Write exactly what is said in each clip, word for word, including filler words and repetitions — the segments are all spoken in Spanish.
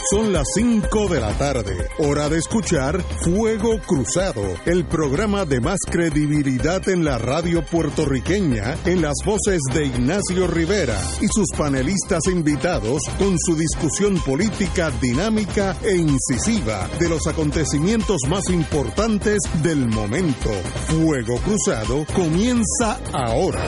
Son las cinco de la tarde, hora de escuchar Fuego Cruzado, el programa de más credibilidad en la radio puertorriqueña, en las voces de Ignacio Rivera y sus panelistas invitados con su discusión política dinámica e incisiva de los acontecimientos más importantes del momento. Fuego Cruzado comienza ahora.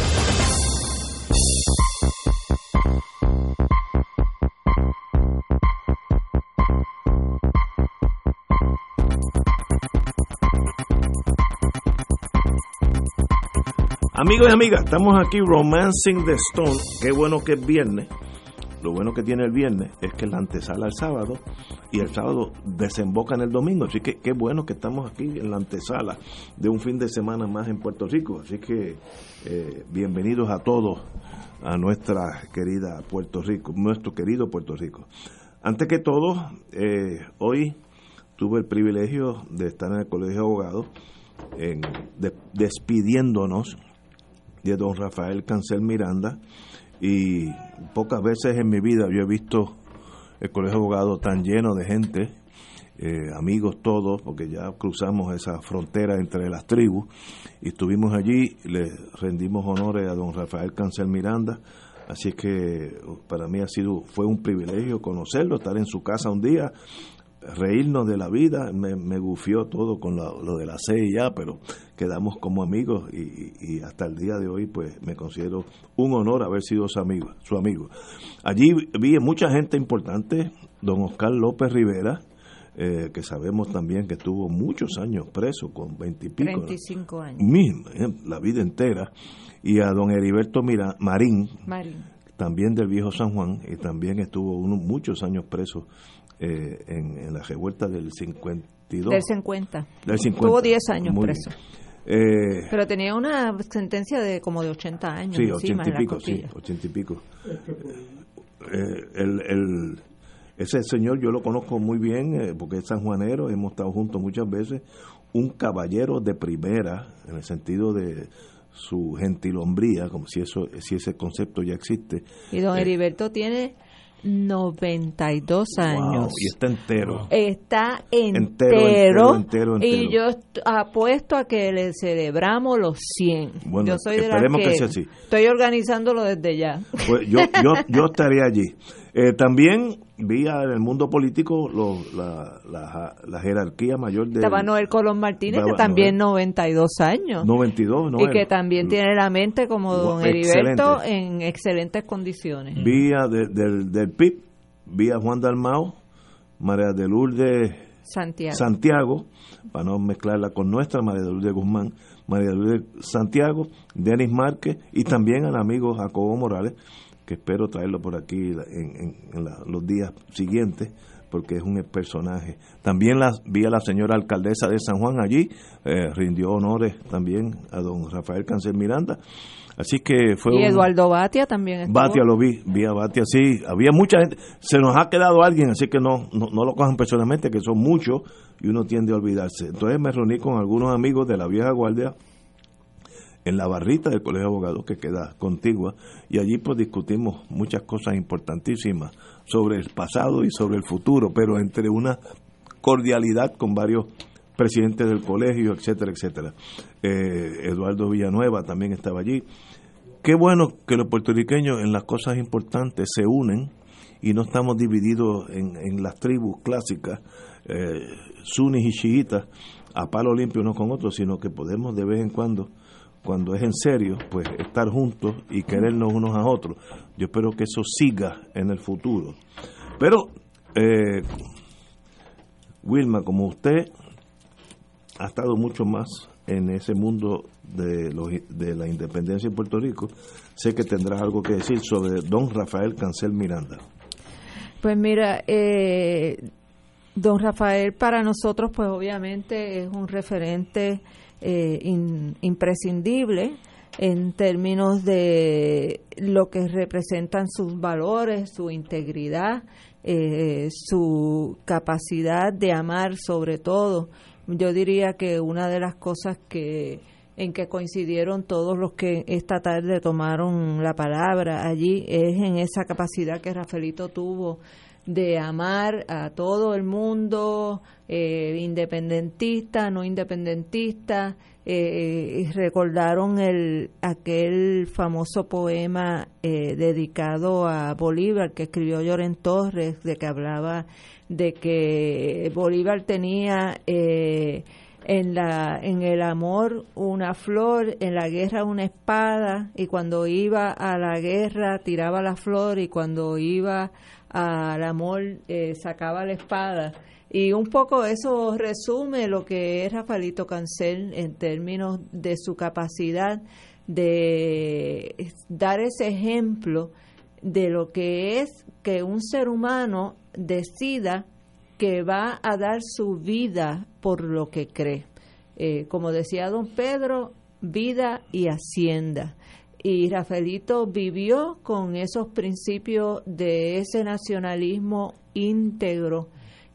Amigos y amigas, estamos aquí Romancing the Stone. Qué bueno que es viernes. Lo bueno que tiene el viernes es que la antesala el sábado y el sábado desemboca en el domingo. Así que qué bueno que estamos aquí en la antesala de un fin de semana más en Puerto Rico. Así que eh, bienvenidos a todos a nuestra querida Puerto Rico, nuestro querido Puerto Rico. Antes que todo, eh, hoy tuve el privilegio de estar en el Colegio de Abogados en, de, despidiéndonos de don Rafael Cancel Miranda, y pocas veces en mi vida yo he visto el Colegio de Abogados tan lleno de gente, eh, amigos todos, porque ya cruzamos esa frontera entre las tribus y estuvimos allí, le rendimos honores a don Rafael Cancel Miranda, así que para mí ha sido, fue un privilegio conocerlo, estar en su casa un día, reírnos de la vida. Me, me gufió todo con lo, lo de la C I A, pero quedamos como amigos y, y hasta el día de hoy pues me considero un honor haber sido su amigo, su amigo. Allí vi mucha gente importante, don Oscar López Rivera, eh, que sabemos también que estuvo muchos años preso, con veintipico, treinta y cinco años, mismo, eh, la vida entera, y a don Heriberto Mira, Marín, Marín, también del viejo San Juan, y también estuvo uno, muchos años preso Eh, en, en la revuelta del cincuenta y dos. Del cincuenta. Del cincuenta. Tuvo diez años Muy preso. Eh, Pero tenía una sentencia de como de ochenta años. Sí, encima, ochenta y pico, en la sí, ochenta y pico. Eh, el, el, ese señor yo lo conozco muy bien, eh, porque es sanjuanero, hemos estado juntos muchas veces, un caballero de primera, en el sentido de su gentilombría, como si eso, si ese concepto ya existe. Y don eh, Heriberto tiene noventa y dos años. Wow, y está entero. Está entero. Entero, entero, entero, entero. Y yo apuesto a que le celebramos los cien. Bueno, yo soy de esperemos la que, que sea así. Estoy organizándolo desde ya. Pues yo, yo, yo estaría allí. Eh, también vi en el mundo político lo, la, la, la jerarquía mayor de... Estaba Noel Colón Martínez, Estaba que también Noel. noventa y dos años. noventa y dos, Noel. Y que también tiene la mente como don Excelente. Heriberto en excelentes condiciones. Vi a de, del, del P I B, vi a Juan Dalmau, María de Lourdes Santiago. Santiago, para no mezclarla con nuestra, María de Lourdes Guzmán, María de Lourdes Santiago, Denis Márquez, y también al amigo Jacobo Morales, que espero traerlo por aquí en, en, en la, los días siguientes, porque es un personaje. También las, vi a la señora alcaldesa de San Juan allí, eh, rindió honores también a don Rafael Cancel Miranda. Así que fue y un, Eduardo Batia también estuvo. Batia lo vi, vi a Batia, sí, había mucha gente, se nos ha quedado alguien, así que no, no, no lo cojan personalmente, que son muchos y uno tiende a olvidarse. Entonces me reuní con algunos amigos de la vieja guardia en la barrita del Colegio de Abogados, que queda contigua, y allí pues discutimos muchas cosas importantísimas sobre el pasado y sobre el futuro, pero entre una cordialidad con varios presidentes del colegio, etcétera, etcétera. Eh, Eduardo Villanueva también estaba allí. Qué bueno que los puertorriqueños en las cosas importantes se unen y no estamos divididos en, en las tribus clásicas, eh, sunis y chiitas, a palo limpio unos con otros, sino que podemos de vez en cuando, cuando es en serio, pues estar juntos y querernos unos a otros. Yo espero que eso siga en el futuro. Pero, eh, Wilma, como usted ha estado mucho más en ese mundo de, los, de la independencia en Puerto Rico, sé que tendrás algo que decir sobre don Rafael Cancel Miranda. Pues mira, eh, don Rafael para nosotros pues obviamente es un referente eh, in, imprescindible en términos de lo que representan sus valores, su integridad, eh, su capacidad de amar sobre todo. Yo diría que una de las cosas que en que coincidieron todos los que esta tarde tomaron la palabra allí es en esa capacidad que Rafaelito tuvo de amar a todo el mundo, eh, independentista, no independentista. Eh, recordaron el aquel famoso poema eh, dedicado a Bolívar que escribió Lloren Torres, de que hablaba de que Bolívar tenía eh, en la en el amor una flor, en la guerra una espada, y cuando iba a la guerra tiraba la flor, y cuando iba al amor eh, sacaba la espada. Y un poco eso resume lo que es Rafaelito Cancel en términos de su capacidad de dar ese ejemplo de lo que es que un ser humano decida que va a dar su vida por lo que cree. Eh, como decía don Pedro, vida y hacienda. Y Rafaelito vivió con esos principios de ese nacionalismo íntegro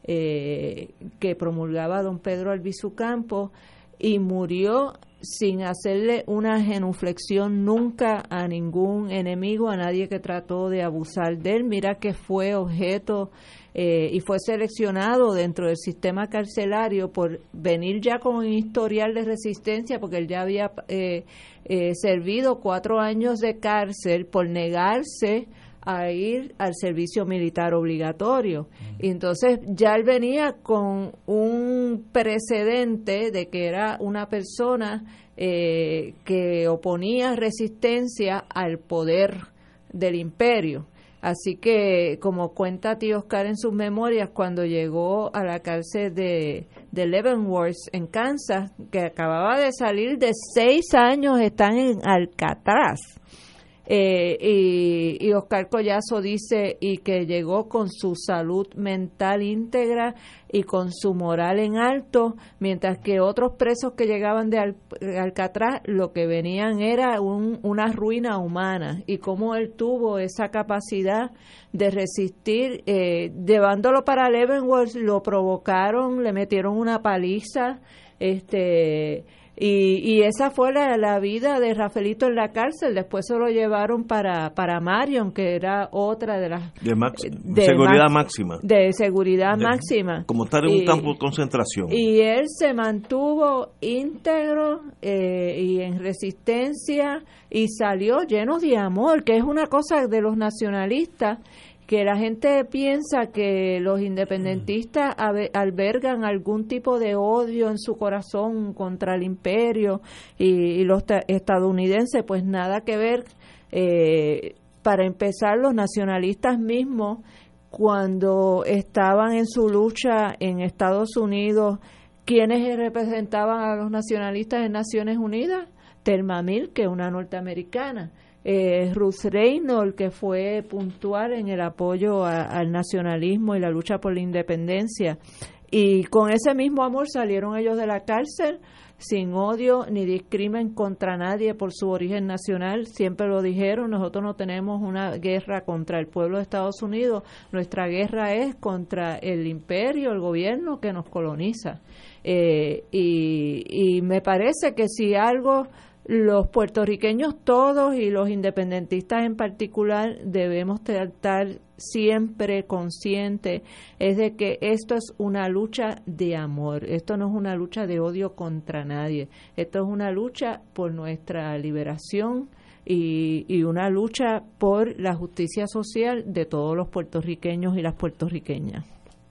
Eh, que promulgaba don Pedro Albizu Campos, y murió sin hacerle una genuflexión nunca a ningún enemigo, a nadie que trató de abusar de él. Mira que fue objeto eh, y fue seleccionado dentro del sistema carcelario por venir ya con un historial de resistencia, porque él ya había eh, eh, servido cuatro años de cárcel por negarse a ir al servicio militar obligatorio. Y entonces ya él venía con un precedente de que era una persona eh, que oponía resistencia al poder del imperio. Así que, como cuenta tío Oscar en sus memorias, cuando llegó a la cárcel de, de Leavenworth en Kansas, que acababa de salir de seis años, están en Alcatraz, Eh, y, y Oscar Collazo dice y que llegó con su salud mental íntegra y con su moral en alto, mientras que otros presos que llegaban de Al, Alcatraz lo que venían era un, una ruina humana, y cómo él tuvo esa capacidad de resistir. Eh, llevándolo para Leavenworth lo provocaron, le metieron una paliza, este Y, y esa fue la, la vida de Rafaelito en la cárcel. Después se lo llevaron para, para Marion, que era otra de las... De, max, de seguridad max, máxima. De seguridad de, máxima. Como estar en y, un campo de concentración. Y él se mantuvo íntegro eh, y en resistencia, y salió lleno de amor, que es una cosa de los nacionalistas, que la gente piensa que los independentistas albergan algún tipo de odio en su corazón contra el imperio y, y los estadounidenses. Pues nada que ver. Eh, para empezar, los nacionalistas mismos, cuando estaban en su lucha en Estados Unidos, ¿quiénes representaban a los nacionalistas en Naciones Unidas? Thelma Mills, que es una norteamericana. Eh, Ruth Reynolds, que fue puntual en el apoyo a, al nacionalismo y la lucha por la independencia, y con ese mismo amor salieron ellos de la cárcel sin odio ni discrimen contra nadie por su origen nacional. Siempre lo dijeron: nosotros no tenemos una guerra contra el pueblo de Estados Unidos, nuestra guerra es contra el imperio, el gobierno que nos coloniza. Eh, y, y me parece que si algo los puertorriqueños todos y los independentistas en particular debemos estar siempre conscientes es de que esto es una lucha de amor, esto no es una lucha de odio contra nadie, esto es una lucha por nuestra liberación y, y una lucha por la justicia social de todos los puertorriqueños y las puertorriqueñas.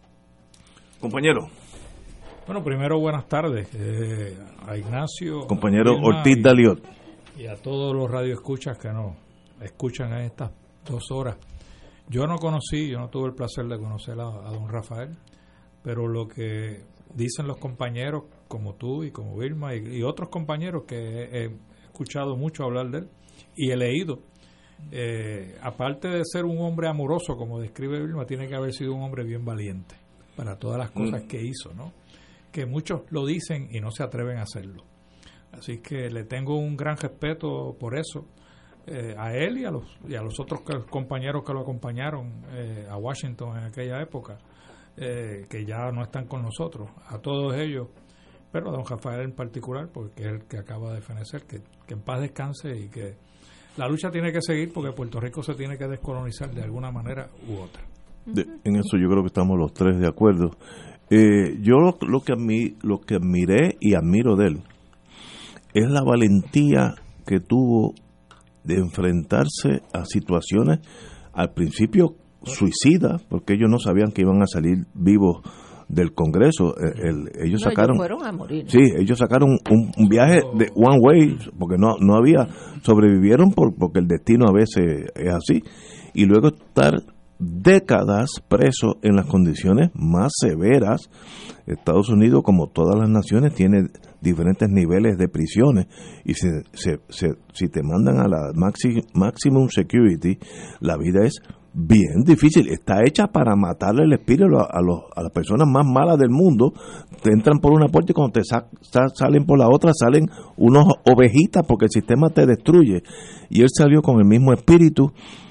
Compañero. Bueno, primero buenas tardes eh, a Ignacio, compañero Ortiz Daliot, y a todos los radioescuchas que nos escuchan en estas dos horas. Yo no conocí, yo no tuve el placer de conocer a, a don Rafael, pero lo que dicen los compañeros como tú y como Vilma y, y otros compañeros que he, he escuchado mucho hablar de él y he leído, eh, aparte de ser un hombre amoroso, como describe Vilma, tiene que haber sido un hombre bien valiente para todas las cosas mm. que hizo, ¿no? Que muchos lo dicen y no se atreven a hacerlo. Así que le tengo un gran respeto por eso, eh, a él y a los y a los otros compañeros que lo acompañaron eh, a Washington en aquella época, eh, que ya no están con nosotros, a todos ellos, pero a don Rafael en particular, porque es el que acaba de fenecer, que, que en paz descanse, y que la lucha tiene que seguir porque Puerto Rico se tiene que descolonizar de alguna manera u otra. De, en eso yo creo que estamos los tres de acuerdo. Eh, yo lo, lo, que admi, lo que admiré y admiro de él es la valentía que tuvo de enfrentarse a situaciones al principio suicidas, porque ellos no sabían que iban a salir vivos del Congreso. El, el, ellos no, sacaron ellos fueron a morir. Sí, ellos sacaron un, un viaje de one way, porque no no había, sobrevivieron por, porque el destino a veces es así, y luego estar décadas presos en las condiciones más severas. Estados Unidos, como todas las naciones, tiene diferentes niveles de prisiones, y se, se, se, si te mandan a la maxi, maximum security, la vida es bien difícil. Está hecha para matarle el espíritu a, a, los, a las personas más malas del mundo. Te entran por una puerta y cuando te sa, sa, salen por la otra salen unos ovejitas, porque el sistema te destruye. Y él salió con el mismo espíritu.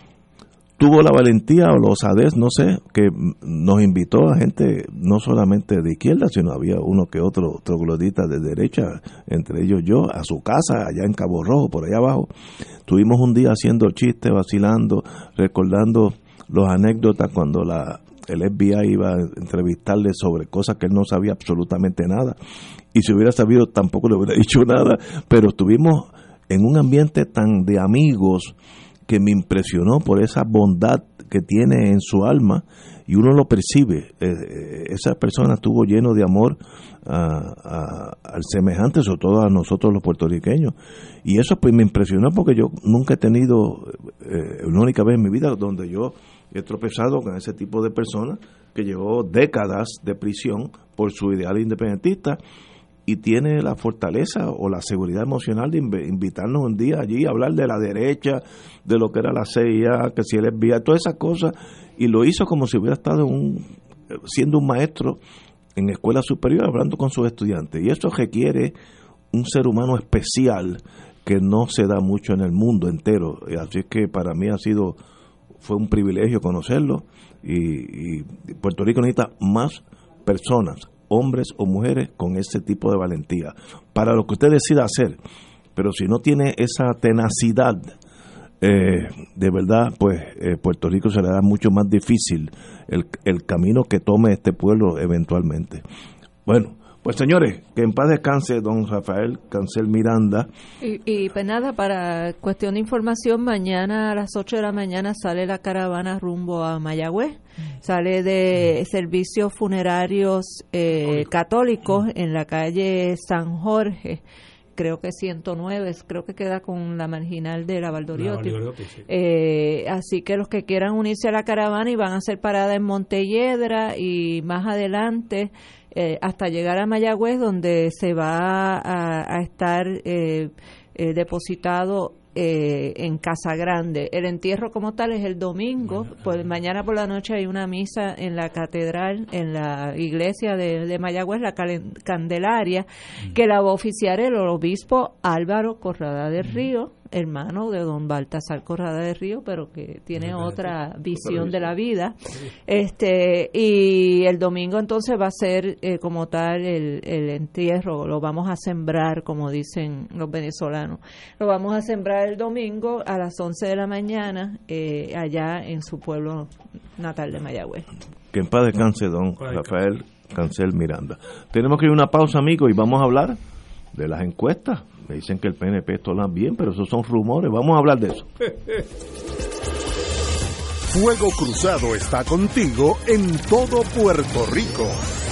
Tuvo la valentía o la osadez, no sé, que nos invitó a gente no solamente de izquierda, sino había uno que otro troglodita de derecha, entre ellos yo, a su casa allá en Cabo Rojo, por allá abajo. Tuvimos un día haciendo chistes, vacilando, recordando los anécdotas cuando la el F B I iba a entrevistarle sobre cosas que él no sabía absolutamente nada, y si hubiera sabido tampoco le hubiera dicho nada, pero estuvimos en un ambiente tan de amigos que me impresionó por esa bondad que tiene en su alma, y uno lo percibe. Eh, esa persona estuvo lleno de amor a, a, al semejante, sobre todo a nosotros los puertorriqueños, y eso pues me impresionó, porque yo nunca he tenido, eh, una única vez en mi vida donde yo he tropezado con ese tipo de personas que llevó décadas de prisión por su ideal independentista, y tiene la fortaleza o la seguridad emocional de invitarnos un día allí a hablar de la derecha, de lo que era la C I A, que si el F B I, todas esas cosas, y lo hizo como si hubiera estado un, siendo un maestro en escuela superior hablando con sus estudiantes, y eso requiere un ser humano especial que no se da mucho en el mundo entero. Así es que para mí ha sido, fue un privilegio conocerlo, y, y Puerto Rico necesita más personas, hombres o mujeres, con ese tipo de valentía para lo que usted decida hacer. Pero si no tiene esa tenacidad, eh, de verdad, pues eh, Puerto Rico se le da mucho más difícil el, el camino que tome este pueblo eventualmente. Bueno, pues señores, que en paz descanse don Rafael Cancel Miranda. Y, y pues nada, para cuestión de información, mañana a las ocho de la mañana sale la caravana rumbo a Mayagüez. Sale de servicios funerarios eh, católicos en la calle San Jorge, creo que ciento nueve, creo que queda con la marginal de la Valdoriotti. La Valdoriotti, sí. eh, así que los que quieran unirse a la caravana, y van a hacer parada en Montelledra y más adelante eh, hasta llegar a Mayagüez, donde se va a, a estar eh, eh, depositado Eh, en Casa Grande. El entierro como tal es el domingo, pues mañana por la noche hay una misa en la catedral, en la iglesia de, de Mayagüez, la Candelaria, mm. que la va a oficiar el obispo Álvaro Corrada del Río, hermano de don Baltasar Corrada del Río, pero que tiene otra visión de la vida. Este y el domingo entonces va a ser eh, como tal el, el entierro, lo vamos a sembrar, como dicen los venezolanos. Lo vamos a sembrar el domingo a las once de la mañana eh, allá en su pueblo natal de Mayagüez. Que en paz descanse don Rafael Cancel Miranda. Tenemos que ir a una pausa, amigos, y vamos a hablar de las encuestas. Me dicen que el P N P está bien, pero esos son rumores. Vamos a hablar de eso. Fuego Cruzado está contigo en todo Puerto Rico.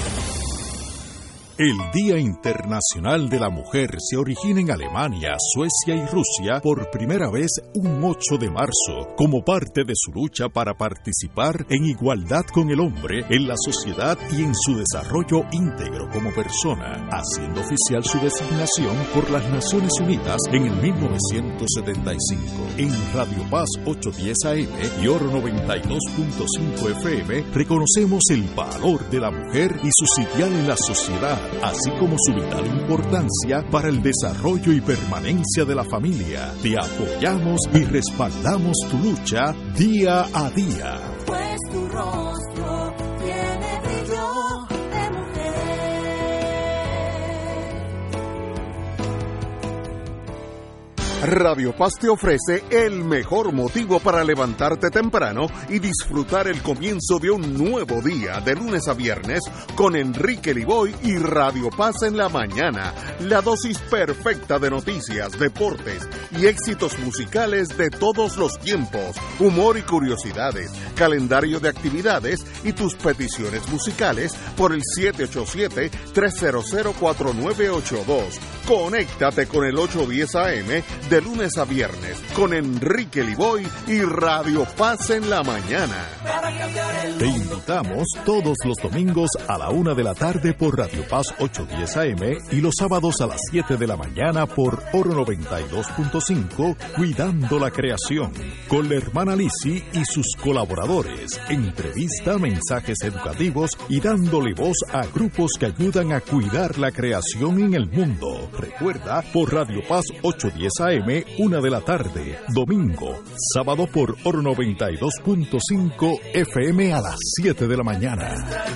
El Día Internacional de la Mujer se origina en Alemania, Suecia y Rusia por primera vez un ocho de marzo, como parte de su lucha para participar en igualdad con el hombre en la sociedad y en su desarrollo íntegro como persona, haciendo oficial su designación por las Naciones Unidas en el mil novecientos setenta y cinco. En Radio Paz ochocientos diez A M y Oro noventa y dos punto cinco F M reconocemos el valor de la mujer y su sitial en la sociedad, así como su vital importancia para el desarrollo y permanencia de la familia. Te apoyamos y respaldamos tu lucha día a día. Pues tu rostro tiene brillo de mujer. Radio Paz te ofrece el mejor motivo para levantarte temprano y disfrutar el comienzo de un nuevo día de lunes a viernes con Enrique Liboy y Radio Paz en la mañana. La dosis perfecta de noticias, deportes y éxitos musicales de todos los tiempos, humor y curiosidades, calendario de actividades y tus peticiones musicales por el siete ocho siete, tres cero cero, cuatro nueve ocho dos. Conéctate con el ocho diez A M de lunes a viernes con Enrique Liboy y Radio Paz en la mañana. Te invitamos todos los domingos a la una de la tarde por Radio Paz ochocientos diez A M y los sábados a las siete de la mañana por Oro noventa y dos punto cinco, Cuidando la Creación, con la hermana Lisi y sus colaboradores. Entrevista, mensajes educativos y dándole voz a grupos que ayudan a cuidar la creación en el mundo. Recuerda, por Radio Paz ochocientos diez A M, una de la tarde, domingo, sábado por Oro noventa y dos punto cinco F M a las siete de la mañana.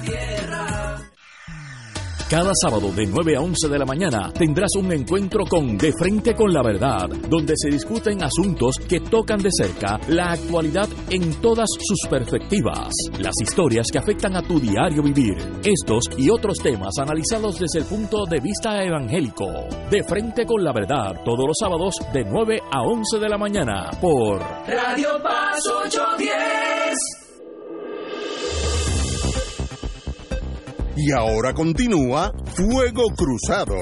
Cada sábado de nueve a once de la mañana tendrás un encuentro con De Frente con la Verdad, donde se discuten asuntos que tocan de cerca la actualidad en todas sus perspectivas, las historias que afectan a tu diario vivir, estos y otros temas analizados desde el punto de vista evangélico. De Frente con la Verdad, todos los sábados de nueve a once de la mañana por Radio Paz ochocientos diez. Y ahora continúa Fuego Cruzado.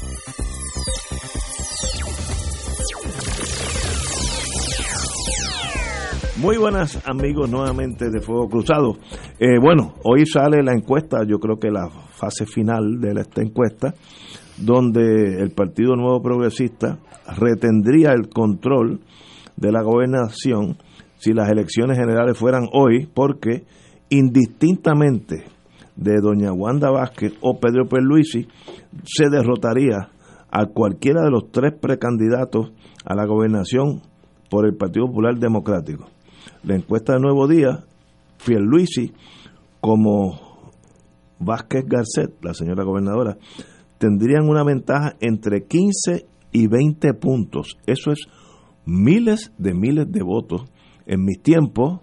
Muy buenas amigos nuevamente de Fuego Cruzado. Eh, bueno, hoy sale la encuesta, yo creo que la fase final de esta encuesta, donde el Partido Nuevo Progresista retendría el control de la gobernación si las elecciones generales fueran hoy, porque indistintamente de doña Wanda Vázquez o Pedro Pierluisi, se derrotaría a cualquiera de los tres precandidatos a la gobernación por el Partido Popular Democrático. La encuesta de Nuevo Día, Pierluisi como Vázquez Garcet, la señora gobernadora, tendrían una ventaja entre quince y veinte puntos. Eso es miles de miles de votos. En mis tiempos,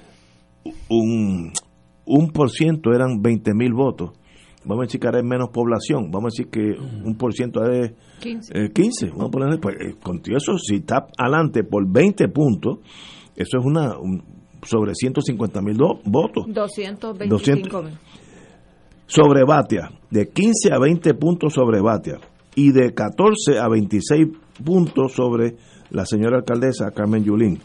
un... un por ciento eran veinte mil votos. Vamos a decir que ahora hay menos población. Vamos a decir que un por ciento es quince. Eh, quince. Vamos a poner, pues, eh, con eso, si está adelante por veinte puntos, eso es una un, sobre ciento cincuenta mil votos. doscientos veinticinco mil. Sobre Batia, de quince a veinte puntos sobre Batia, y de catorce a veintiséis puntos sobre la señora alcaldesa Carmen Yulín.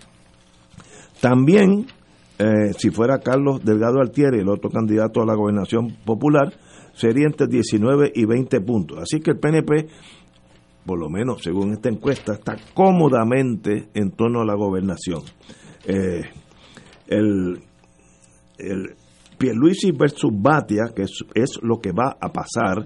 También, Eh, si fuera Carlos Delgado Altieri, el otro candidato a la gobernación popular, sería entre diecinueve y veinte puntos. Así que el P N P, por lo menos según esta encuesta, está cómodamente en torno a la gobernación. Eh, el, el Pierluisi versus Batia, que es, es lo que va a pasar.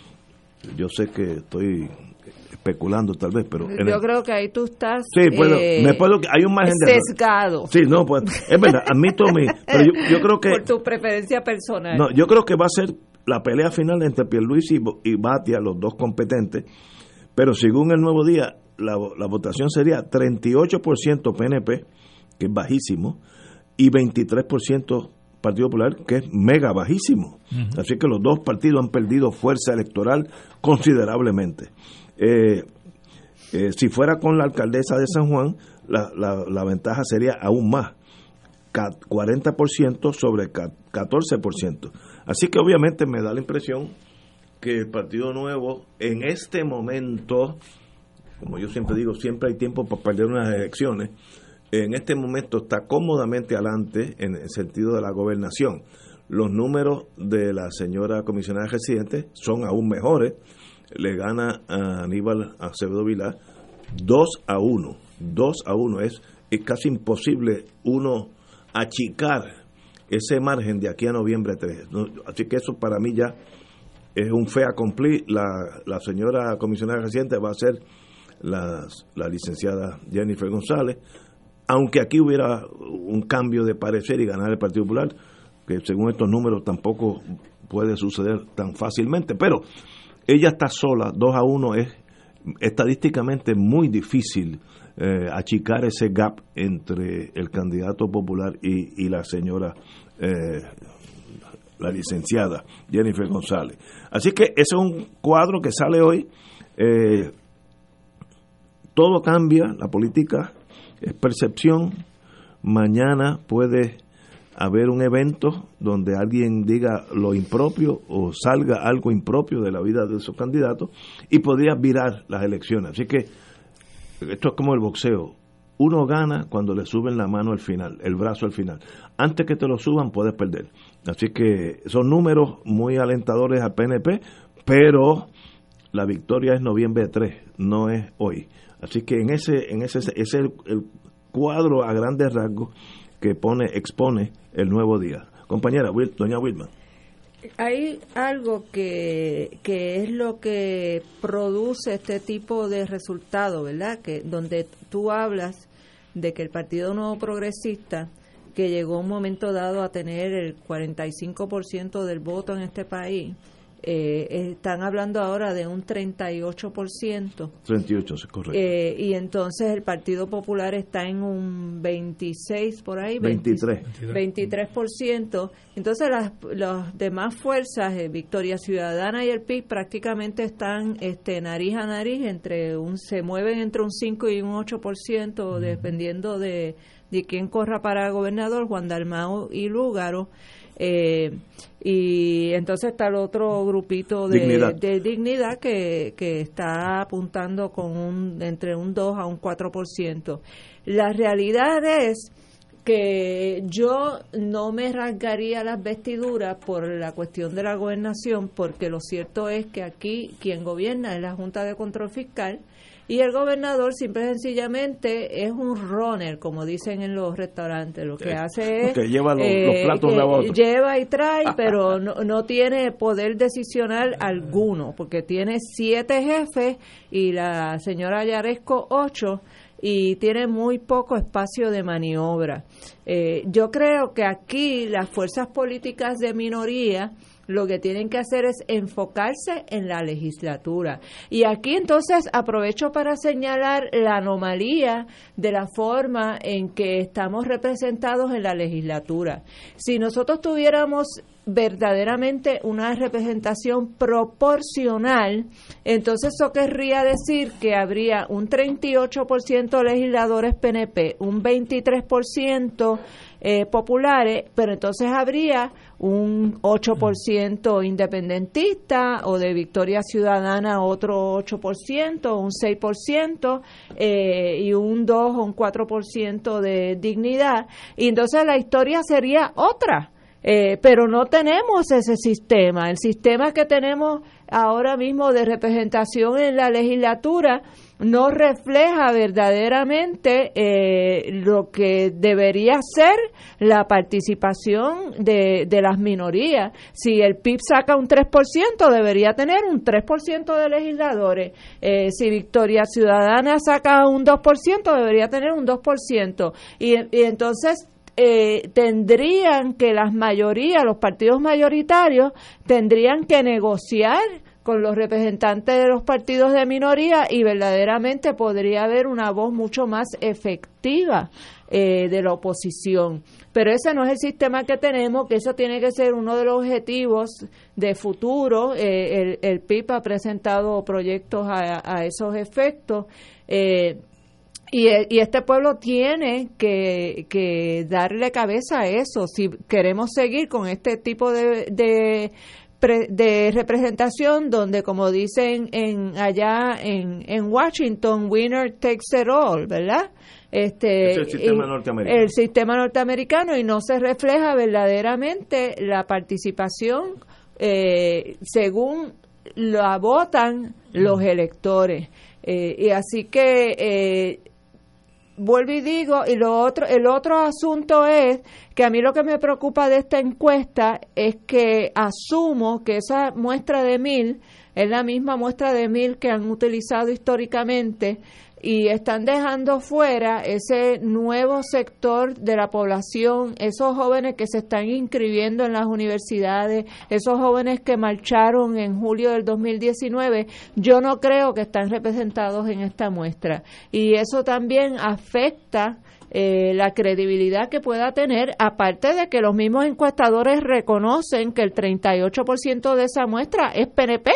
Yo sé que estoy especulando tal vez, pero yo el, creo que ahí tú estás sí, puedo, eh, me puedo, hay un margen de sesgado. Sí, no, pues es verdad, admito mi, pero yo, yo creo que por tu preferencia personal. No, yo creo que va a ser la pelea final entre Pierluisi y, y Batia, los dos competentes, pero según el Nuevo Día, la, la votación sería treinta y ocho por ciento P N P, que es bajísimo, y veintitrés por ciento Partido Popular, que es mega bajísimo. Uh-huh. Así que los dos partidos han perdido fuerza electoral considerablemente. Eh, eh, si fuera con la alcaldesa de San Juan, la, la, la ventaja sería aún más, cuarenta por ciento sobre catorce por ciento. Así que obviamente me da la impresión que el Partido Nuevo en este momento, como yo siempre digo, siempre hay tiempo para perder unas elecciones, en este momento está cómodamente adelante en el sentido de la gobernación. Los números de la señora comisionada residente son aún mejores. Le gana a Aníbal Acevedo Vilá dos a uno. dos a uno. Es, es casi imposible uno achicar ese margen de aquí a noviembre tres. Así que eso para mí ya es un fait accompli. La, la señora comisionada residente va a ser la, la licenciada Jennifer González, aunque aquí hubiera un cambio de parecer y ganar el Partido Popular, que según estos números tampoco puede suceder tan fácilmente, pero ella está sola, dos a uno es estadísticamente muy difícil eh, achicar ese gap entre el candidato popular y, y la señora, eh, la licenciada Jennifer González. Así que ese es un cuadro que sale hoy. Eh, todo cambia, la política es percepción. Mañana puede haber un evento donde alguien diga lo impropio o salga algo impropio de la vida de esos candidatos y podría virar las elecciones. Así que esto es como el boxeo. Uno gana cuando le suben la mano al final, el brazo al final. Antes que te lo suban puedes perder. Así que son números muy alentadores al P N P, pero la victoria es noviembre tres, no es hoy. Así que en ese en ese ese es el, el cuadro a grandes rasgos que pone expone el nuevo día. Compañera, Wil, doña Wilma. Hay algo que, que es lo que produce este tipo de resultados, ¿verdad? Que donde tú hablas de que el Partido Nuevo Progresista, que llegó un momento dado a tener el cuarenta y cinco por ciento del voto en este país, eh, están hablando ahora de un treinta y ocho por ciento. treinta y ocho, es correcto. Eh, y entonces el Partido Popular está en un veintiséis por ahí. veintitrés. veintitrés por ciento. Entonces las, las demás fuerzas, eh, Victoria Ciudadana y el P I B, prácticamente están este, nariz a nariz, entre un se mueven entre un cinco y un ocho por ciento, uh-huh. dependiendo de, de quién corra para gobernador, Juan Dalmau y Lúgaro. Eh, y entonces está el otro grupito de dignidad, de dignidad que, que está apuntando con un entre un dos a un cuatro por ciento. La realidad es que yo no me rasgaría las vestiduras por la cuestión de la gobernación, porque lo cierto es que aquí quien gobierna es la Junta de Control Fiscal y el gobernador simple y sencillamente es un runner, como dicen en los restaurantes. Lo que hace es que lleva los, eh, los platos de otro. Lleva y trae, pero no, no tiene poder decisional alguno, porque tiene siete jefes y la señora Yaresco ocho, y tiene muy poco espacio de maniobra. Eh, yo creo que aquí las fuerzas políticas de minoría lo que tienen que hacer es enfocarse en la legislatura. Y aquí entonces aprovecho para señalar la anomalía de la forma en que estamos representados en la legislatura. Si nosotros tuviéramos verdaderamente una representación proporcional, entonces eso querría decir que habría un treinta y ocho por ciento legisladores P N P, un veintitrés por ciento eh, populares, pero entonces habría un ocho por ciento independentista, o de Victoria Ciudadana otro ocho por ciento, un seis por ciento, eh, y un dos o un cuatro por ciento de dignidad, y entonces la historia sería otra. Eh, pero no tenemos ese sistema. El sistema que tenemos ahora mismo de representación en la legislatura no refleja verdaderamente eh, lo que debería ser la participación de, de las minorías. Si el P I B saca un tres por ciento, debería tener un tres por ciento de legisladores. Eh, si Victoria Ciudadana saca un dos por ciento, debería tener un dos por ciento. Y, y entonces Eh, tendrían que las mayorías, los partidos mayoritarios, tendrían que negociar con los representantes de los partidos de minoría y verdaderamente podría haber una voz mucho más efectiva eh, de la oposición. Pero ese no es el sistema que tenemos, que eso tiene que ser uno de los objetivos de futuro. Eh, el, el P I B ha presentado proyectos a, a esos efectos. Eh, Y, y este pueblo tiene que, que darle cabeza a eso. Si queremos seguir con este tipo de, de, de representación, donde, como dicen en allá en, en Washington, winner takes it all, ¿verdad? Este, es el sistema norteamericano. El sistema norteamericano, y no se refleja verdaderamente la participación eh, según la votan los electores. Eh, y así que eh, vuelvo y digo, y lo otro, el otro asunto es que a mí lo que me preocupa de esta encuesta es que asumo que esa muestra de mil es la misma muestra de mil que han utilizado históricamente y están dejando fuera ese nuevo sector de la población, esos jóvenes que se están inscribiendo en las universidades, esos jóvenes que marcharon en julio del dos mil diecinueve, yo no creo que están representados en esta muestra. Y eso también afecta eh, la credibilidad que pueda tener, aparte de que los mismos encuestadores reconocen que el treinta y ocho por ciento de esa muestra es P N P.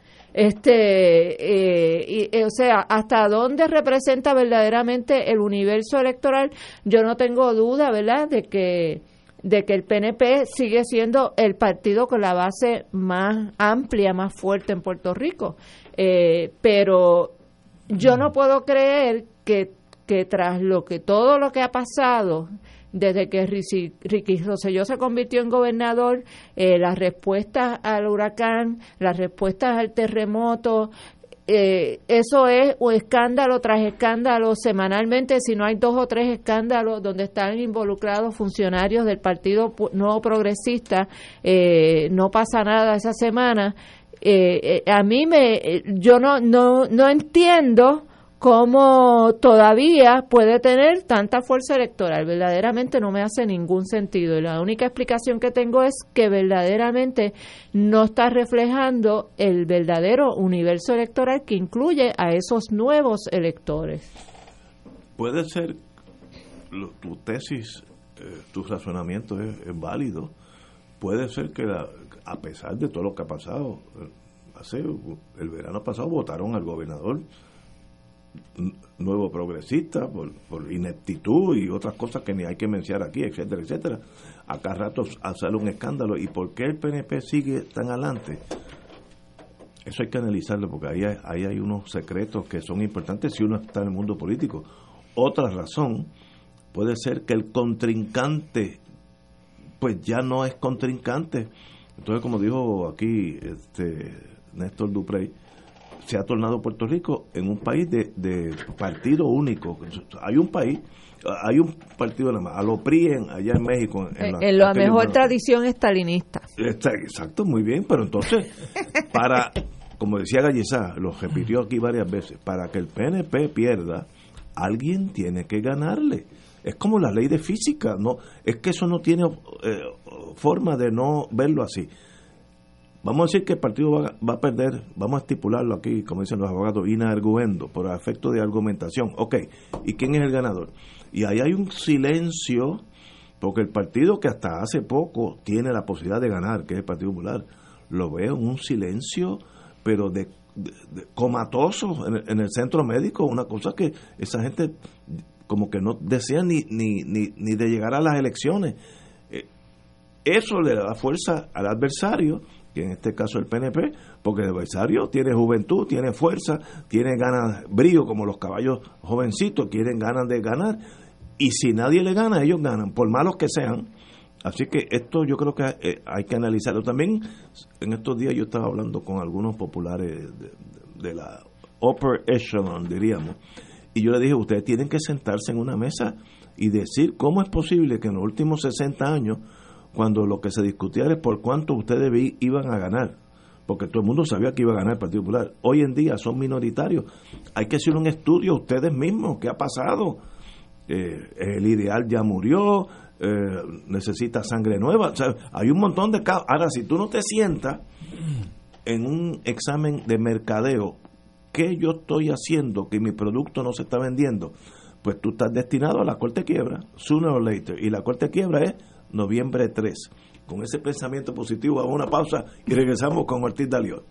Este, eh, y, eh, o sea, hasta dónde representa verdaderamente el universo electoral, yo no tengo duda, ¿verdad?, de que de que el P N P sigue siendo el partido con la base más amplia, más fuerte en Puerto Rico, eh, pero yo no puedo creer que que tras lo que todo lo que ha pasado desde que Ricky, Ricky Rosselló se convirtió en gobernador, eh, las respuestas al huracán, las respuestas al terremoto, eh, eso es un escándalo tras escándalo semanalmente, si no hay dos o tres escándalos donde están involucrados funcionarios del Partido Nuevo Progresista, eh, no pasa nada esa semana. Eh, eh, a mí me, yo no, no, no entiendo cómo todavía puede tener tanta fuerza electoral. Verdaderamente no me hace ningún sentido. Y la única explicación que tengo es que verdaderamente no está reflejando el verdadero universo electoral que incluye a esos nuevos electores. Puede ser, lo, tu tesis, eh, tu razonamiento es, es válido. Puede ser que la, a pesar de todo lo que ha pasado, hace el verano pasado votaron al gobernador nuevo progresista por, por ineptitud y otras cosas que ni hay que mencionar aquí, etcétera, etcétera. Acá rato sale un escándalo. ¿Y por qué el P N P sigue tan adelante? Eso hay que analizarlo, porque ahí hay, ahí hay unos secretos que son importantes si uno está en el mundo político. Otra razón puede ser que el contrincante pues ya no es contrincante. Entonces, como dijo aquí este Néstor Duprey, se ha tornado Puerto Rico en un país de, de partido único. Hay un país, hay un partido nada más, a lo P R I en, allá en México. En, en la, en la aquello, mejor bueno, tradición estalinista. Está, exacto, muy bien, pero entonces, para, como decía Gallizá, lo repitió aquí varias veces, para que el P N P pierda, alguien tiene que ganarle. Es como la ley de física, no, es que eso no tiene eh, forma de no verlo así. Vamos a decir que el partido va, va a perder, vamos a estipularlo aquí, como dicen los abogados, in arguendo, por efecto de argumentación. Ok, ¿y quién es el ganador? Y ahí hay un silencio, porque el partido que hasta hace poco tiene la posibilidad de ganar, que es el Partido Popular, lo veo en un silencio, pero de, de, de comatoso en el, en el centro médico, una cosa que esa gente como que no desea ni, ni, ni, ni de llegar a las elecciones. Eh, eso le da fuerza al adversario, que en este caso el P N P, porque el adversario tiene juventud, tiene fuerza, tiene ganas, brío, como los caballos jovencitos, quieren ganas de ganar, y si nadie le gana, ellos ganan, por malos que sean. Así que esto yo creo que eh, hay que analizarlo. También en estos días yo estaba hablando con algunos populares de, de, de la upper echelon, diríamos, y yo le dije, ustedes tienen que sentarse en una mesa y decir cómo es posible que en los últimos sesenta años, cuando lo que se discutía es por cuánto ustedes vi, iban a ganar, porque todo el mundo sabía que iba a ganar el Partido Popular, hoy en día son minoritarios. Hay que hacer un estudio ustedes mismos, ¿qué ha pasado? Eh, el ideal ya murió, eh, necesita sangre nueva, o sea, hay un montón de casos. Ahora, si tú no te sientas en un examen de mercadeo, ¿qué yo estoy haciendo que mi producto no se está vendiendo? Pues tú estás destinado a la corte quiebra, sooner or later, y la corte quiebra es noviembre tres. Con ese pensamiento positivo, a una pausa y regresamos con Ortiz Daliot.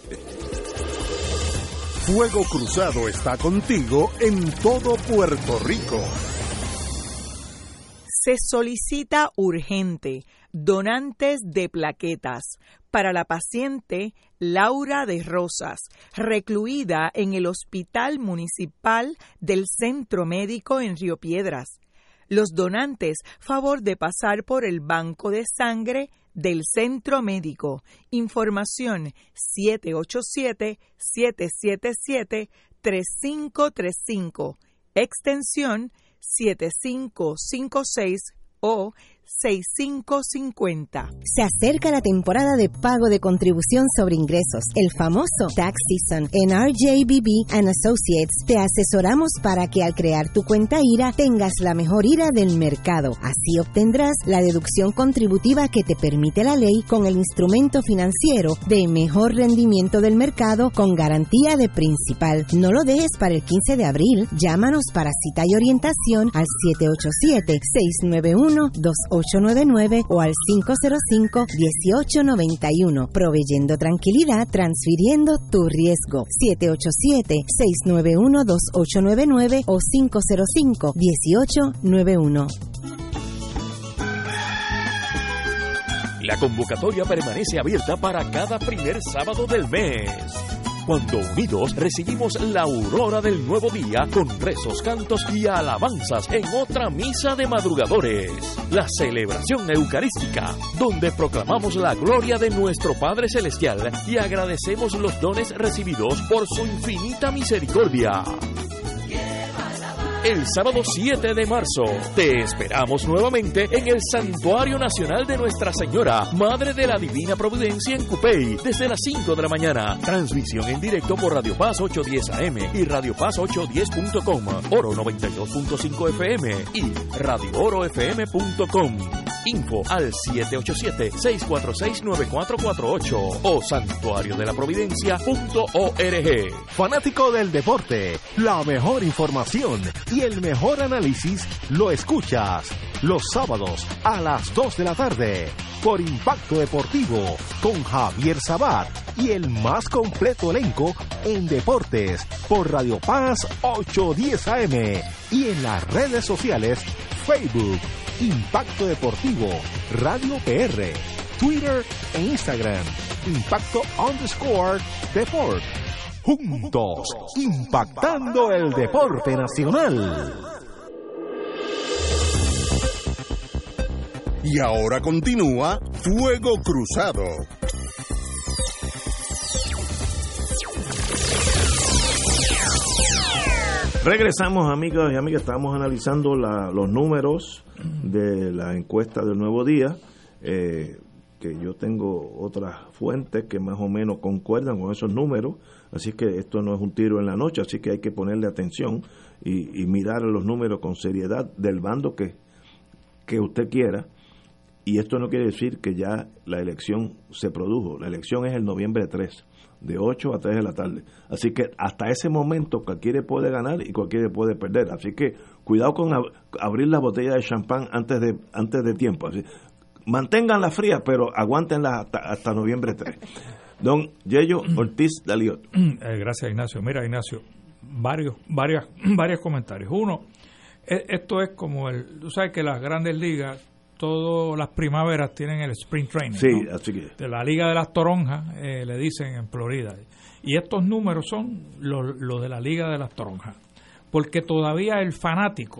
Fuego Cruzado está contigo en todo Puerto Rico. Se solicita urgente donantes de plaquetas para la paciente Laura de Rosas, recluida en el Hospital Municipal del Centro Médico en Río Piedras. Los donantes, favor de pasar por el banco de sangre del Centro Médico. Información siete ocho siete, siete siete siete, tres cinco tres cinco, extensión siete cinco cinco seis o seis cinco cinco cero. Se acerca la temporada de pago de contribución sobre ingresos, el famoso Tax Season. En R J B B and Associates te asesoramos para que al crear tu cuenta I R A tengas la mejor I R A del mercado. Así obtendrás la deducción contributiva que te permite la ley con el instrumento financiero de mejor rendimiento del mercado con garantía de principal. No lo dejes para el quince de abril. Llámanos para cita y orientación al siete ocho siete, seis nueve uno, dos ocho nueve nueve o al cinco cero cinco, uno ocho nueve uno. Proveyendo tranquilidad, transfiriendo tu riesgo. siete ocho siete, seis nueve uno, dos ocho nueve nueve o cinco cero cinco, uno ocho nueve uno. La convocatoria permanece abierta para cada primer sábado del mes, cuando unidos recibimos la aurora del nuevo día con rezos, cantos y alabanzas en otra misa de madrugadores, la celebración eucarística, donde proclamamos la gloria de nuestro Padre Celestial y agradecemos los dones recibidos por su infinita misericordia. El sábado siete de marzo, te esperamos nuevamente en el Santuario Nacional de Nuestra Señora, Madre de la Divina Providencia en Cupey, desde las cinco de la mañana. Transmisión en directo por Radio Paz ochocientos diez A M y Radio Paz ochocientos diez punto com, Oro noventa y dos punto cinco F M y Radio Oro F M punto com. Info al siete ocho siete, seis cuatro seis, nueve cuatro cuatro ocho o santuario de la providencia punto org. Fanático del deporte, la mejor información y el mejor análisis lo escuchas los sábados a las dos de la tarde por Impacto Deportivo con Javier Sabat y el más completo elenco en deportes por Radio Paz ochocientos diez A M y en las redes sociales Facebook, Impacto Deportivo, Radio P R, Twitter e Instagram, Impacto underscore Deport. Juntos, impactando el deporte nacional. Y ahora continúa Fuego Cruzado. Regresamos, amigos y amigas. Estamos analizando la, los números de la encuesta del Nuevo Día, eh, que yo tengo otras fuentes que más o menos concuerdan con esos números, así que esto no es un tiro en la noche, así que hay que ponerle atención y, y mirar los números con seriedad del bando que, que usted quiera. Y esto no quiere decir que ya la elección se produjo. La elección es el noviembre tres, de ocho a tres de la tarde. Así que hasta ese momento cualquiera puede ganar y cualquiera puede perder. Así que cuidado con ab- abrir la botella de champán antes de antes de tiempo. Así, manténganla fría, pero aguántenla hasta, hasta noviembre tres. Don Yello Ortiz Daliot. Eh, gracias, Ignacio. Mira, Ignacio, varios, varias, varios comentarios. Uno, eh, esto es como el... Tú sabes que las grandes ligas, todas las primaveras tienen el Spring Training. Sí, ¿no? así que... De la Liga de las Toronjas, eh, le dicen en Florida. Y estos números son los, los de la Liga de las Toronjas. Porque todavía el fanático,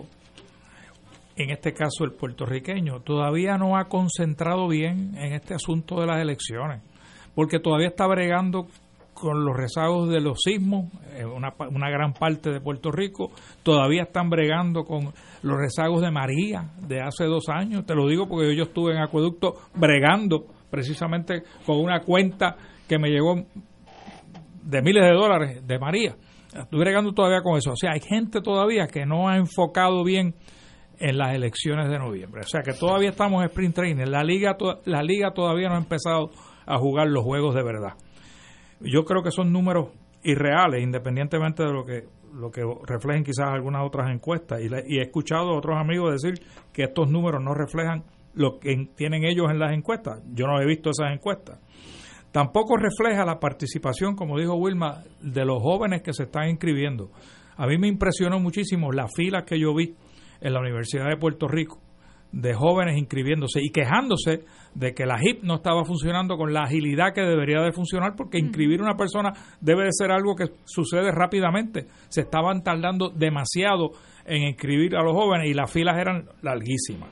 en este caso el puertorriqueño, todavía no ha concentrado bien en este asunto de las elecciones. Porque todavía está bregando con los rezagos de los sismos, eh, una, una gran parte de Puerto Rico, todavía están bregando con los rezagos de María de hace dos años, te lo digo porque yo estuve en Acueducto bregando precisamente con una cuenta que me llegó de miles de dólares de María, estoy bregando todavía con eso, o sea, hay gente todavía que no ha enfocado bien en las elecciones de noviembre, o sea que todavía estamos en sprint training, la liga, to- la liga todavía no ha empezado a jugar los juegos de verdad. Yo creo que son números irreales, independientemente de lo que lo que reflejen quizás algunas otras encuestas. Y, le, y he escuchado a otros amigos decir que estos números no reflejan lo que tienen ellos en las encuestas. Yo no he visto esas encuestas. Tampoco refleja la participación, como dijo Wilma, de los jóvenes que se están inscribiendo. A mí me impresionó muchísimo las filas que yo vi en la Universidad de Puerto Rico de jóvenes inscribiéndose y quejándose de que la H I P no estaba funcionando con la agilidad que debería de funcionar, porque inscribir a una persona debe de ser algo que sucede rápidamente. Se estaban tardando demasiado en inscribir a los jóvenes y las filas eran larguísimas.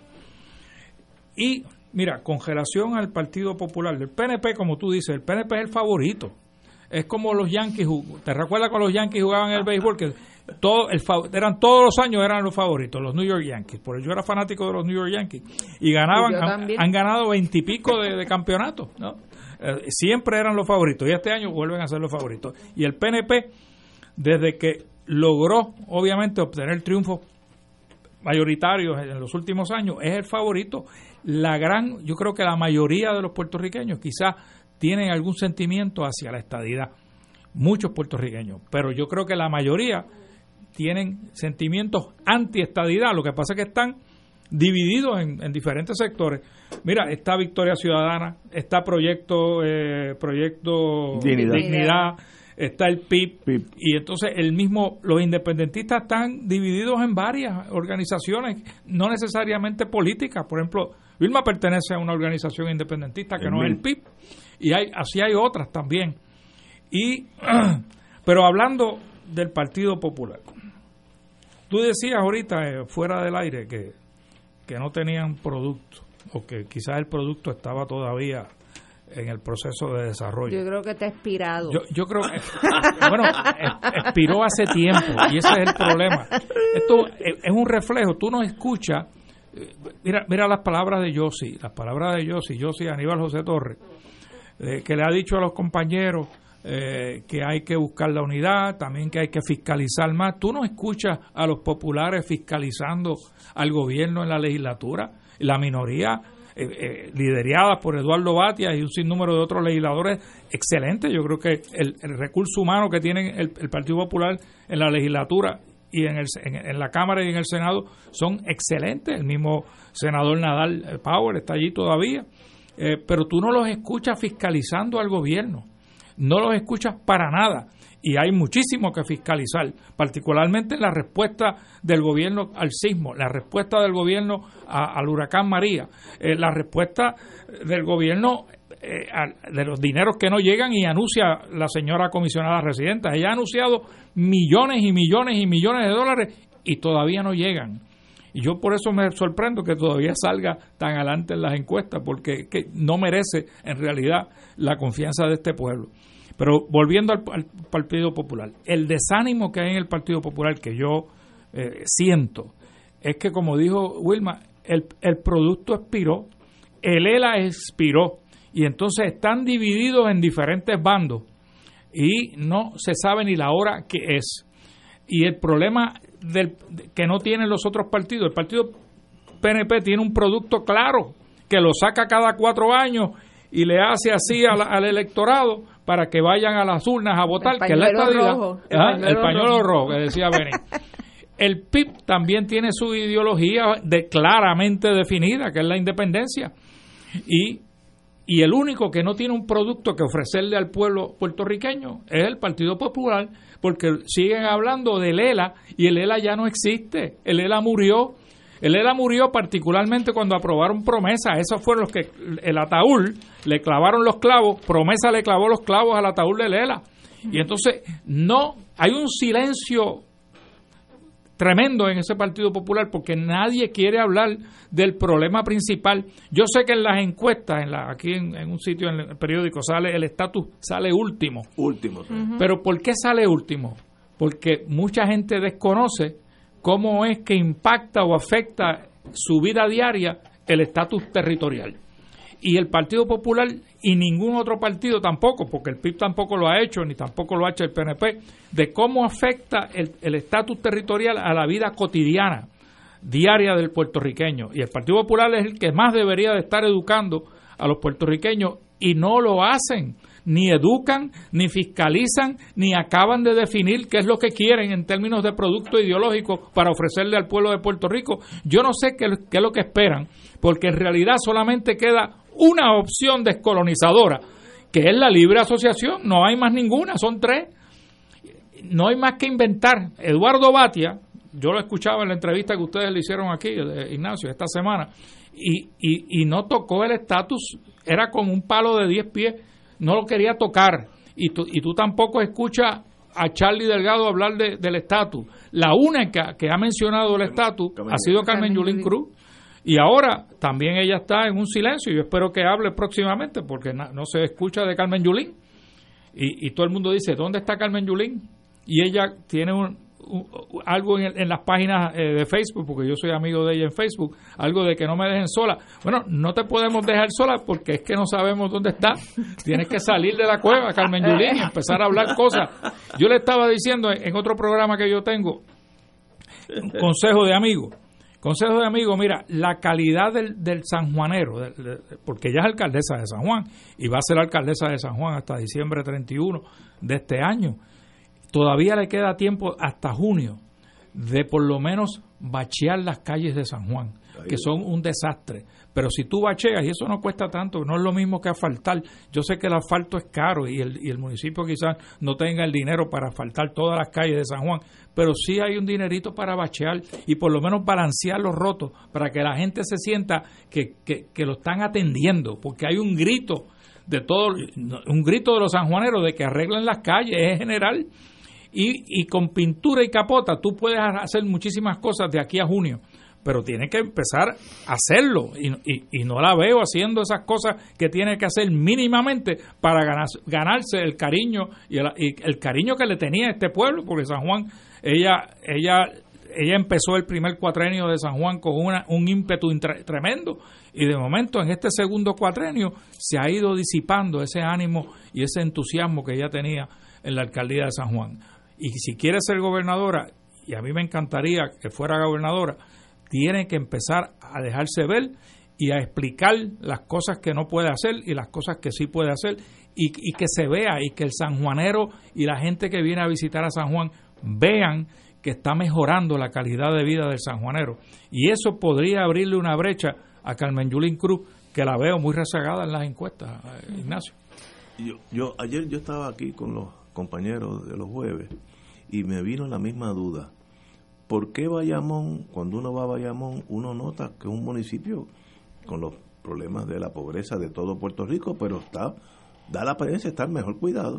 Y mira, con relación al Partido Popular, del P N P, como tú dices, el P N P es el favorito. Es como los Yankees, ¿te recuerdas cuando los Yankees jugaban el béisbol? Que todo el eran todos los años eran los favoritos, los New York Yankees, porque yo era fanático de los New York Yankees y ganaban, y han, han ganado veintipico de, de campeonatos, ¿no? Eh, siempre eran los favoritos y este año vuelven a ser los favoritos. Y el P N P, desde que logró obviamente obtener triunfos mayoritarios en los últimos años, es el favorito. La gran, yo creo que la mayoría de los puertorriqueños quizás tienen algún sentimiento hacia la estadidad, muchos puertorriqueños, pero yo creo que la mayoría tienen sentimientos anti-estadidad. Lo que pasa es que están divididos en, en diferentes sectores. Mira, está Victoria Ciudadana, está Proyecto eh, Proyecto Dignidad, Dignidad está el P I B, P I B, y entonces el mismo, los independentistas están divididos en varias organizaciones, no necesariamente políticas. Por ejemplo, Vilma pertenece a una organización independentista que el no es el P I B, y hay así hay otras también. Y pero hablando del Partido Popular, tú decías ahorita eh, fuera del aire que, que no tenían producto, o que quizás el producto estaba todavía en el proceso de desarrollo. Yo creo que está expirado. Yo, yo creo que, bueno, expiró hace tiempo y ese es el problema. Esto es, es un reflejo. Tú no escuchas, mira, mira las palabras de Yossi, las palabras de Yossi, Yossi Aníbal José Torres, eh, que le ha dicho a los compañeros eh, que hay que buscar la unidad, también que hay que fiscalizar más. Tú no escuchas a los populares fiscalizando al gobierno en la legislatura, la minoría Eh, eh, lideradas por Eduardo Batia y un sinnúmero de otros legisladores excelentes. Yo creo que el, el recurso humano que tiene el, el Partido Popular en la legislatura y en, el, en, en la Cámara y en el Senado son excelentes. El mismo senador Nadal eh, Power está allí todavía, eh, pero tú no los escuchas fiscalizando al gobierno, no los escuchas para nada. Y hay muchísimo que fiscalizar, particularmente en la respuesta del gobierno al sismo, la respuesta del gobierno a, al huracán María, eh, la respuesta del gobierno eh, a, de los dineros que no llegan, y anuncia la señora comisionada residenta. Ella ha anunciado millones y millones y millones de dólares y todavía no llegan. Y yo por eso me sorprendo que todavía salga tan adelante en las encuestas, porque que no merece en realidad la confianza de este pueblo. Pero volviendo al, al Partido Popular, el desánimo que hay en el Partido Popular que yo eh, siento es que, como dijo Wilma, el, el producto expiró, el E L A expiró, y entonces están divididos en diferentes bandos y no se sabe ni la hora que es. Y el problema del, que no tienen los otros partidos, el partido P N P tiene un producto claro que lo saca cada cuatro años y le hace así al, al electorado para que vayan a las urnas a votar, que es la estadidad. Rojo, el, ¿Ah? pañuelo el pañuelo rojo, rojo que decía Beni. El P I B también tiene su ideología de, claramente definida, que es la independencia. Y, y el único que no tiene un producto que ofrecerle al pueblo puertorriqueño es el Partido Popular, porque siguen hablando del E L A y el E L A ya no existe. El E L A murió. El E L A murió particularmente cuando aprobaron Promesa. Esos fueron los que el ataúd le clavaron los clavos. Promesa le clavó los clavos al ataúd del E L A. Y entonces no hay un silencio tremendo en ese Partido Popular porque nadie quiere hablar del problema principal. Yo sé que en las encuestas, en la, aquí en, en un sitio en el periódico sale el estatus, sale último. Último. Sí. Uh-huh. Pero ¿por qué sale último? Porque mucha gente desconoce cómo es que impacta o afecta su vida diaria el estatus territorial. Y el Partido Popular y ningún otro partido tampoco, porque el P I B tampoco lo ha hecho, ni tampoco lo ha hecho el P N P, de cómo afecta el estatus territorial a la vida cotidiana, diaria del puertorriqueño. Y el Partido Popular es el que más debería de estar educando a los puertorriqueños y no lo hacen. Ni educan, ni fiscalizan, ni acaban de definir qué es lo que quieren en términos de producto ideológico para ofrecerle al pueblo de Puerto Rico. Yo no sé qué, qué es lo que esperan, porque en realidad solamente queda una opción descolonizadora, que es la libre asociación. No hay más ninguna, son tres. No hay más que inventar. Eduardo Batia, yo lo escuchaba en la entrevista que ustedes le hicieron aquí, de Ignacio, esta semana, y, y, y no tocó el estatus, era como un palo de diez pies, no lo quería tocar, y tú, y tú tampoco escuchas a Charlie Delgado hablar de, del estatus. La única que ha mencionado el estatus ha sido Carmen Yulín Cruz, y ahora también ella está en un silencio. Yo espero que hable próximamente porque na, no se escucha de Carmen Yulín, y, y todo el mundo dice, ¿dónde está Carmen Yulín? Y ella tiene un, uh, algo en, en las páginas eh, de Facebook, porque yo soy amigo de ella en Facebook, algo de que no me dejen sola. Bueno, no te podemos dejar sola porque es que no sabemos dónde está. Tienes que salir de la cueva, Carmen Yulín, y empezar a hablar cosas. Yo le estaba diciendo en otro programa que yo tengo, un consejo de amigo. Consejo de amigo, mira, la calidad del, del sanjuanero, de, de, porque ella es alcaldesa de San Juan y va a ser alcaldesa de San Juan hasta diciembre treinta y uno de este año. Todavía le queda tiempo hasta junio de por lo menos bachear las calles de San Juan, que son un desastre. Pero si tú bacheas, y eso no cuesta tanto, no es lo mismo que asfaltar. Yo sé que el asfalto es caro y el, y el municipio quizás no tenga el dinero para asfaltar todas las calles de San Juan, pero sí hay un dinerito para bachear y por lo menos balancear los rotos para que la gente se sienta que, que, que lo están atendiendo, porque hay un grito de todo, un grito de los sanjuaneros de que arreglen las calles, es general. Y, y con pintura y capota tú puedes hacer muchísimas cosas de aquí a junio, pero tiene que empezar a hacerlo y, y, y no la veo haciendo esas cosas que tiene que hacer mínimamente para ganar, ganarse el cariño y el, y el cariño que le tenía a este pueblo, porque San Juan, ella ella ella empezó el primer cuatrenio de San Juan con una, un ímpetu intre, tremendo y de momento en este segundo cuatrenio se ha ido disipando ese ánimo y ese entusiasmo que ella tenía en la alcaldía de San Juan. Y si quiere ser gobernadora, y a mí me encantaría que fuera gobernadora, tiene que empezar a dejarse ver y a explicar las cosas que no puede hacer y las cosas que sí puede hacer y, y que se vea y que el sanjuanero y la gente que viene a visitar a San Juan vean que está mejorando la calidad de vida del sanjuanero. Y eso podría abrirle una brecha a Carmen Yulín Cruz, que la veo muy rezagada en las encuestas, Ignacio. Yo, yo ayer yo estaba aquí con los compañeros de los jueves y me vino la misma duda. ¿Por qué Bayamón, cuando uno va a Bayamón, uno nota que es un municipio con los problemas de la pobreza de todo Puerto Rico, pero está da la apariencia de estar mejor cuidado?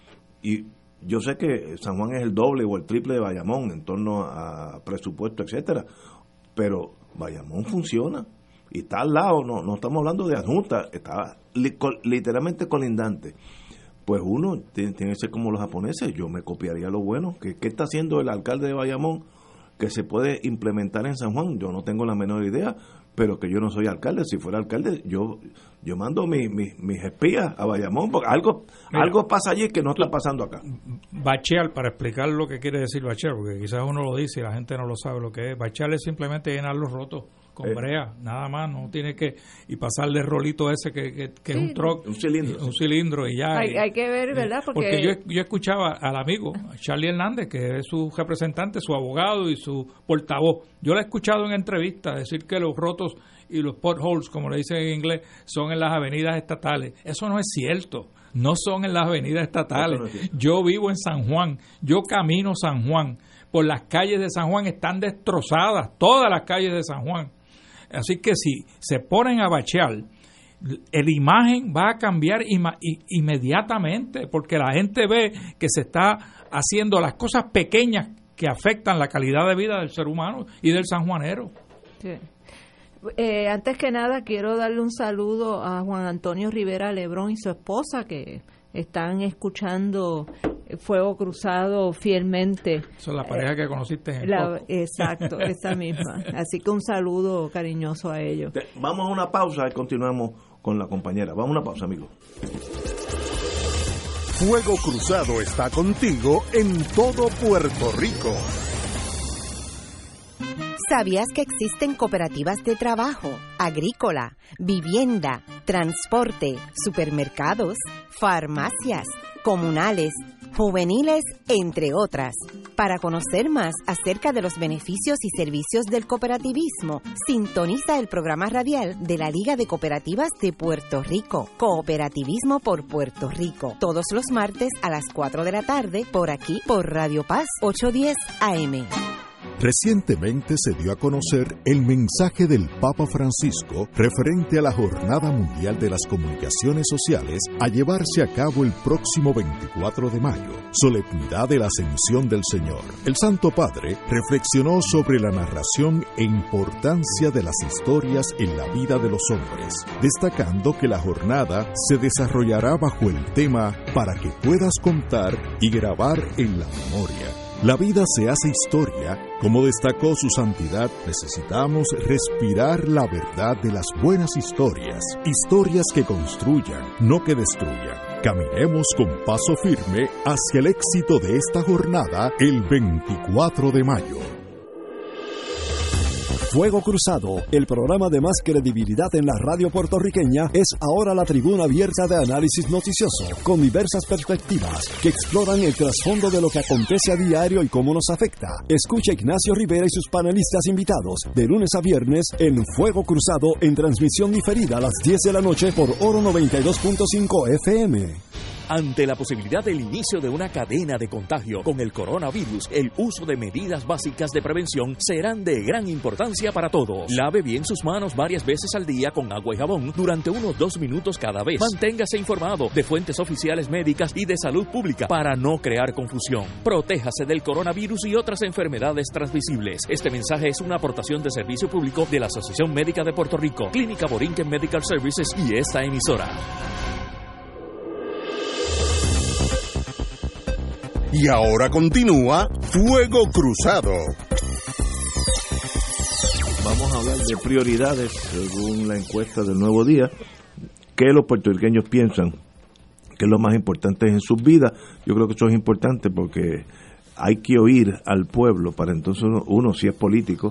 Y yo sé que San Juan es el doble o el triple de Bayamón en torno a presupuesto, etcétera, pero Bayamón funciona y está al lado, no, no estamos hablando de adjunta, está li, literalmente colindante. Pues uno tiene, tiene que ser como los japoneses. Yo me copiaría lo bueno. ¿Qué, ¿Qué está haciendo el alcalde de Bayamón que se puede implementar en San Juan? Yo no tengo la menor idea, pero que yo no soy alcalde. Si fuera alcalde, yo yo mando mi, mi, mis espías a Bayamón, porque algo Mira, algo pasa allí que no está pasando acá. Bachear, para explicar lo que quiere decir bachear, porque quizás uno lo dice y la gente no lo sabe lo que es. Bachear es simplemente llenar los rotos con eh. brea, nada más, no tiene que y pasarle el rolito ese que, que, que sí, es un troc, un cilindro, un cilindro y ya. Hay, y, hay que ver, ¿verdad? Porque, porque yo, yo escuchaba al amigo Charlie Hernández, que es su representante, su abogado y su portavoz. Yo lo he escuchado en entrevistas decir que los rotos y los potholes, como le dicen en inglés, son en las avenidas estatales. Eso no es cierto. No son en las avenidas estatales. No es yo vivo en San Juan. Yo camino San Juan. Por las calles de San Juan están destrozadas. Todas las calles de San Juan. Así que si se ponen a bachear, la imagen va a cambiar ima- inmediatamente, porque la gente ve que se está haciendo las cosas pequeñas que afectan la calidad de vida del ser humano y del sanjuanero. Sí. Eh, antes que nada quiero darle un saludo a Juan Antonio Rivera Lebrón y su esposa, que están escuchando Fuego Cruzado fielmente. Esa es la pareja eh, que conociste en el la, Exacto, esa misma. Así que un saludo cariñoso a ellos. Te, vamos a una pausa y continuamos con la compañera. Vamos a una pausa, amigos. Fuego Cruzado está contigo en todo Puerto Rico. ¿Sabías que existen cooperativas de trabajo, agrícola, vivienda, transporte, supermercados, farmacias, comunales, juveniles, entre otras? Para conocer más acerca de los beneficios y servicios del cooperativismo, sintoniza el programa radial de la Liga de Cooperativas de Puerto Rico, Cooperativismo por Puerto Rico, todos los martes a las cuatro de la tarde, por aquí, por Radio Paz ochocientos diez A M. Recientemente se dio a conocer el mensaje del Papa Francisco referente a la Jornada Mundial de las Comunicaciones Sociales a llevarse a cabo el próximo veinticuatro de mayo, solemnidad de la Ascensión del Señor. El Santo Padre reflexionó sobre la narración e importancia de las historias en la vida de los hombres, destacando que la jornada se desarrollará bajo el tema "Para que puedas contar y grabar en la memoria". La vida se hace historia. Como destacó su santidad, necesitamos respirar la verdad de las buenas historias. Historias que construyan, no que destruyan. Caminemos con paso firme hacia el éxito de esta jornada el veinticuatro de mayo. Fuego Cruzado, el programa de más credibilidad en la radio puertorriqueña, es ahora la tribuna abierta de análisis noticioso, con diversas perspectivas que exploran el trasfondo de lo que acontece a diario y cómo nos afecta. Escucha Ignacio Rivera y sus panelistas invitados de lunes a viernes en Fuego Cruzado, en transmisión diferida a las diez de la noche por Oro noventa y dos punto cinco F M. Ante la posibilidad del inicio de una cadena de contagio con el coronavirus, el uso de medidas básicas de prevención serán de gran importancia para todos. Lave bien sus manos varias veces al día con agua y jabón durante unos dos minutos cada vez. Manténgase informado de fuentes oficiales médicas y de salud pública para no crear confusión. Protéjase del coronavirus y otras enfermedades transmisibles. Este mensaje es una aportación de servicio público de la Asociación Médica de Puerto Rico, Clínica Borinquen Medical Services y esta emisora. Y ahora continúa Fuego Cruzado. Vamos a hablar de prioridades según la encuesta del Nuevo Día. ¿Qué los puertorriqueños piensan que es lo más importante en sus vidas? Yo creo que eso es importante porque hay que oír al pueblo para entonces uno, uno si es político.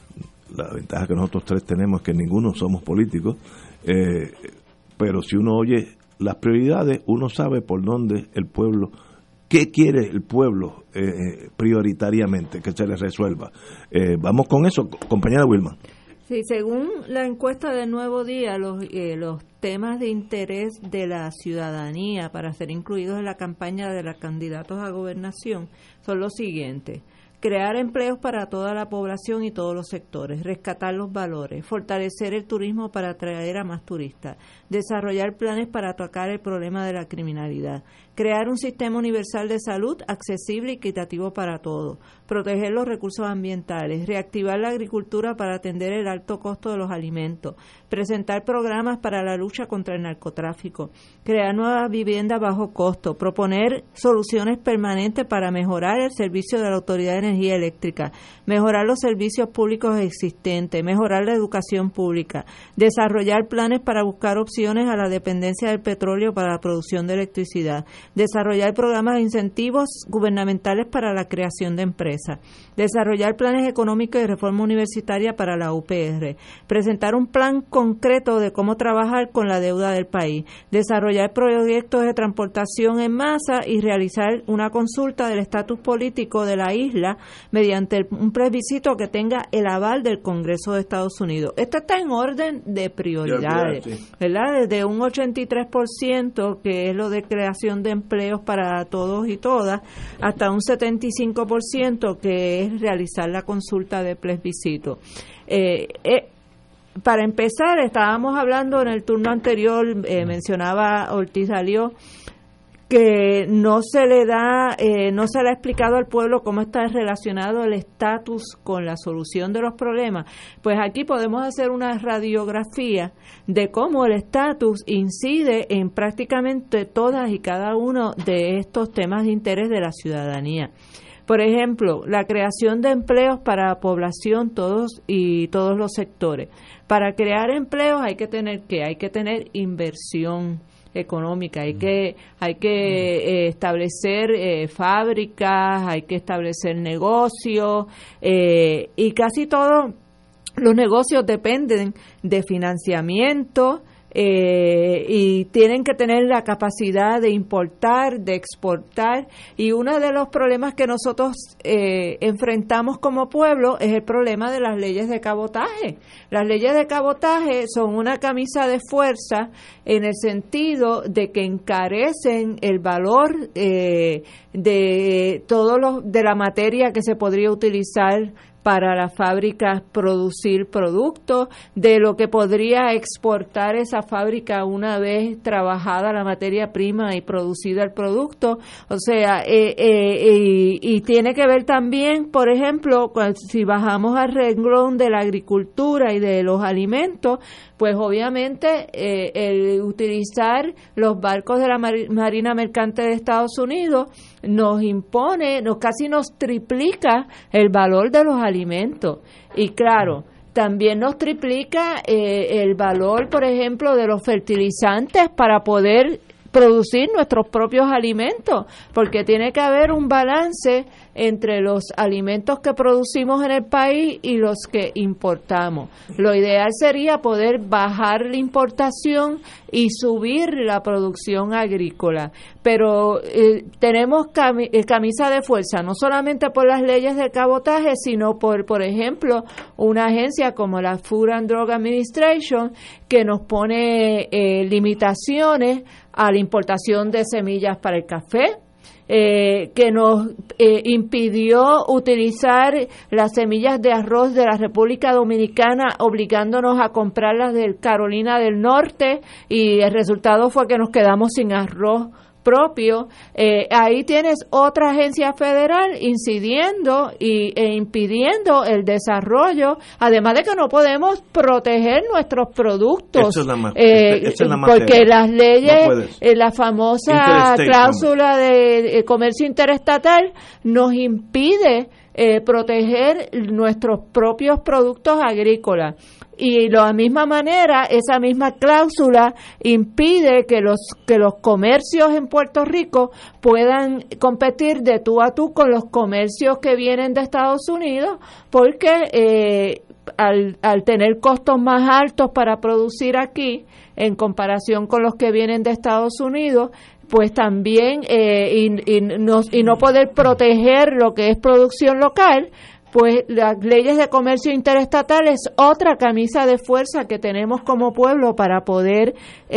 La ventaja que nosotros tres tenemos es que ninguno somos políticos, eh, pero si uno oye las prioridades, uno sabe por dónde el pueblo, qué quiere el pueblo eh, prioritariamente que se le resuelva. Eh, vamos con eso, compañera Wilma. Sí, según la encuesta del Nuevo Día, los, eh, los temas de interés de la ciudadanía para ser incluidos en la campaña de los candidatos a gobernación son los siguientes: crear empleos para toda la población y todos los sectores, rescatar los valores, fortalecer el turismo para atraer a más turistas, desarrollar planes para atacar el problema de la criminalidad, crear un sistema universal de salud accesible y equitativo para todos, proteger los recursos ambientales, reactivar la agricultura para atender el alto costo de los alimentos, presentar programas para la lucha contra el narcotráfico, crear nuevas viviendas bajo costo, proponer soluciones permanentes para mejorar el servicio de la Autoridad de Energía Eléctrica, mejorar los servicios públicos existentes, mejorar la educación pública, desarrollar planes para buscar opciones a la dependencia del petróleo para la producción de electricidad, desarrollar programas de incentivos gubernamentales para la creación de empresas, desarrollar planes económicos y reforma universitaria para la U P R, presentar un plan concreto de cómo trabajar con la deuda del país, desarrollar proyectos de transportación en masa y realizar una consulta del estatus político de la isla mediante un plebiscito que tenga el aval del Congreso de Estados Unidos. Esto está en orden de prioridades, ¿verdad? Desde un ochenta y tres por ciento, que es lo de creación de empleos para todos y todas, hasta un setenta y cinco por ciento, que es realizar la consulta de plebiscito. Eh, eh, para empezar, estábamos hablando en el turno anterior, eh, mencionaba Ortiz Alió, que no se le da, eh, no se le ha explicado al pueblo cómo está relacionado el estatus con la solución de los problemas. Pues aquí podemos hacer una radiografía de cómo el estatus incide en prácticamente todas y cada uno de estos temas de interés de la ciudadanía. Por ejemplo, la creación de empleos para la población, todos y todos los sectores. Para crear empleos hay que tener ¿qué? Hay que tener inversión económica, hay que hay que eh, establecer eh, fábricas, hay que establecer negocios, eh, y casi todos los negocios dependen de financiamiento, eh, y tienen que tener la capacidad de importar, de exportar, y uno de los problemas que nosotros eh, enfrentamos como pueblo es el problema de las leyes de cabotaje. Las leyes de cabotaje son una camisa de fuerza en el sentido de que encarecen el valor eh, de todos los de la materia que se podría utilizar para las fábricas producir productos, de lo que podría exportar esa fábrica una vez trabajada la materia prima y producida el producto. O sea, eh, eh, y, y tiene que ver también, por ejemplo, si bajamos al renglón de la agricultura y de los alimentos, pues obviamente eh, el utilizar los barcos de la Mar- Marina Mercante de Estados Unidos nos impone, nos casi nos triplica el valor de los alimentos. Y claro, también nos triplica eh, el valor, por ejemplo, de los fertilizantes para poder producir nuestros propios alimentos, porque tiene que haber un balance entre los alimentos que producimos en el país y los que importamos. Lo ideal sería poder bajar la importación y subir la producción agrícola, pero eh, tenemos cami- camisa de fuerza, no solamente por las leyes de cabotaje, sino por, por ejemplo, una agencia como la Food and Drug Administration, que nos pone eh, limitaciones a la importación de semillas para el café, eh, que nos eh, impidió utilizar las semillas de arroz de la República Dominicana, obligándonos a comprarlas de Carolina del Norte, y el resultado fue que nos quedamos sin arroz propio. Eh, ahí tienes otra agencia federal incidiendo y, e impidiendo el desarrollo, además de que no podemos proteger nuestros productos. Eso es la más, eh, esa es la porque las leyes, no eh, la famosa cláusula de, de comercio interestatal nos impide eh, proteger nuestros propios productos agrícolas. Y de la misma manera, esa misma cláusula impide que los que los comercios en Puerto Rico puedan competir de tú a tú con los comercios que vienen de Estados Unidos, porque eh, al, al tener costos más altos para producir aquí en comparación con los que vienen de Estados Unidos, pues también eh, y, y, no, y no poder proteger lo que es producción local, pues las leyes de comercio interestatal es otra camisa de fuerza que tenemos como pueblo para poder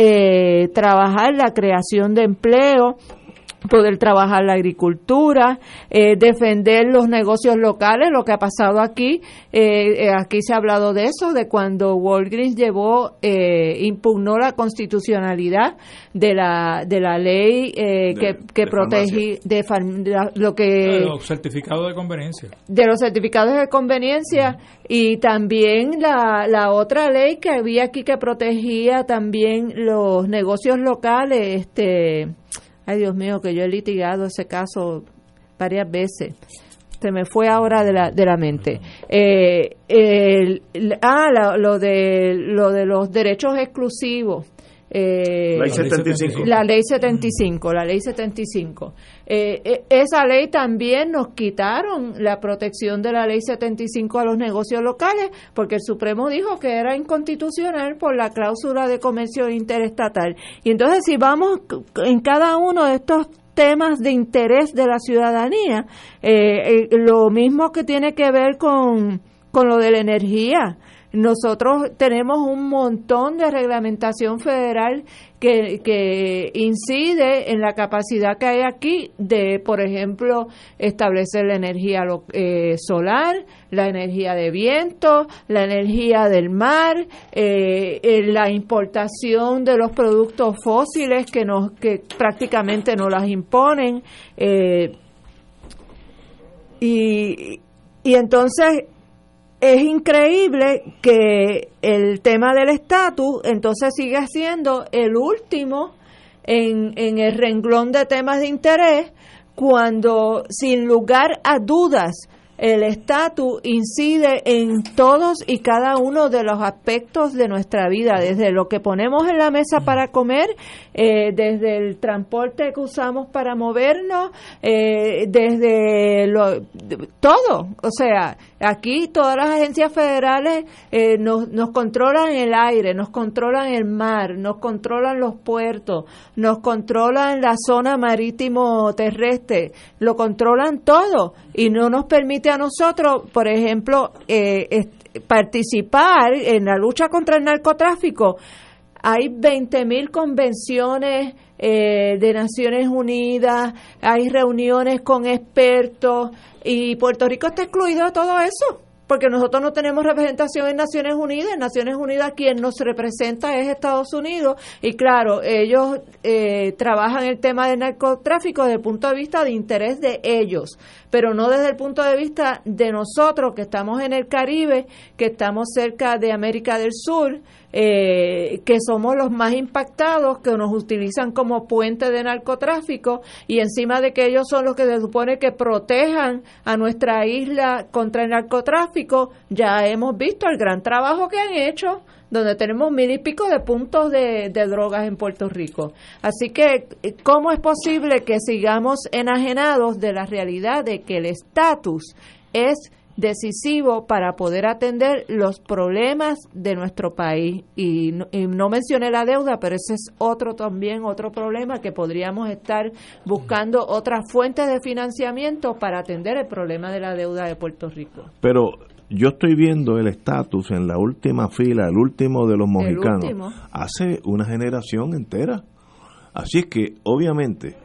eh, trabajar la creación de empleo, poder trabajar la agricultura, eh, defender los negocios locales, lo que ha pasado aquí. Eh, eh, aquí se ha hablado de eso, de cuando Walgreens llevó, eh, impugnó la constitucionalidad de la de la ley eh, de, que, que protege de, far, de la, lo que de los certificados de conveniencia. De los certificados de conveniencia uh-huh. Y también la, la otra ley que había aquí que protegía también los negocios locales, este ay, Dios mío, que yo he litigado ese caso varias veces. Se me fue ahora de la de la mente. Eh, el, ah, la, lo de lo de los derechos exclusivos. Eh, ley setenta y cinco. La ley setenta y cinco, la ley setenta y cinco. Eh, esa ley también nos quitaron la protección de la ley setenta y cinco a los negocios locales, porque el Supremo dijo que era inconstitucional por la cláusula de comercio interestatal. Y entonces, si vamos en cada uno de estos temas de interés de la ciudadanía, eh, eh, lo mismo que tiene que ver con, con lo de la energía. Nosotros tenemos un montón de reglamentación federal que, que incide en la capacidad que hay aquí de, por ejemplo, establecer la energía eh, solar, la energía de viento, la energía del mar, eh, eh, la importación de los productos fósiles que nos que prácticamente nos las imponen, eh, y, y entonces es increíble que el tema del estatus entonces sigue siendo el último en, en el renglón de temas de interés, cuando sin lugar a dudas el estatus incide en todos y cada uno de los aspectos de nuestra vida, desde lo que ponemos en la mesa para comer, eh, desde el transporte que usamos para movernos, eh, desde lo, todo. O sea, aquí todas las agencias federales eh, nos, nos controlan el aire, nos controlan el mar, nos controlan los puertos, nos controlan la zona marítimo terrestre, lo controlan todo y no nos permite a nosotros, por ejemplo, eh, participar en la lucha contra el narcotráfico. Hay veinte mil convenciones eh, de Naciones Unidas, hay reuniones con expertos y Puerto Rico está excluido de todo eso. porque nosotros no tenemos representación en Naciones Unidas. En Naciones Unidas quien nos representa es Estados Unidos, y claro, ellos eh, trabajan el tema del narcotráfico desde el punto de vista de interés de ellos, pero no desde el punto de vista de nosotros que estamos en el Caribe, que estamos cerca de América del Sur, eh, que somos los más impactados, que nos utilizan como puente de narcotráfico, y encima de que ellos son los que se supone que protejan a nuestra isla contra el narcotráfico, ya hemos visto el gran trabajo que han hecho, donde tenemos mil y pico de puntos de, de drogas en Puerto Rico. Así que, ¿cómo es posible que sigamos enajenados de la realidad de que el estatus es decisivo para poder atender los problemas de nuestro país? Y no, y no mencioné la deuda, pero ese es otro también, otro problema que podríamos estar buscando otras fuentes de financiamiento para atender el problema de la deuda de Puerto Rico. Pero yo estoy viendo el estatus en la última fila, el último de los mojicanos, hace una generación entera. Así es que, obviamente,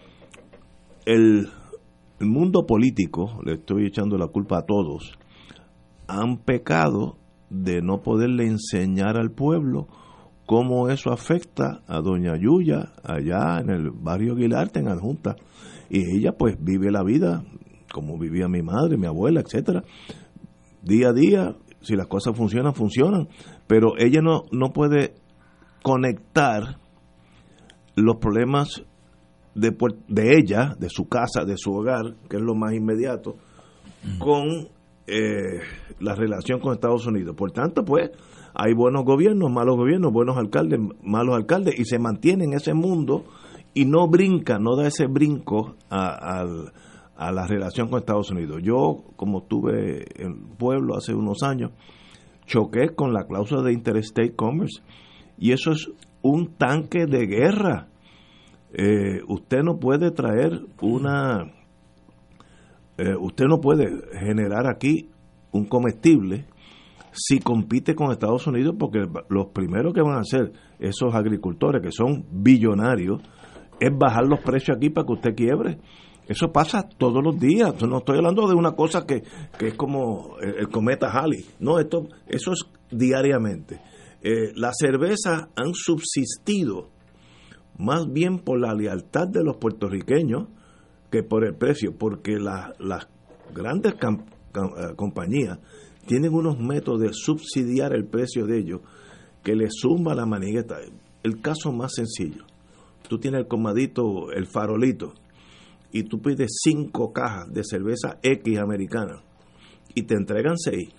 el, el mundo político, le estoy echando la culpa a todos, han pecado de no poderle enseñar al pueblo cómo eso afecta a doña Yuya allá en el barrio Aguilarte, en Adjunta. Y ella pues vive la vida como vivía mi madre, mi abuela, etcétera. Día a día, si las cosas funcionan, funcionan, pero ella no, no puede conectar los problemas de, de ella, de su casa, de su hogar, que es lo más inmediato, mm. con eh, la relación con Estados Unidos. Por tanto, pues, hay buenos gobiernos, malos gobiernos, buenos alcaldes, malos alcaldes, y se mantiene en ese mundo y no brinca, no da ese brinco a, al a la relación con Estados Unidos. Yo, como estuve en el pueblo hace unos años, choqué con la cláusula de Interstate Commerce, y eso es un tanque de guerra. Eh, usted no puede traer una... Eh, usted no puede generar aquí un comestible si compite con Estados Unidos, porque los primeros que van a hacer esos agricultores, que son billonarios, es bajar los precios aquí para que usted quiebre. Eso pasa todos los días. No estoy hablando de una cosa que, que es como el, el cometa Halley. No, esto, eso es diariamente. Eh, las cervezas han subsistido más bien por la lealtad de los puertorriqueños que por el precio, porque la, las grandes cam, cam, compañías tienen unos métodos de subsidiar el precio de ellos que le suma la manigueta. El caso más sencillo: tú tienes el comadito, el farolito, y tú pides cinco cajas de cerveza X americana y te entregan seis.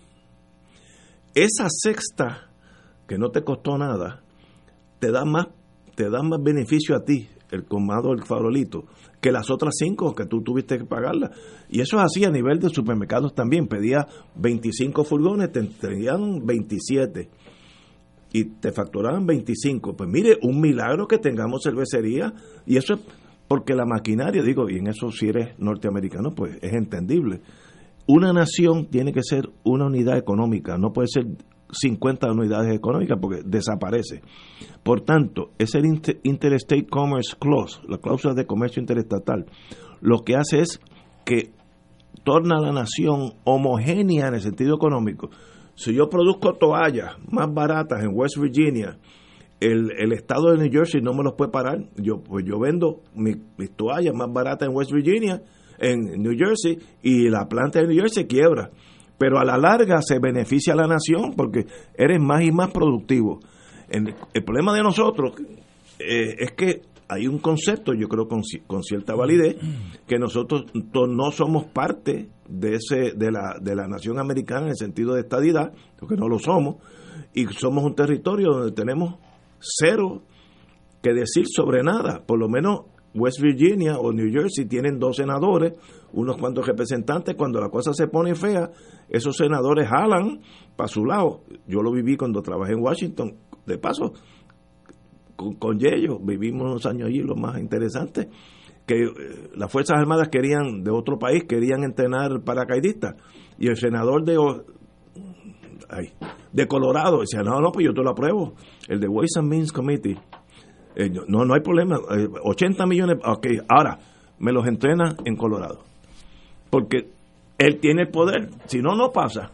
Esa sexta, que no te costó nada, te da más, te da más beneficio a ti, el comado del farolito, que las otras cinco que tú tuviste que pagarlas. Y eso es así a nivel de supermercados también. Pedías veinticinco furgones, te entregaban veintisiete y te facturaban veinticinco. Pues mire, un milagro que tengamos cervecería, y eso es porque la maquinaria, digo, y en eso si eres norteamericano, pues es entendible. Una nación tiene que ser una unidad económica, no puede ser cincuenta unidades económicas porque desaparece. Por tanto, es el Inter- Interstate Commerce Clause, la cláusula de comercio interestatal, lo que hace es que torna a la nación homogénea en el sentido económico. Si yo produzco toallas más baratas en West Virginia, El, el estado de New Jersey no me los puede parar. Yo pues yo vendo mi, mis toallas más baratas en West Virginia, en New Jersey, y la planta de New Jersey quiebra. Pero a la larga se beneficia a la nación porque eres más y más productivo. En, el problema de nosotros eh, es que hay un concepto, yo creo con, con cierta validez, que nosotros no somos parte de ese de la de la nación americana en el sentido de estadidad, porque no lo somos, y somos un territorio donde tenemos cero que decir sobre nada. Por lo menos West Virginia o New Jersey tienen dos senadores, unos cuantos representantes. Cuando la cosa se pone fea, esos senadores jalan para su lado. Yo lo viví cuando trabajé en Washington, de paso, con, con Yello, vivimos unos años allí. Lo más interesante, que eh, las Fuerzas Armadas querían, de otro país, querían entrenar paracaidistas, y el senador de ay, de Colorado decía, no, no, pues yo te lo apruebo, el de Ways and Means Committee, eh, no, no hay problema, eh, ochenta millones, ok, ahora me los entrena en Colorado, porque él tiene el poder, si no, no pasa.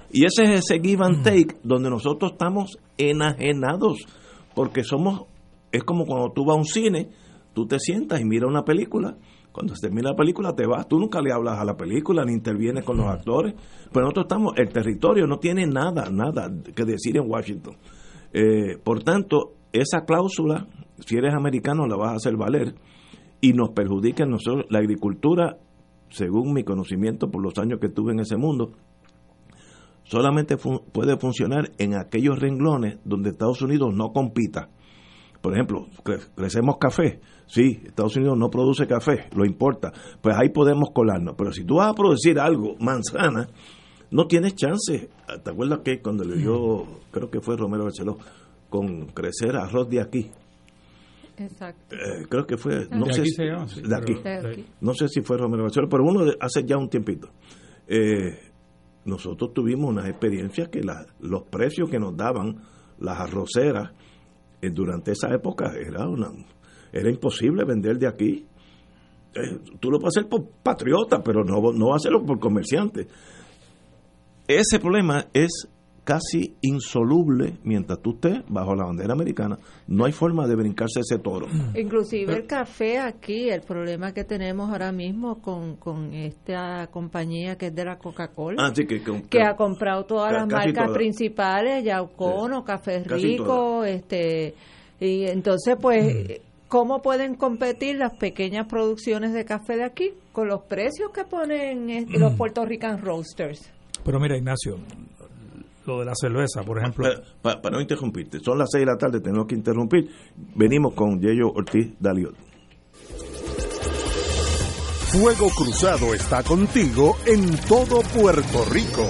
Y ese es ese give and take donde nosotros estamos enajenados, porque somos, es como cuando tú vas a un cine, tú te sientas y miras una película, cuando se termina la película te vas, tú nunca le hablas a la película ni intervienes con los actores, pero nosotros estamos, el territorio no tiene nada, nada que decir en Washington. Eh, por tanto, esa cláusula, si eres americano, la vas a hacer valer y nos perjudica a nosotros. La agricultura, según mi conocimiento por los años que tuve en ese mundo, solamente fu- puede funcionar en aquellos renglones donde Estados Unidos no compita. Por ejemplo, cre- crecemos café. Sí, Estados Unidos no produce café, lo importa. Pues ahí podemos colarnos. Pero si tú vas a producir algo, manzana, no tienes chance. ¿Te acuerdas que cuando le dio, creo que fue Romero Barceló, con crecer arroz de aquí? Exacto. Eh, creo que fue, no de sé aquí si, se llama, sí, de aquí. De aquí. No sé si fue Romero Barceló, pero uno de, hace ya un tiempito. Eh, nosotros tuvimos unas experiencias que la, los precios que nos daban las arroceras eh, durante esa época era una era imposible vender de aquí. Eh, tú lo vas a hacer por patriota, pero no, no vas a hacerlo por comerciante. Ese problema es casi insoluble mientras tú estés bajo la bandera americana. No hay forma de brincarse ese toro. Inclusive el café aquí, el problema que tenemos ahora mismo con, con esta compañía que es de la Coca-Cola, Ah, sí, que, que, que ha comprado todas ca- las casi marcas todas. principales, Yaucono, Café Casi Rico, este y entonces pues ¿cómo pueden competir las pequeñas producciones de café de aquí con los precios que ponen este, los Puerto Rican Roasters? Pero mira, Ignacio, lo de la cerveza, por ejemplo. Para, para, para no interrumpirte, son las seis de la tarde, tenemos que interrumpir. Venimos con Yello Ortiz Daliot. Fuego Cruzado está contigo en todo Puerto Rico.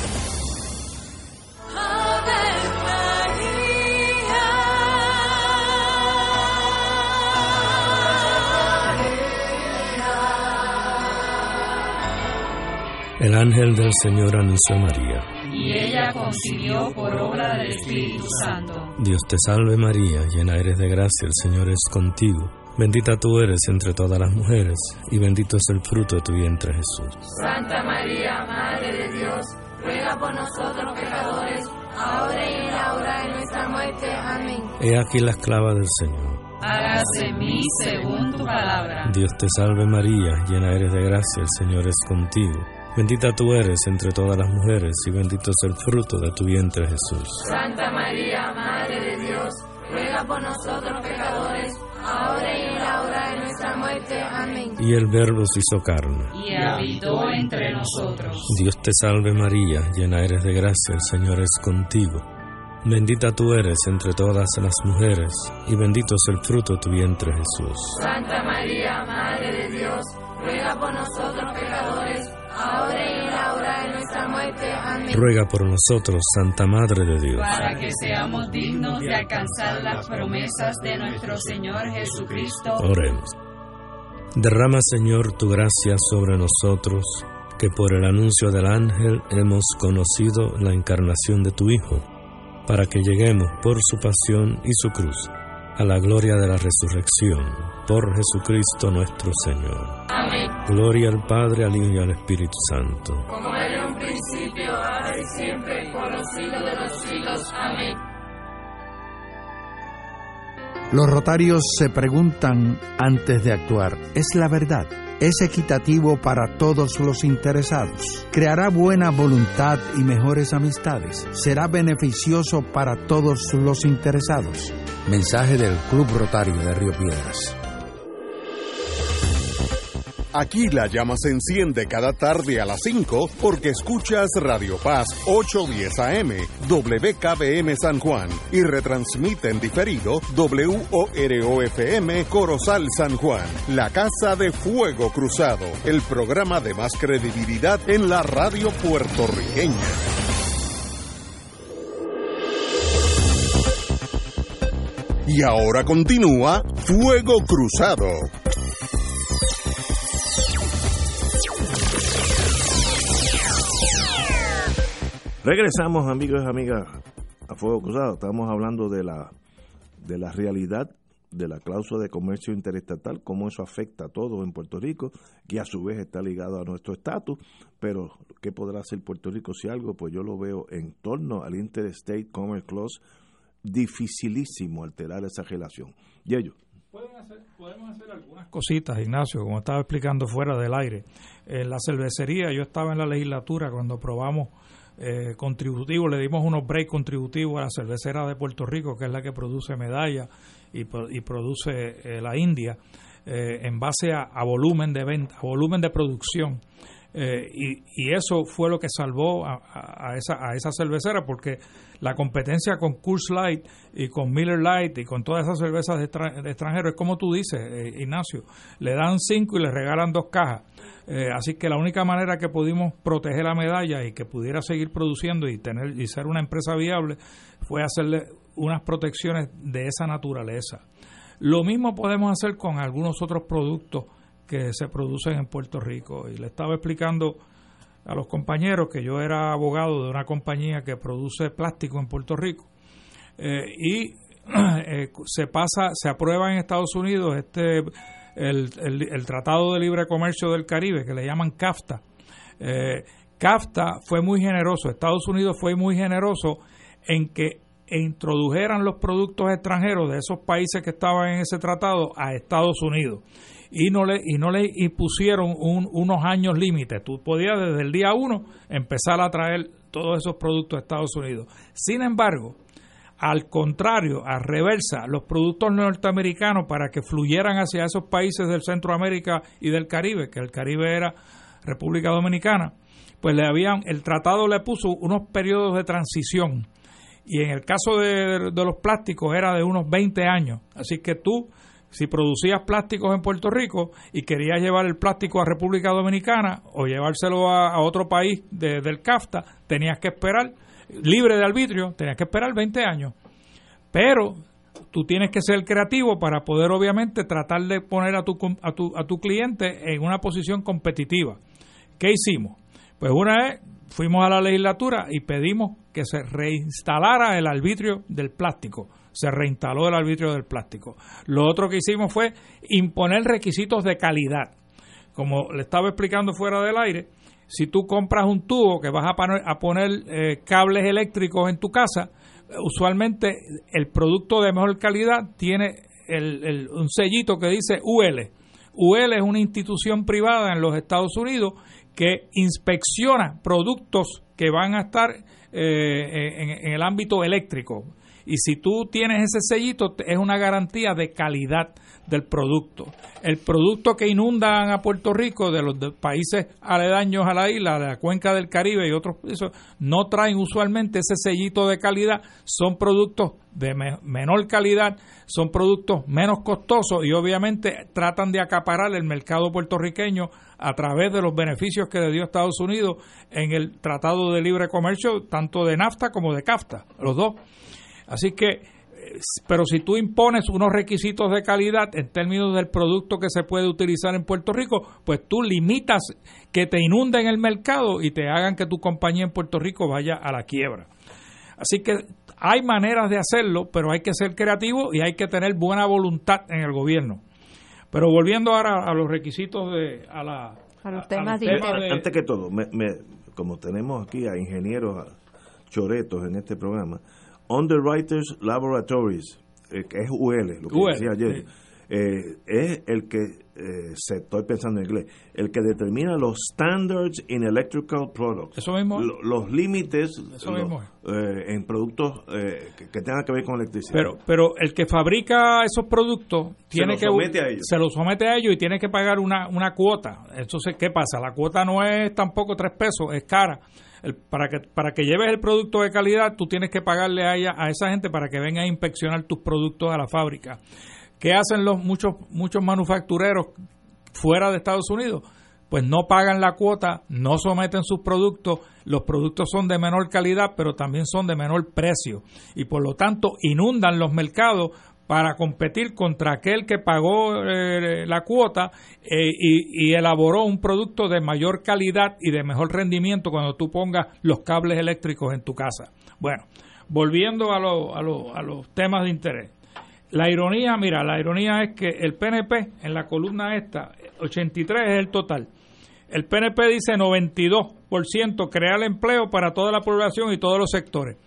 El ángel del Señor anunció a María. Y ella concibió por obra del Espíritu Santo. Dios te salve María, llena eres de gracia, el Señor es contigo. Bendita tú eres entre todas las mujeres, y bendito es el fruto de tu vientre Jesús. Santa María, Madre de Dios, ruega por nosotros pecadores, ahora y en la hora de nuestra muerte. Amén. He aquí la esclava del Señor. Hágase en mí según tu palabra. Dios te salve María, llena eres de gracia, el Señor es contigo. Bendita tú eres entre todas las mujeres, y bendito es el fruto de tu vientre Jesús. Santa María, Madre de Dios, ruega por nosotros pecadores, ahora y en la hora de nuestra muerte. Amén. Y el Verbo se hizo carne. Y habitó entre nosotros. Dios te salve María, llena eres de gracia, el Señor es contigo. Bendita tú eres entre todas las mujeres, y bendito es el fruto de tu vientre Jesús. Santa María, Madre de Dios, ruega por nosotros pecadores, ahora y en la hora de nuestra muerte. Amén. Ruega por nosotros, Santa Madre de Dios, para que seamos dignos de alcanzar las promesas de nuestro Señor Jesucristo. Oremos. Derrama, Señor, tu gracia sobre nosotros, que por el anuncio del ángel hemos conocido la encarnación de tu Hijo, para que lleguemos por su pasión y su cruz a la gloria de la resurrección, por Jesucristo nuestro Señor. Amén. Gloria al Padre, al Hijo y al Espíritu Santo. Como era en un principio, ahora y siempre, por los siglos de los siglos. Amén. Los rotarios se preguntan antes de actuar, ¿es la verdad? ¿Es equitativo para todos los interesados? ¿Creará buena voluntad y mejores amistades? ¿Será beneficioso para todos los interesados? Mensaje del Club Rotario de Río Piedras. Aquí la llama se enciende cada tarde a las cinco porque escuchas Radio Paz ochocientos diez A M, W K B M San Juan y retransmite en diferido W O R O F M Corozal San Juan, la Casa de Fuego Cruzado, el programa de más credibilidad en la radio puertorriqueña. Y ahora continúa Fuego Cruzado. Regresamos, amigos y amigas, a Fuego Cruzado. Estamos hablando de la de la realidad de la cláusula de comercio interestatal, cómo eso afecta a todo en Puerto Rico, que a su vez está ligado a nuestro estatus, pero ¿qué podrá hacer Puerto Rico si algo? Pues yo lo veo en torno al Interstate Commerce Clause, dificilísimo alterar esa relación. Y ellos. Pueden hacer, podemos hacer algunas cositas, Ignacio, como estaba explicando fuera del aire. En la cervecería, yo estaba en la legislatura cuando aprobamos eh, contributivo, le dimos unos breaks contributivos a la cervecera de Puerto Rico, que es la que produce Medalla y, y produce eh, la India, eh, en base a, a volumen de venta, a volumen de producción. Eh, y, y eso fue lo que salvó a, a, a, esa, a esa cervecera, porque la competencia con Coors Light y con Miller Lite y con todas esas cervezas de, extra, de extranjeros es como tú dices, eh, Ignacio, le dan cinco y le regalan dos cajas. Eh, así que la única manera que pudimos proteger la Medalla y que pudiera seguir produciendo y tener y ser una empresa viable fue hacerle unas protecciones de esa naturaleza. Lo mismo podemos hacer con algunos otros productos que se producen en Puerto Rico. Y le estaba explicando a los compañeros que yo era abogado de una compañía que produce plástico en Puerto Rico. Eh, y eh, se pasa, se aprueba en Estados Unidos este el, el, el Tratado de Libre Comercio del Caribe, que le llaman CAFTA. Eh, CAFTA fue muy generoso, Estados Unidos fue muy generoso en que introdujeran los productos extranjeros de esos países que estaban en ese tratado a Estados Unidos. Y no le y no le impusieron un, unos años límites. Tú podías desde el día uno empezar a traer todos esos productos a Estados Unidos. Sin embargo, al contrario, a reversa, los productos norteamericanos, para que fluyeran hacia esos países del Centroamérica y del Caribe, que el Caribe era República Dominicana, pues le habían el tratado le puso unos periodos de transición. Y en el caso de, de los plásticos era de unos veinte años. Así que tú, si producías plásticos en Puerto Rico y querías llevar el plástico a República Dominicana o llevárselo a, a otro país de, del CAFTA, tenías que esperar, libre de arbitrio, tenías que esperar veinte años. Pero tú tienes que ser creativo para poder, obviamente, tratar de poner a tu, a tu, a tu cliente en una posición competitiva. ¿Qué hicimos? Pues una vez fuimos a la legislatura y pedimos que se reinstalara el arbitrio del plástico. Se reinstaló el arbitrio del plástico. Lo otro que hicimos fue imponer requisitos de calidad. Como le estaba explicando fuera del aire, si tú compras un tubo que vas a poner, a poner eh, cables eléctricos en tu casa, usualmente el producto de mejor calidad tiene el, el, un sellito que dice U L. U L es una institución privada en los Estados Unidos que inspecciona productos que van a estar eh, en, en el ámbito eléctrico. Y si tú tienes ese sellito, es una garantía de calidad del producto. El producto que inundan a Puerto Rico de los de países aledaños a la isla, de la cuenca del Caribe y otros países, no traen usualmente ese sellito de calidad. Son productos de me- menor calidad, son productos menos costosos y obviamente tratan de acaparar el mercado puertorriqueño a través de los beneficios que le dio Estados Unidos en el Tratado de Libre Comercio, tanto de NAFTA como de CAFTA, los dos. Así que, pero si tú impones unos requisitos de calidad en términos del producto que se puede utilizar en Puerto Rico, pues tú limitas que te inunden el mercado y te hagan que tu compañía en Puerto Rico vaya a la quiebra. Así que hay maneras de hacerlo, pero hay que ser creativo y hay que tener buena voluntad en el gobierno. Pero volviendo ahora a los requisitos de a la a los a, temas, a los de temas de, antes que todo, me, me, como tenemos aquí a ingenieros a choretos en este programa, Underwriters Laboratories, eh, que es U L, lo que U L, decía ayer, sí. eh, es el que, eh, se, estoy pensando en inglés, el que determina los standards in electrical products. Eso mismo. Lo, los límites Eso lo, mismo. Eh, en productos eh, que, que tengan que ver con electricidad. Pero, pero el que fabrica esos productos tiene se lo somete que a ellos. se lo somete a ellos y tiene que pagar una, una cuota. Entonces, ¿qué pasa? La cuota no es tampoco tres pesos, es cara. El, para que para que lleves el producto de calidad, tú tienes que pagarle a ella, a esa gente para que venga a inspeccionar tus productos a la fábrica. ¿Qué hacen los muchos muchos manufactureros fuera de Estados Unidos? Pues no pagan la cuota, no someten sus productos, los productos son de menor calidad, pero también son de menor precio y por lo tanto inundan los mercados para competir contra aquel que pagó eh, la cuota eh, y, y elaboró un producto de mayor calidad y de mejor rendimiento cuando tú pongas los cables eléctricos en tu casa. Bueno, volviendo a, lo, a, lo, a los temas de interés. La ironía, mira, la ironía es que el P N P, en la columna esta, ochenta y tres es el total. El P N P dice noventa y dos por ciento crear empleo para toda la población y todos los sectores.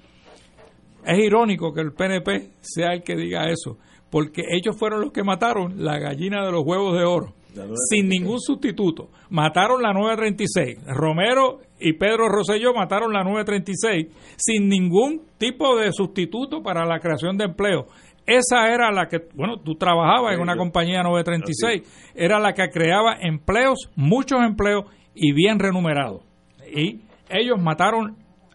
Es irónico que el P N P sea el que diga eso, porque ellos fueron los que mataron la gallina de los huevos de oro, sin ningún sustituto. Mataron la nueve treinta y seis. Romero y Pedro Rosselló mataron la nueve treinta y seis sin ningún tipo de sustituto para la creación de empleo. Esa era la que, bueno, tú trabajabas en una compañía nueve treinta y seis, era la que creaba empleos, muchos empleos y bien remunerados. Y ellos mataron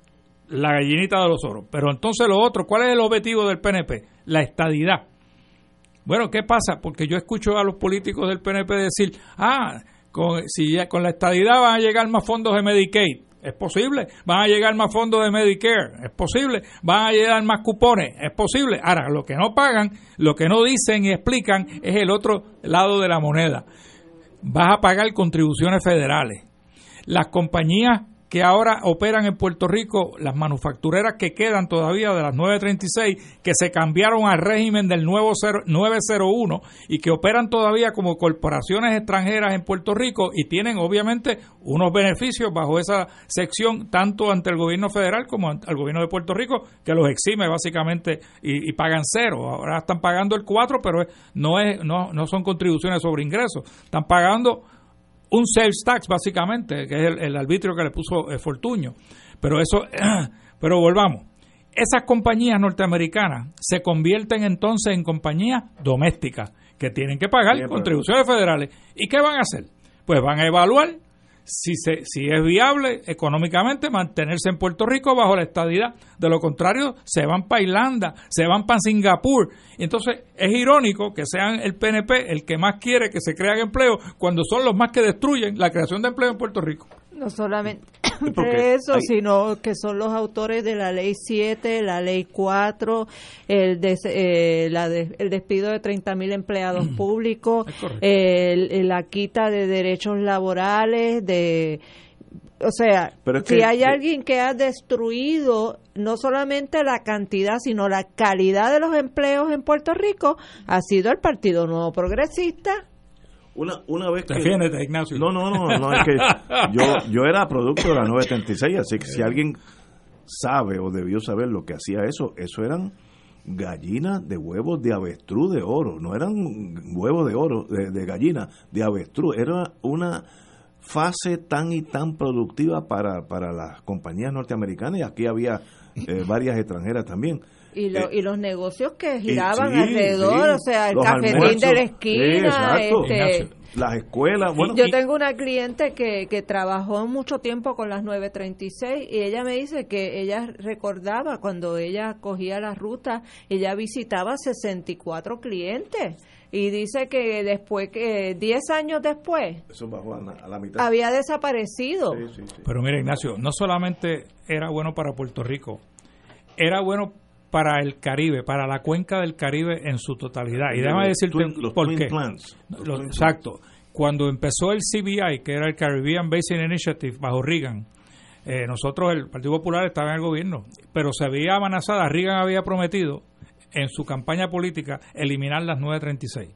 la gallinita de los oros. Pero entonces lo otro, ¿cuál es el objetivo del P N P? La estadidad. Bueno, ¿qué pasa? Porque yo escucho a los políticos del P N P decir, ah, con, si ya, con la estadidad van a llegar más fondos de Medicaid. Es posible. Van a llegar más fondos de Medicare. Es posible. Van a llegar más cupones. Es posible. Ahora, lo que no pagan, lo que no dicen y explican es el otro lado de la moneda. Vas a pagar contribuciones federales. Las compañías que ahora operan en Puerto Rico, las manufactureras que quedan todavía de las nueve treinta y seis, que se cambiaron al régimen del nuevo nueve cero uno y que operan todavía como corporaciones extranjeras en Puerto Rico y tienen obviamente unos beneficios bajo esa sección, tanto ante el gobierno federal como ante el gobierno de Puerto Rico, que los exime básicamente y, y pagan cero. Ahora están pagando el cuatro, pero no es no, no son contribuciones sobre ingresos. Están pagando un sales tax básicamente, que es el, el arbitrio que le puso eh, Fortuño. Pero eso, eh, pero volvamos. Esas compañías norteamericanas se convierten entonces en compañías domésticas que tienen que pagar Bien, contribuciones pero... federales. ¿Y qué van a hacer? Pues van a evaluar si se, si es viable económicamente mantenerse en Puerto Rico bajo la estadidad. De lo contrario, se van para Irlanda, se van para Singapur. Y entonces es irónico que sean el P N P el que más quiere que se crean empleos cuando son los más que destruyen la creación de empleo en Puerto Rico. No solamente eso, hay... sino que son los autores de la Ley siete, la Ley cuatro, el, des, eh, la de, el despido de treinta mil empleados públicos, el, la quita de derechos laborales, de... O sea, si hay que, alguien que ha destruido no solamente la cantidad, sino la calidad de los empleos en Puerto Rico, ha sido el Partido Nuevo Progresista. Una una vez que... Defiéndete, Ignacio. No, no, no, no, es que yo, yo era producto de la nueve treinta y seis, así que si alguien sabe o debió saber lo que hacía eso, eso eran gallinas de huevos de avestruz de oro, no eran huevos de oro, de, de gallina, de avestruz, era una fase tan y tan productiva para, para las compañías norteamericanas, y aquí había eh, varias extranjeras también. Y, lo, eh, y los negocios que giraban sí, alrededor, sí, o sea, el los cafetín almuerzos, de la esquina. Sí, este, las escuelas. Bueno, yo y, tengo una cliente que, que trabajó mucho tiempo con las nueve treinta y seis y ella me dice que ella recordaba cuando ella cogía la ruta, ella visitaba sesenta y cuatro clientes. Y dice que después, que diez años después, eso bajó a la, a la mitad. Había desaparecido. Sí, sí, sí. Pero mira, Ignacio, no solamente era bueno para Puerto Rico, era bueno para el Caribe, para la cuenca del Caribe en su totalidad. Y déjame decirte los por twin qué. Plans. Los, los exacto. Cuando empezó el C B I, que era el Caribbean Basin Initiative, bajo Reagan, eh, nosotros, el Partido Popular, estaba en el gobierno, pero se veía amenazada. Reagan había prometido en su campaña política eliminar las nueve treinta y seis.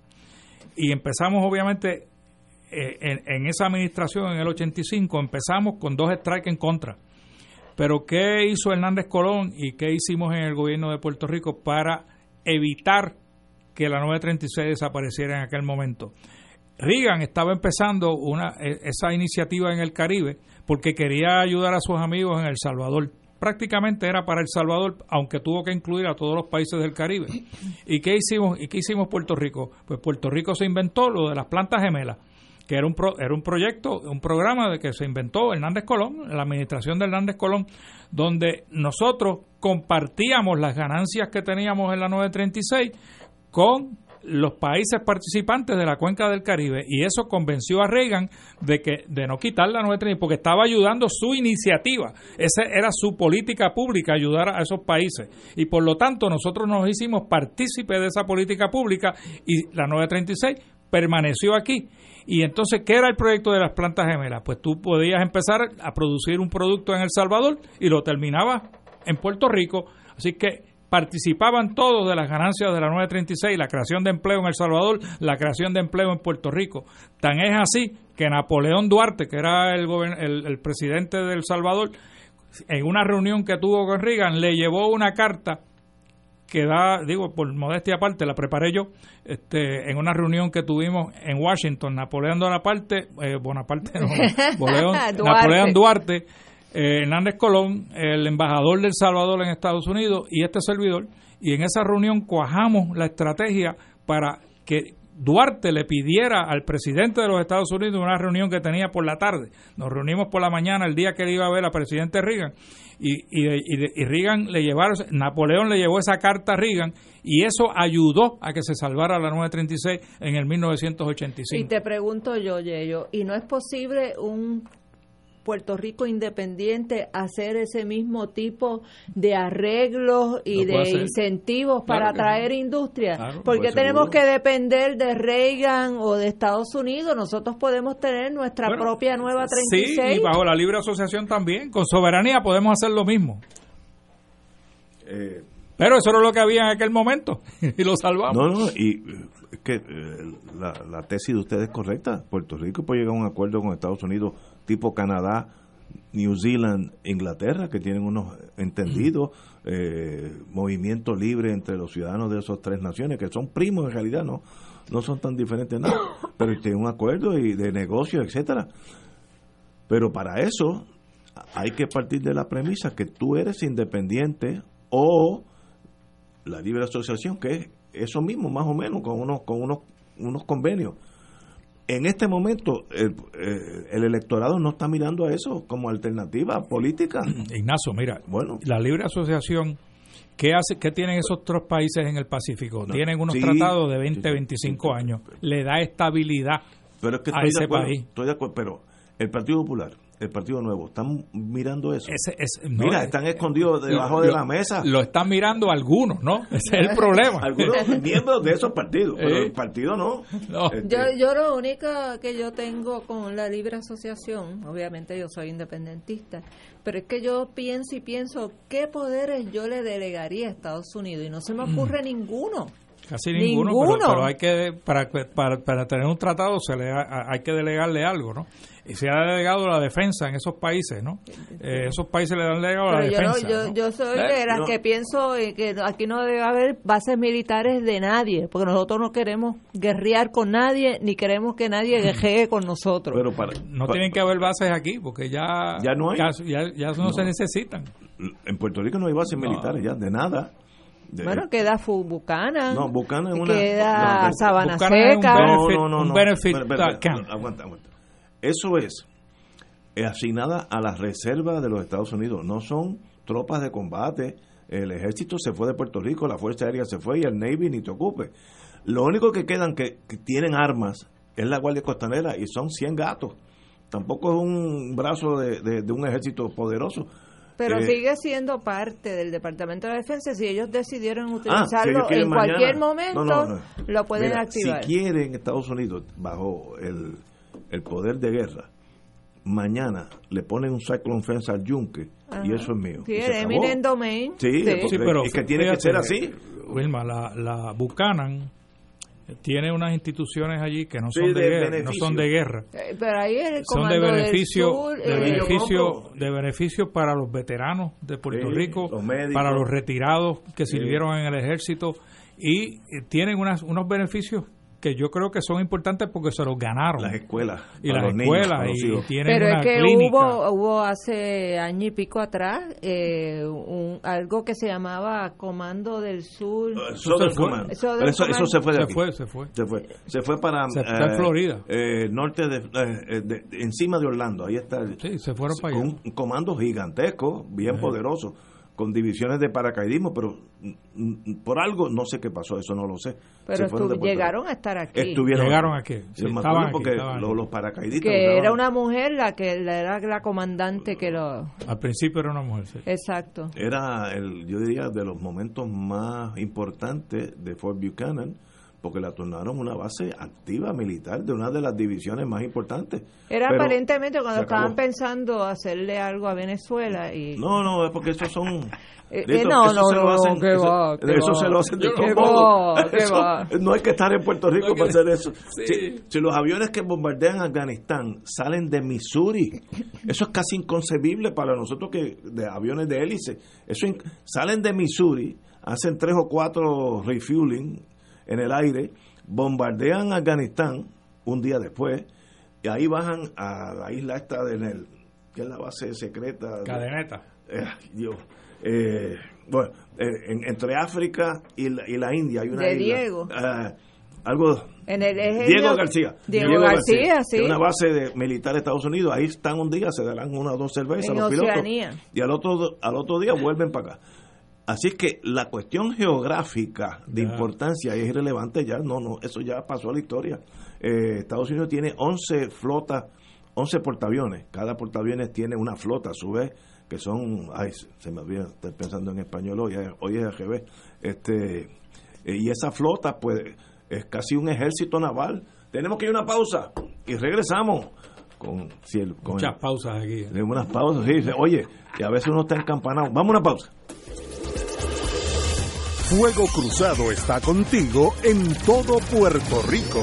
Y empezamos, obviamente, eh, en, en esa administración, en el ochenta y cinco, empezamos con dos strikes en contra. Pero ¿qué hizo Hernández Colón y qué hicimos en el gobierno de Puerto Rico para evitar que la nueve treinta y seis desapareciera en aquel momento? Reagan estaba empezando una esa iniciativa en el Caribe porque quería ayudar a sus amigos en El Salvador. Prácticamente era para El Salvador, aunque tuvo que incluir a todos los países del Caribe. ¿Y qué hicimos? ¿Y qué hicimos Puerto Rico? Pues Puerto Rico se inventó lo de las plantas gemelas, que era un pro, era un proyecto, un programa de que se inventó Hernández Colón, la administración de Hernández Colón, donde nosotros compartíamos las ganancias que teníamos en la nueve treinta y seis con los países participantes de la cuenca del Caribe, y eso convenció a Reagan de que de no quitar la nueve treinta y seis porque estaba ayudando su iniciativa. Esa era su política pública, ayudar a esos países, y por lo tanto nosotros nos hicimos partícipes de esa política pública y la nueve treinta y seis permaneció aquí. Y entonces, ¿qué era el proyecto de las plantas gemelas? Pues tú podías empezar a producir un producto en El Salvador y lo terminabas en Puerto Rico. Así que participaban todos de las ganancias de la nueve treinta y seis, la creación de empleo en El Salvador, la creación de empleo en Puerto Rico. Tan es así que Napoleón Duarte, que era el, gobern- el, el presidente de El Salvador, en una reunión que tuvo con Reagan, le llevó una carta que da, digo, por modestia aparte, la preparé yo, este, en una reunión que tuvimos en Washington, Napoleón Bonaparte, eh, Bonaparte no, Napoleón Duarte, Napoleón Duarte eh, Hernández Colón, el embajador del Salvador en Estados Unidos y este servidor, y en esa reunión cuajamos la estrategia para que Duarte le pidiera al presidente de los Estados Unidos una reunión que tenía por la tarde. Nos reunimos por la mañana el día que él iba a ver al presidente Reagan y, y, y, y Reagan le llevaron, Napoleón le llevó esa carta a Reagan y eso ayudó a que se salvara la nueve treinta y seis en el mil novecientos ochenta y cinco. Y te pregunto yo, Yello, ¿y no es posible un Puerto Rico independiente hacer ese mismo tipo de arreglos y de hacer. incentivos claro para atraer sí. industria? Claro, porque pues tenemos seguro. que depender de Reagan o de Estados Unidos. Nosotros podemos tener nuestra bueno, propia nueva treinta y seis. Sí, y bajo la libre asociación también. Con soberanía podemos hacer lo mismo. Eh, Pero eso era lo que había en aquel momento y lo salvamos. No, no, y es que eh, la, la tesis de ustedes es correcta. Puerto Rico puede llegar a un acuerdo con Estados Unidos tipo Canadá, New Zealand, Inglaterra, que tienen unos entendidos, eh, movimiento libre entre los ciudadanos de esas tres naciones, que son primos en realidad, no no son tan diferentes nada, pero tienen un acuerdo y de negocio, etcétera. Pero para eso hay que partir de la premisa que tú eres independiente o la libre asociación, que es eso mismo más o menos con unos con unos unos convenios. En este momento el, el electorado no está mirando a eso como alternativa política. Ignacio, mira, bueno, la libre asociación, ¿qué hace? ¿Qué tienen esos otros países en el Pacífico? No, tienen unos sí, tratados de veinte, sí, veinticinco sí, años. Le da estabilidad pero es que a estoy ese de acuerdo, país. Estoy de acuerdo, pero el Partido Popular, el Partido Nuevo, ¿están mirando eso? Ese, ese, no, Mira, están escondidos debajo lo, de la mesa. Lo están mirando algunos, ¿no? Ese es el problema. Algunos miembros de esos partidos, pero el partido no. no. Este, yo, yo lo único que yo tengo con la libre asociación, obviamente yo soy independentista, pero es que yo pienso y pienso qué poderes yo le delegaría a Estados Unidos y no se me ocurre mm. ninguno. Casi ninguno, ninguno. Pero, pero hay que para, para para tener un tratado se le ha, hay que delegarle algo, ¿no? Y se ha delegado la defensa en esos países, ¿no? Eh, esos países le han delegado pero la yo defensa. No, yo, ¿no? yo soy ¿Eh? de las no. que pienso que aquí no debe haber bases militares de nadie, porque nosotros no queremos guerrear con nadie, ni queremos que nadie guerree con nosotros. Pero para, no para, tienen que haber bases aquí, porque ya ya no hay, ya, ya no, no se necesitan. En Puerto Rico no hay bases no. militares ya, de nada. De, bueno, queda Buchanan, no, Buchanan es una, queda no, Sabana Buchanan Seca. Es un benefit, no, no, no, un no, benefit no, no, no, no, aguanta, aguanta. Eso es asignada a las reservas de los Estados Unidos, no son tropas de combate. El ejército se fue de Puerto Rico, la Fuerza Aérea se fue y el Navy ni te ocupe. Lo único que quedan que, que tienen armas es la Guardia Costanera y son cien gatos. Tampoco es un brazo de, de, de un ejército poderoso. Pero eh, sigue siendo parte del Departamento de Defensa. Si ellos decidieron utilizarlo ah, si en cualquier mañana, momento, no, no, no. lo pueden Mira, activar. Si quieren Estados Unidos, bajo el, el poder de guerra, mañana le ponen un cyclone fence al yunque. Ajá. Y eso es mío. Sí, el eminent domain. Sí, sí. sí pero es que tiene fíjate, que ser así. Wilma, la, la Buchanan tiene unas instituciones allí que no son sí, de, de guerra, no son de guerra. Eh, pero ahí el son de beneficio, sur, de eh, beneficio, de beneficio para los veteranos de Puerto sí, Rico, los médicos, para los retirados que sí. sirvieron en el ejército y eh, tienen unas, unos beneficios que yo creo que son importantes porque se los ganaron. Las escuelas. Y las escuelas. Niños, y tienen Pero una es que clínica. hubo, hubo hace año y pico atrás eh, un, algo que se llamaba Comando del Sur. Uh, Southern Command. Eso, eso, eso se fue de se aquí. Fue, se fue. Se fue. Se fue para se eh, está en Florida. Eh, norte de, eh, de, de, encima de Orlando. Ahí está. El, sí, se fueron para allá. Un, un comando gigantesco, bien uh-huh. poderoso, con divisiones de paracaidismo, pero mm, por algo no sé qué pasó, eso no lo sé. Pero estu- llegaron a estar aquí. Estuvieron llegaron aquí. Sí, estaban aquí porque estaban los, los paracaidistas. Que era una mujer la que era la comandante que lo. Al principio era una mujer, sí. Exacto. Era el, yo diría, de los momentos más importantes de Fort Buchanan, porque la tornaron una base activa militar de una de las divisiones más importantes. Era Pero aparentemente cuando se acabó. estaban pensando hacerle algo a Venezuela y... No, no, es porque esos son... Eh, Listo, eh, no, eso no, se lo no, hacen, que eso, va, que eso va. se lo hacen de Yo todos no- modos. que va, que Eso- va. No hay que estar en Puerto Rico No para que- hacer eso. Sí. Si, si los aviones que bombardean Afganistán salen de Missouri, eso es casi inconcebible para nosotros, que de aviones de hélice. Eso in- salen de Missouri, hacen tres o cuatro refueling en el aire, bombardean Afganistán un día después, y ahí bajan a la isla esta de Nel, que es la base secreta. de- Cadeneta. Eh, Dios. Eh, bueno, eh, en- entre África y la, y la India hay una De isla. Diego. eh, algo. En el eje Diego de- García. Diego García, sí. que es una base de militar de Estados Unidos. Ahí están un día, se darán una o dos cervezas En los Oceanía. pilotos. Y al otro, al otro día vuelven para acá. Así es que la cuestión geográfica de Ya. importancia es irrelevante ya. No, no, eso ya pasó a la historia. Eh, Estados Unidos tiene once flotas, once portaaviones. Cada portaaviones tiene una flota a su vez, que son, ay, se me olvida, estoy pensando en español hoy, hoy es al revés. Este, eh, y esa flota, pues, es casi un ejército naval. Tenemos que ir a una pausa y regresamos con, si el, con Muchas el- pausas aquí. ¿eh? de unas pausas, sí, dice, oye, y a veces uno está encampanado. Vamos a una pausa. Fuego Cruzado está contigo en todo Puerto Rico.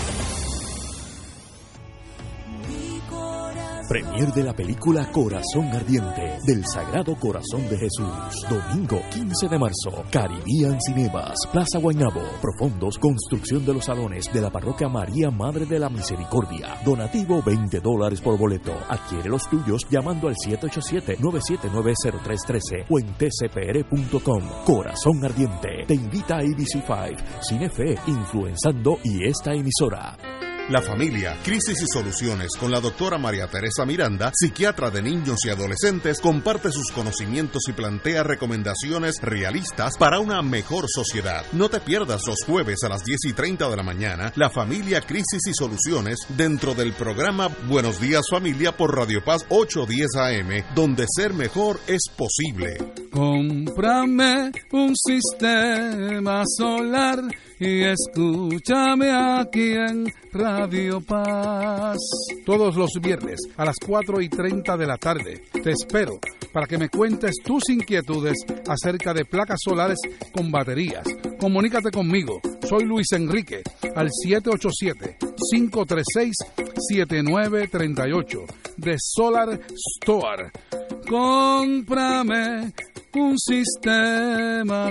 Premier de la película Corazón Ardiente, del Sagrado Corazón de Jesús. Domingo quince de marzo. Caribbean Cinemas, Plaza Guaynabo. Profundos, construcción de los salones de la Parroquia María Madre de la Misericordia. Donativo veinte dólares por boleto. Adquiere los tuyos llamando al siete ocho siete, nueve siete nueve, cero tres uno tres o en t c p r punto com. Corazón Ardiente. Te invita a A B C cinco, Cinefe, Influenzando y esta emisora. La familia, crisis y soluciones con la doctora María Teresa Miranda, psiquiatra de niños y adolescentes, comparte sus conocimientos y plantea recomendaciones realistas para una mejor sociedad. No te pierdas los jueves a las diez y treinta de la mañana, La Familia, Crisis y Soluciones, dentro del programa Buenos Días Familia por Radio Paz ochocientos diez A M, donde ser mejor es posible. Cómprame un sistema solar y escúchame aquí en Radio Paz. Todos los viernes a las cuatro y treinta de la tarde. Te espero para que me cuentes tus inquietudes acerca de placas solares con baterías. Comunícate conmigo. Soy Luis Enrique al siete ocho siete, cinco tres seis, siete nueve tres ocho de Solar Store. Cómprame un sistema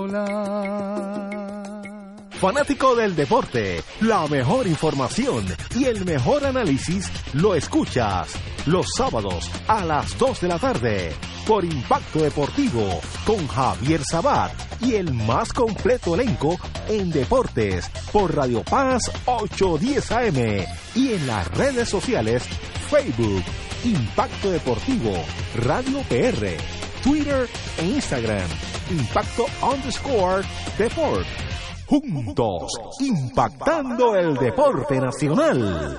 solar. Fanático del deporte, la mejor información y el mejor análisis lo escuchas los sábados a las dos de la tarde por Impacto Deportivo con Javier Sabat y el más completo elenco en deportes por Radio Paz ochocientos diez A M y en las redes sociales Facebook, Impacto Deportivo, Radio P R, Twitter e Instagram, Impacto underscore Deport. Juntos, impactando el deporte nacional.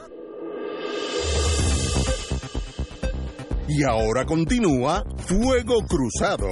Y ahora continúa Fuego Cruzado.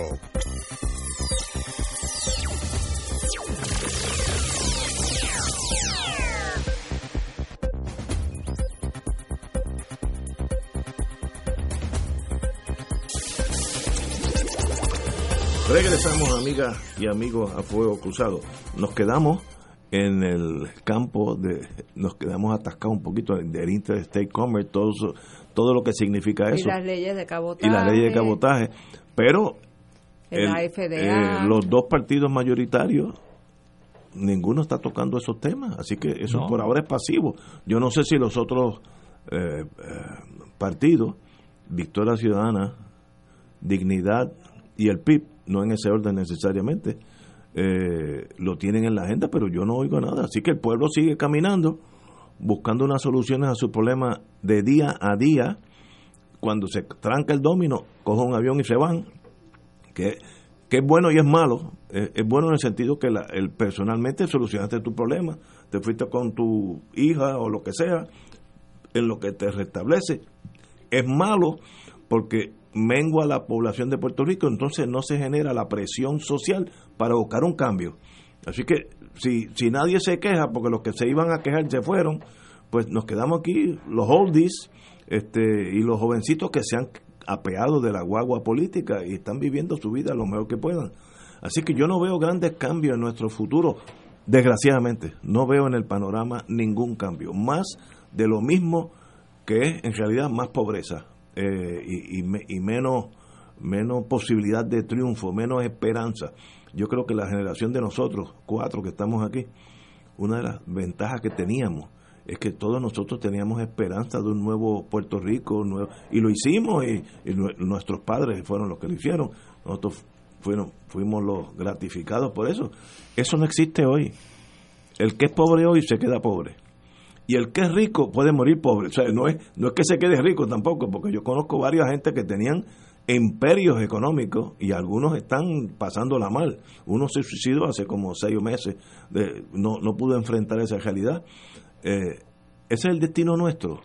Regresamos, amigas y amigos, a Fuego Cruzado. Nos quedamos en el campo de, nos quedamos atascados un poquito del Interstate Commerce, todo eso, todo lo que significa eso. Y las leyes de cabotaje. Y las leyes de cabotaje. Pero el, la F D A. Eh, los dos partidos mayoritarios, ninguno está tocando esos temas, así que eso No. por ahora es pasivo. Yo no sé si los otros eh, eh, partidos, Victoria Ciudadana, Dignidad y el P I B, no en ese orden necesariamente, eh, lo tienen en la agenda, pero yo no oigo nada. Así que el pueblo sigue caminando, buscando unas soluciones a sus problemas de día a día. Cuando se tranca el domino, coge un avión y se van, que, que es bueno y es malo. Es, es bueno en el sentido que la, el, personalmente solucionaste tu problema, te fuiste con tu hija o lo que sea, en lo que te restablece. Es malo porque mengua la población de Puerto Rico, entonces no se genera la presión social para buscar un cambio. Así que si, si nadie se queja, porque los que se iban a quejar se fueron, pues nos quedamos aquí, los oldies, este, y los jovencitos que se han apeado de la guagua política y están viviendo su vida lo mejor que puedan. Así que yo no veo grandes cambios en nuestro futuro, desgraciadamente, no veo en el panorama ningún cambio, más de lo mismo que es en realidad más pobreza eh, y, y, me, y menos, menos posibilidad de triunfo, menos esperanza. Yo creo que la generación de nosotros, cuatro que estamos aquí, una de las ventajas que teníamos es que todos nosotros teníamos esperanza de un nuevo Puerto Rico, nuevo, y lo hicimos, y, y nuestros padres fueron los que lo hicieron, nosotros fuimos, fuimos los gratificados por eso. Eso no existe hoy. El que es pobre hoy se queda pobre, y el que es rico puede morir pobre. O sea, no es, no es que se quede rico tampoco, porque yo conozco varias gente que tenían imperios económicos y algunos están pasándola mal. Uno se suicidó hace como seis meses, de, no, no pudo enfrentar esa realidad. Eh, ese es el destino nuestro.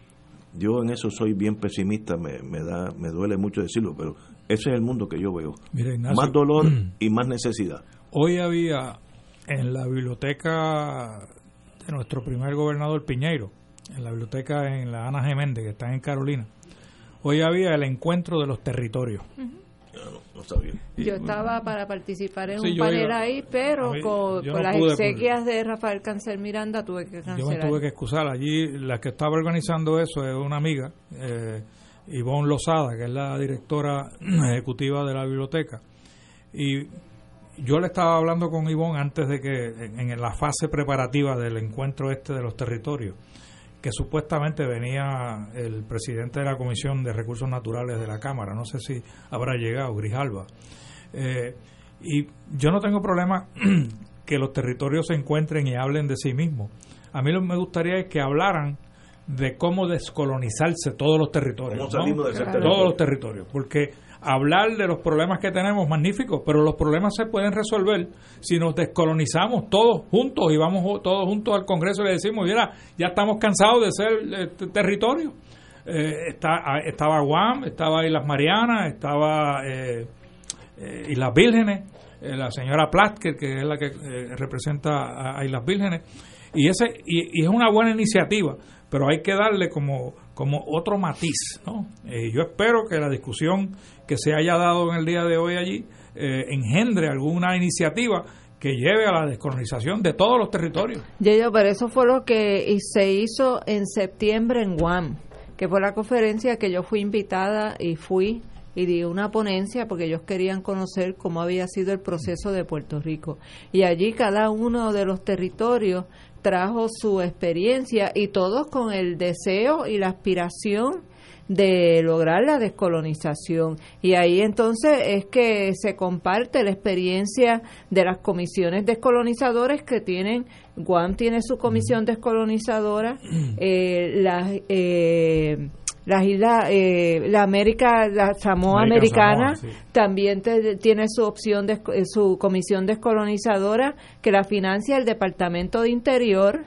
Yo en eso soy bien pesimista, me, me da me duele mucho decirlo, pero ese es el mundo que yo veo. Mira, Ignacio, más dolor y más necesidad. Hoy había en la biblioteca de nuestro primer gobernador Piñeiro, en la biblioteca en la Ana G. Méndez, que está en Carolina, hoy había el encuentro de los territorios. Uh-huh. No sabía. Yo estaba para participar en sí, un panel iba, ahí, pero mí, con, no con las pude, exequias de Rafael Cancel Miranda tuve que cancelar. Yo me tuve que excusar. Allí la que estaba organizando eso es una amiga, eh, Ivonne Lozada, que es la directora ejecutiva de la biblioteca. Y yo le estaba hablando con Ivonne antes de que, en, en la fase preparativa del encuentro este de los territorios, que supuestamente venía el presidente de la Comisión de Recursos Naturales de la Cámara, no sé si habrá llegado, Grijalva. Eh, y yo no tengo problema que los territorios se encuentren y hablen de sí mismos. A mí lo que me gustaría es que hablaran de cómo descolonizarse todos los territorios. ¿Cómo salimos ¿no? de ese Todos territorio? los territorios, porque hablar de los problemas que tenemos, magnífico, pero los problemas se pueden resolver si nos descolonizamos todos juntos y vamos todos juntos al Congreso y le decimos, mira, ya estamos cansados de ser eh, territorio. Eh, está, estaba Guam, estaba Islas Marianas, estaba eh, eh, Islas Vírgenes, eh, la señora Plasker, que es la que eh, representa a, a Islas Vírgenes, y, ese, y, y es una buena iniciativa, pero hay que darle como, como otro matiz, ¿no? Eh, yo espero que la discusión que se haya dado en el día de hoy allí eh, engendre alguna iniciativa que lleve a la descolonización de todos los territorios. Yo, pero eso fue lo que se hizo en septiembre en Guam, que fue la conferencia que yo fui invitada y fui y di una ponencia porque ellos querían conocer cómo había sido el proceso de Puerto Rico. Y allí cada uno de los territorios trajo su experiencia y todos con el deseo y la aspiración de lograr la descolonización. Y ahí entonces es que se comparte la experiencia de las comisiones descolonizadoras que tienen. Guam tiene su comisión descolonizadora, eh, las eh, las islas, eh, la América, la Samoa América, americana, Samoa, sí. también te, tiene su opción de, su comisión descolonizadora que la financia el Departamento de Interior.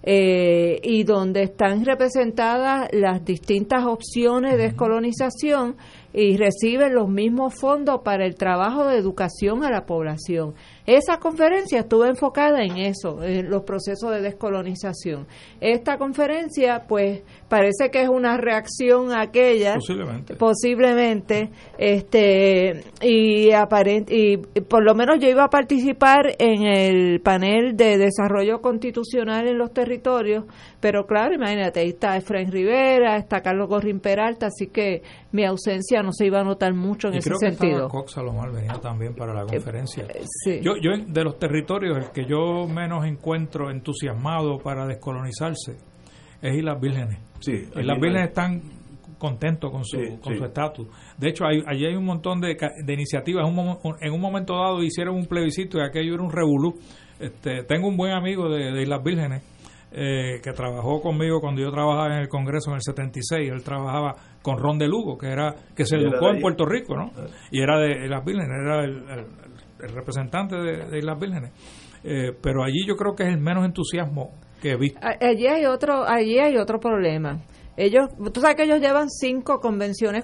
Eh, y donde están representadas las distintas opciones de descolonización y reciben los mismos fondos para el trabajo de educación a la población. Esa conferencia estuvo enfocada en eso, en los procesos de descolonización. Esta conferencia, pues, parece que es una reacción a aquella, posiblemente, posiblemente, este, y aparent, y por lo menos yo iba a participar en el panel de desarrollo constitucional en los territorios, pero claro, imagínate, ahí está Efraín Rivera, está Carlos Gorrín Peralta, así que mi ausencia no se iba a notar mucho en y ese creo que sentido. estaba Cox Salomar, venía también para la conferencia. Eh, sí. Yo, yo de los territorios, el que yo menos encuentro entusiasmado para descolonizarse es Islas Vírgenes. Sí, Islas Vírgenes están contentos con su sí, con sí. su estatus. De hecho, hay, allí hay un montón de, de iniciativas. Un, en un momento dado hicieron un plebiscito y aquello era un revolú. Este, tengo un buen amigo de, de Islas Vírgenes eh, que trabajó conmigo cuando yo trabajaba en el Congreso en el setenta y seis. Él trabajaba con Ron de Lugo, que era que se educó en Puerto Rico, ¿no? Y era de Islas Vírgenes, era el, el, el representante de, de Islas Vírgenes. Eh, pero allí yo creo que es el menos entusiasmo que he visto. Allí hay otro, allí hay otro problema. Ellos, tú sabes que ellos llevan cinco convenciones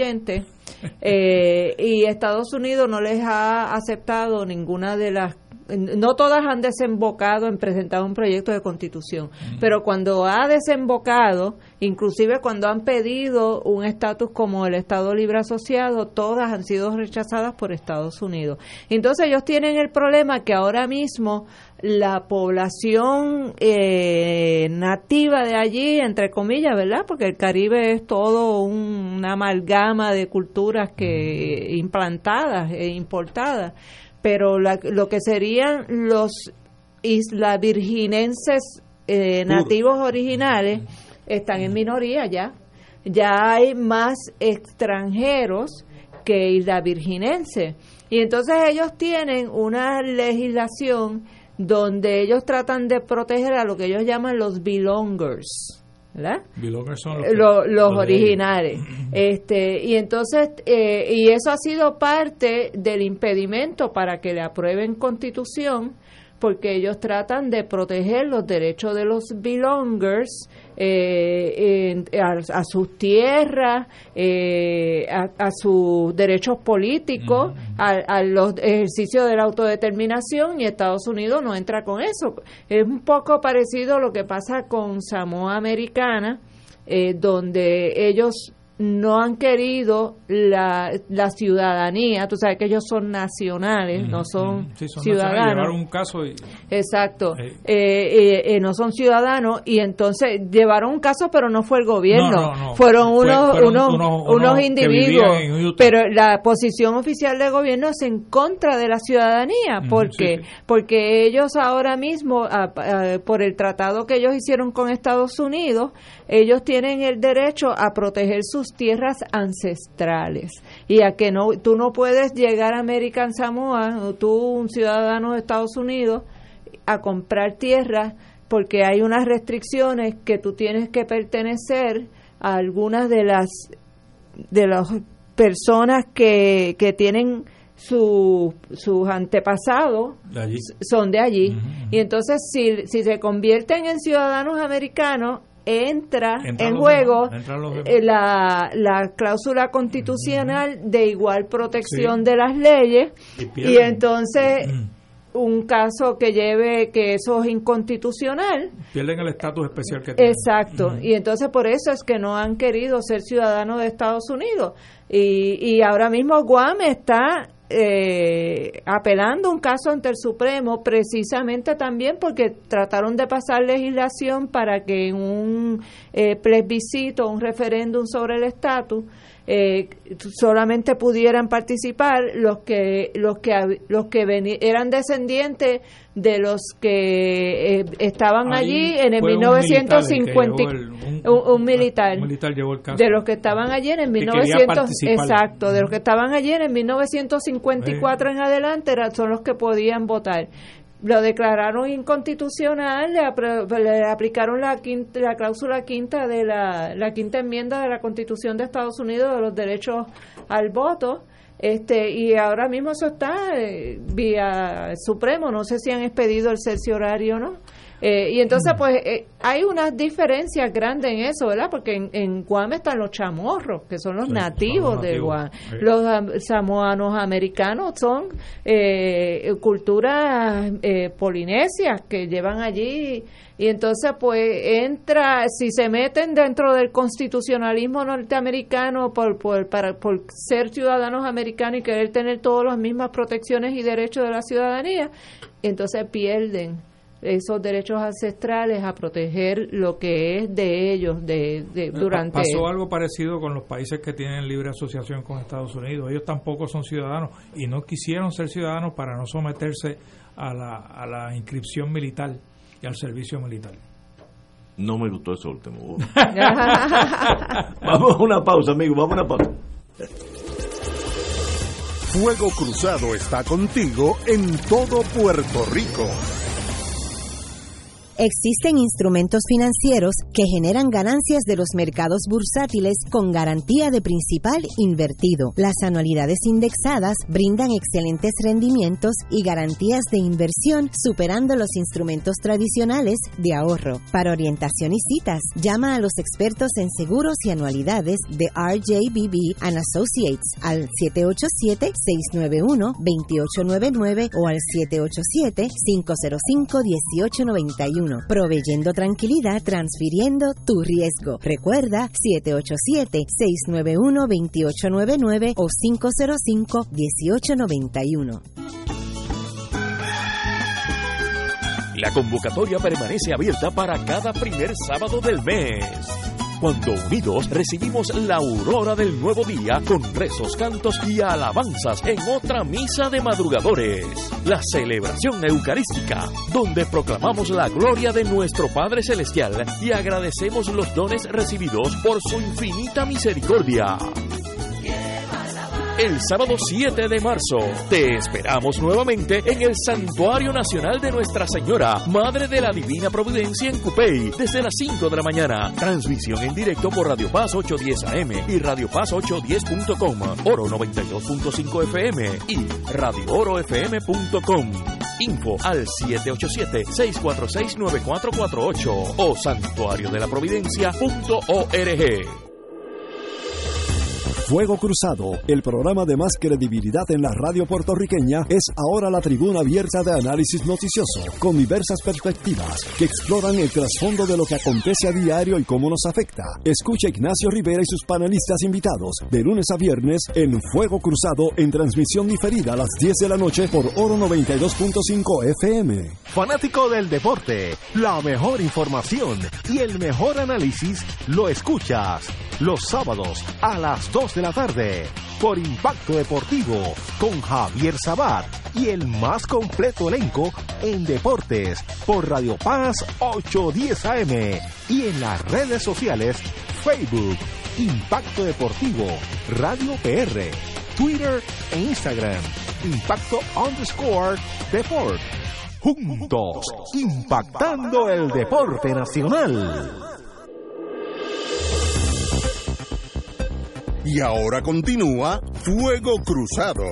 constituyentes eh, y Estados Unidos no les ha aceptado ninguna de las no todas han desembocado en presentar un proyecto de constitución, mm. pero cuando ha desembocado, inclusive cuando han pedido un estatus como el Estado Libre Asociado, todas han sido rechazadas por Estados Unidos. Entonces ellos tienen el problema que ahora mismo la población eh, nativa de allí, entre comillas, ¿verdad? Porque el Caribe es todo un, una amalgama de culturas que implantadas e importadas, pero la, lo que serían los isla virginenses eh, nativos originales están en minoría ya. Ya hay más extranjeros que isla virginenses. Y entonces ellos tienen una legislación donde ellos tratan de proteger a lo que ellos llaman los belongers, ¿verdad? Belongers son los, los, los, los originales. Este, y entonces, eh, y eso ha sido parte del impedimento para que le aprueben constitución, porque ellos tratan de proteger los derechos de los belongers eh, en, a, a sus tierras, eh, a, a sus derechos políticos, uh-huh. a, a los ejercicios de la autodeterminación, y Estados Unidos no entra con eso. Es un poco parecido a lo que pasa con Samoa Americana, eh, donde ellos no han querido la, la ciudadanía. Tú sabes que ellos son nacionales, mm, no son, sí, son ciudadanos. Llevaron un caso y, exacto. Eh. Eh, eh, eh, no son ciudadanos, y entonces llevaron un caso, pero no fue el gobierno, no, no, no. fueron unos, Fue, unos, unos, unos, unos individuos. Pero la posición oficial del gobierno es en contra de la ciudadanía. ¿Por mm, qué? Sí, sí. Porque ellos ahora mismo, a, a, por el tratado que ellos hicieron con Estados Unidos, ellos tienen el derecho a proteger sus tierras ancestrales, y a que no tú no puedes llegar a American Samoa, o tú, un ciudadano de Estados Unidos, a comprar tierras, porque hay unas restricciones que tú tienes que pertenecer a algunas de las de las personas que, que tienen su, sus antepasados de allí. Son de allí, uh-huh. Y entonces si, si se convierten en ciudadanos americanos, entra Entra en juego demás, la, la cláusula constitucional uh-huh. de igual protección sí. de las leyes, y, y entonces uh-huh. un caso que lleve que eso es inconstitucional, pierden el estatus especial que tienen. Exacto, uh-huh. Y entonces por eso es que no han querido ser ciudadanos de Estados Unidos, y, y ahora mismo Guam está Eh, apelando un caso ante el Supremo, precisamente también porque trataron de pasar legislación para que en un eh, plebiscito, un referéndum sobre el estatus, eh, solamente pudieran participar los que los que los que veni- eran descendientes de los que eh, estaban Ahí allí en el mil novecientos cincuenta, un, un, un, un militar, un militar llevó el caso, de los que estaban allí en el mil novecientos, exacto, de los que estaban allí en el mil novecientos cincuenta y cuatro eh. en adelante era, son los que podían votar. Lo declararon inconstitucional, le, apro- le aplicaron la quinta, la cláusula quinta de la, la quinta enmienda de la Constitución de Estados Unidos de los derechos al voto, este y ahora mismo eso está eh, vía Supremo, no sé si han expedido el cerciorario o no. Eh, y entonces, pues, eh, hay unas diferencias grandes en eso, ¿verdad? Porque en, en Guam están los chamorros, que son los sí, nativos son los de nativos. Guam. Sí. Los um, samoanos americanos son eh, culturas eh, polinesias que llevan allí. Y entonces, pues, entra, si se meten dentro del constitucionalismo norteamericano por, por, para, por ser ciudadanos americanos y querer tener todas las mismas protecciones y derechos de la ciudadanía, entonces pierden esos derechos ancestrales a proteger lo que es de ellos de, de durante pasó algo parecido con los países que tienen libre asociación con Estados Unidos. Ellos tampoco son ciudadanos y no quisieron ser ciudadanos para no someterse a la, a la inscripción militar y al servicio militar. No me gustó eso último. Vamos a una pausa, amigo, vamos a una pausa. Fuego Cruzado está contigo en todo Puerto Rico. Existen instrumentos financieros que generan ganancias de los mercados bursátiles con garantía de principal invertido. Las anualidades indexadas brindan excelentes rendimientos y garantías de inversión superando los instrumentos tradicionales de ahorro. Para orientación y citas, llama a los expertos en seguros y anualidades de R J B B and Associates al siete ocho siete, seis nueve uno, dos ocho nueve nueve o al siete ocho siete, cinco cero cinco, uno ocho nueve uno. Proveyendo tranquilidad, transfiriendo tu riesgo. Recuerda siete ocho siete, seis nueve uno, dos ocho nueve nueve o cinco cero cinco, uno ocho nueve uno. La convocatoria permanece abierta para cada primer sábado del mes. Cuando unidos recibimos la aurora del nuevo día con rezos, cantos y alabanzas en otra misa de madrugadores. La celebración eucarística, donde proclamamos la gloria de nuestro Padre Celestial y agradecemos los dones recibidos por su infinita misericordia. El sábado siete de marzo te esperamos nuevamente en el Santuario Nacional de Nuestra Señora, Madre de la Divina Providencia en Cupey, desde las cinco de la mañana. Transmisión en directo por Radio Paz ochocientos diez A M y Radio Paz ochocientos diez punto com, Oro noventa y dos punto cinco F M y Radio Oro F M punto com. Info al siete ocho siete, seis cuatro seis, nueve cuatro cuatro ocho o santuario de la providencia punto org. Fuego Cruzado, el programa de más credibilidad en la radio puertorriqueña, es ahora la tribuna abierta de análisis noticioso, con diversas perspectivas que exploran el trasfondo de lo que acontece a diario y cómo nos afecta. Escucha Ignacio Rivera y sus panelistas invitados de lunes a viernes en Fuego Cruzado, en transmisión diferida a las diez de la noche por Oro noventa y dos punto cinco F M. Fanático del deporte, la mejor información y el mejor análisis lo escuchas los sábados a las dos de la tarde por Impacto Deportivo con Javier Sabat y el más completo elenco en deportes por Radio Paz ochocientos diez A M y en las redes sociales Facebook, Impacto Deportivo, Radio P R, Twitter e Instagram, Impacto underscore Deport. Juntos, impactando el deporte nacional. Y ahora continúa Fuego Cruzado.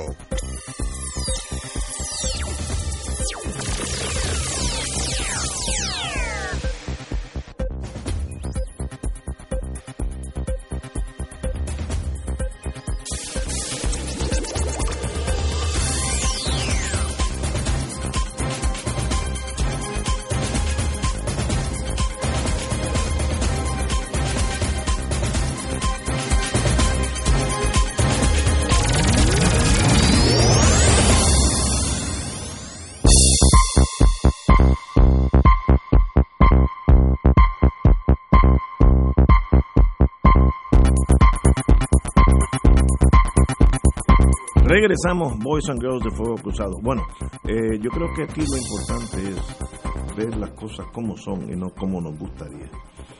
Regresamos, Boys and Girls de Fuego Cruzado. Bueno, eh, yo creo que aquí lo importante es ver las cosas como son y no como nos gustaría.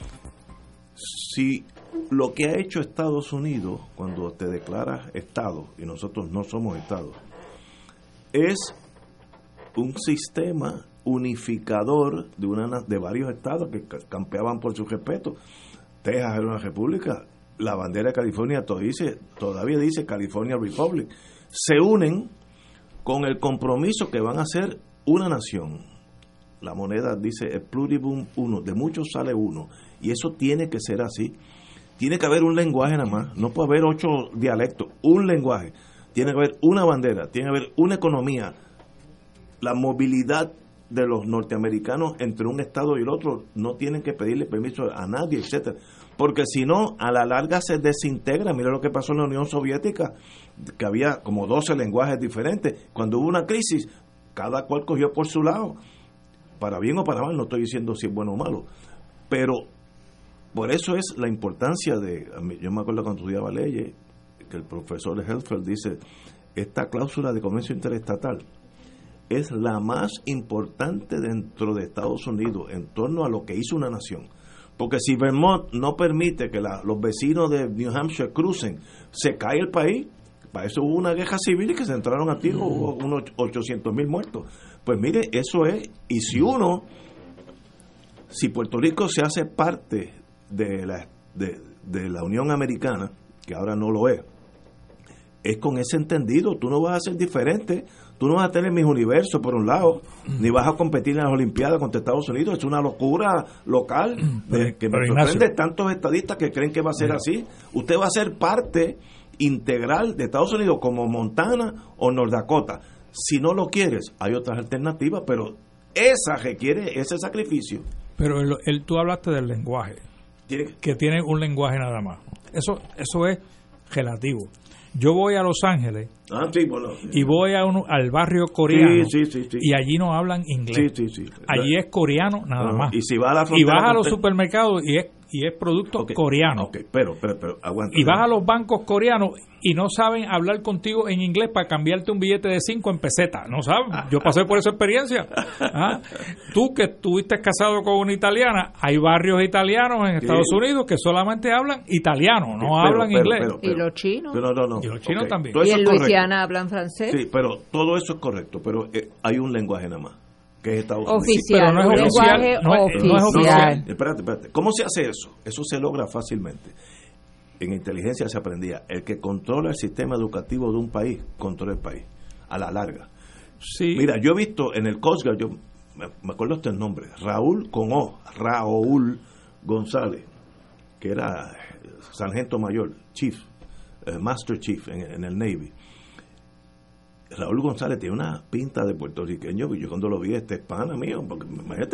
Si lo que ha hecho Estados Unidos cuando te declaras Estado, y nosotros no somos Estado, es un sistema unificador de, una, de varios estados que campeaban por su respeto. Texas era una república, la bandera de California todavía dice, todavía dice California Republic. Se unen con el compromiso que van a ser una nación. La moneda dice el pluribus uno, de muchos sale uno, y eso tiene que ser así. Tiene que haber un lenguaje nada más, no puede haber ocho dialectos, un lenguaje. Tiene que haber una bandera, tiene que haber una economía. La movilidad de los norteamericanos entre un estado y el otro no tienen que pedirle permiso a nadie, etcétera, porque si no, a la larga se desintegra. Mira lo que pasó en la Unión Soviética, que había como doce lenguajes diferentes. Cuando hubo una crisis, cada cual cogió por su lado, para bien o para mal. No estoy diciendo si es bueno o malo, pero por eso es la importancia de, yo me acuerdo cuando estudiaba leyes, que el profesor Helfeld dice, esta cláusula de comercio interestatal es la más importante dentro de Estados Unidos en torno a lo que hizo una nación. Porque si Vermont no permite que la, los vecinos de New Hampshire crucen, se cae el país. Para eso hubo una guerra civil y que se entraron a tiro, hubo unos ochocientos mil muertos. Pues mire, eso es, y si uno si Puerto Rico se hace parte de la, de, de la Unión Americana, que ahora no lo es, es con ese entendido. Tú no vas a ser diferente, tú no vas a tener mis universos por un lado, ni vas a competir en las Olimpiadas contra Estados Unidos. Es una locura local de, que me sorprende tantos estadistas que creen que va a ser así. Usted va a ser parte integral de Estados Unidos como Montana o North Dakota. Si no lo quieres, hay otras alternativas, pero esa requiere ese sacrificio. Pero el, el, tú hablaste del lenguaje, ¿Tiene? que tiene un lenguaje nada más. Eso, eso es relativo. Yo voy a Los Ángeles ah, sí, bueno, y voy a un, al barrio coreano sí, sí, sí, sí. y allí no hablan inglés. Sí, sí, sí. Allí es coreano nada uh-huh. más. Y si va a la y vas a los supermercados y es y es producto okay. coreano. Okay, pero, pero, pero aguanta. Y vas a los bancos coreanos y no saben hablar contigo en inglés para cambiarte un billete de cinco en peseta. No saben. Yo pasé por esa experiencia. ¿Ah? Tú que estuviste casado con una italiana, hay barrios italianos en Estados sí. Unidos que solamente hablan italiano, no pero, hablan pero, inglés. Pero, pero, y los chinos. Pero, no, no. Y los chinos okay. también. Y en Luisiana hablan francés. Sí, pero todo eso es correcto, pero eh, hay un lenguaje nada más, que es Estados Unidos. Oficial, pero no es oficial. No es, oficial. No es oficial. Espérate, espérate. ¿Cómo se hace eso? Eso se logra fácilmente. En inteligencia se aprendía, el que controla el sistema educativo de un país, controla el país, a la larga. Sí. Mira, yo he visto en el Coast Guard, yo me, me acuerdo este nombre, Raúl con O, Raúl González, que era sargento mayor, chief, eh, master chief en, en el Navy. Raúl González tiene una pinta de puertorriqueño, yo cuando lo vi, este es pana mío, porque imagínate,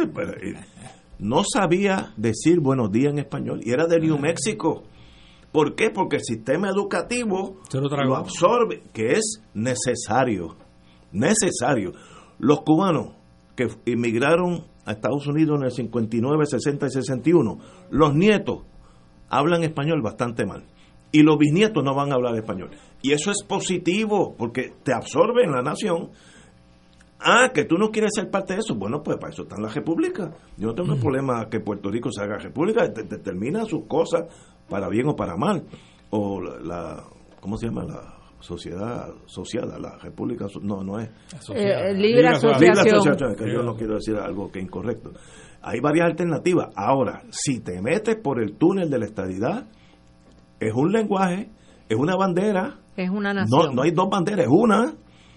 no sabía decir buenos días en español, y era de New Mexico. ¿Por qué? Porque el sistema educativo lo, lo absorbe, que es necesario, necesario. Los cubanos que emigraron a Estados Unidos en el cincuenta y nueve, sesenta y sesenta y uno, los nietos hablan español bastante mal, y los bisnietos no van a hablar español. Y eso es positivo, porque te absorbe en la nación. Ah, que tú no quieres ser parte de eso. Bueno, pues para eso está en la república. Yo no tengo uh-huh. problema que Puerto Rico se haga república, determina sus cosas para bien o para mal. O la, la ¿cómo se llama? La sociedad social, la república, no, no es. Eh, libre asociación. Libre asociación, que yo no quiero decir algo que es incorrecto. Hay varias alternativas. Ahora, si te metes por el túnel de la estadidad, es un lenguaje, es una bandera. Es una nación. No, no hay dos banderas, es una.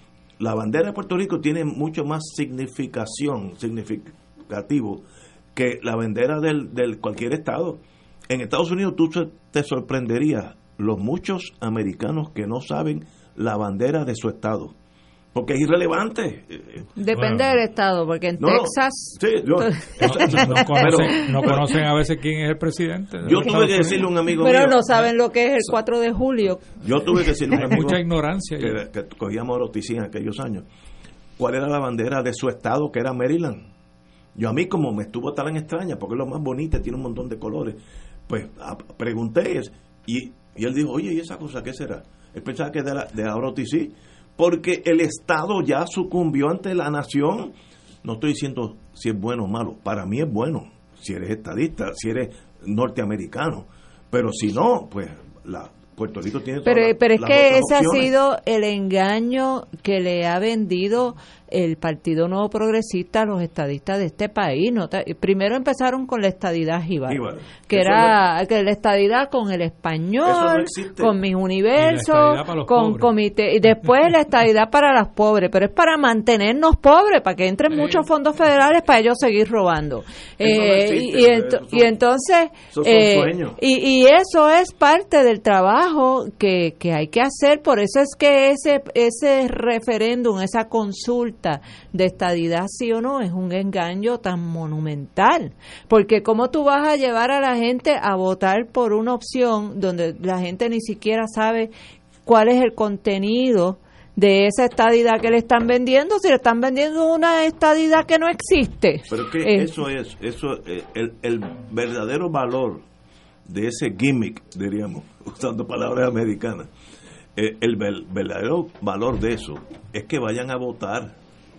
La bandera de Puerto Rico tiene mucho más significación, significativo, que la bandera del, del cualquier estado. En Estados Unidos tú te sorprenderías los muchos americanos que no saben la bandera de su estado, porque es irrelevante. Depende bueno, del estado, porque en no, Texas sí, yo, no, no, conocen, no conocen a veces quién es el presidente. Yo tuve que decirle a un amigo pero mío, no saben lo que es el cuatro de julio. Yo tuve que decirle a un amigo mucha ignorancia que, que cogíamos roticía en aquellos años, cuál era la bandera de su estado, que era Maryland. Yo a mí como me estuvo tan extraña, porque es lo más bonita, tiene un montón de colores, pues a, pregunté y, y él dijo, oye, ¿y esa cosa qué será? Él pensaba que era de, de A R O T C, porque el Estado ya sucumbió ante la nación. No estoy diciendo si es bueno o malo, para mí es bueno, si eres estadista, si eres norteamericano, pero si no, pues la Puerto Rico tiene pero, todas pero es las que ese opciones. Ha sido el engaño que le ha vendido el Partido Nuevo Progresista a los estadistas de este país. ¿No? Primero empezaron con la estadidad jíbara, que eso era no, que la estadidad con el español, no con mis universos, con comité, y después la estadidad para los pobres, pero es para mantenernos pobres, para que entren sí. muchos fondos federales para ellos seguir robando. Eh, no existe, y, y, ent- son, y entonces, eh, y, y eso es parte del trabajo que, que hay que hacer. Por eso es que ese, ese referéndum, esa consulta de estadidad sí o no es un engaño tan monumental, porque cómo tú vas a llevar a la gente a votar por una opción donde la gente ni siquiera sabe cuál es el contenido de esa estadidad que le están vendiendo, si le están vendiendo una estadidad que no existe. Pero que eh, eso es eso eh, el, el verdadero valor de ese gimmick, diríamos, usando palabras americanas, eh, el verdadero valor de eso es que vayan a votar.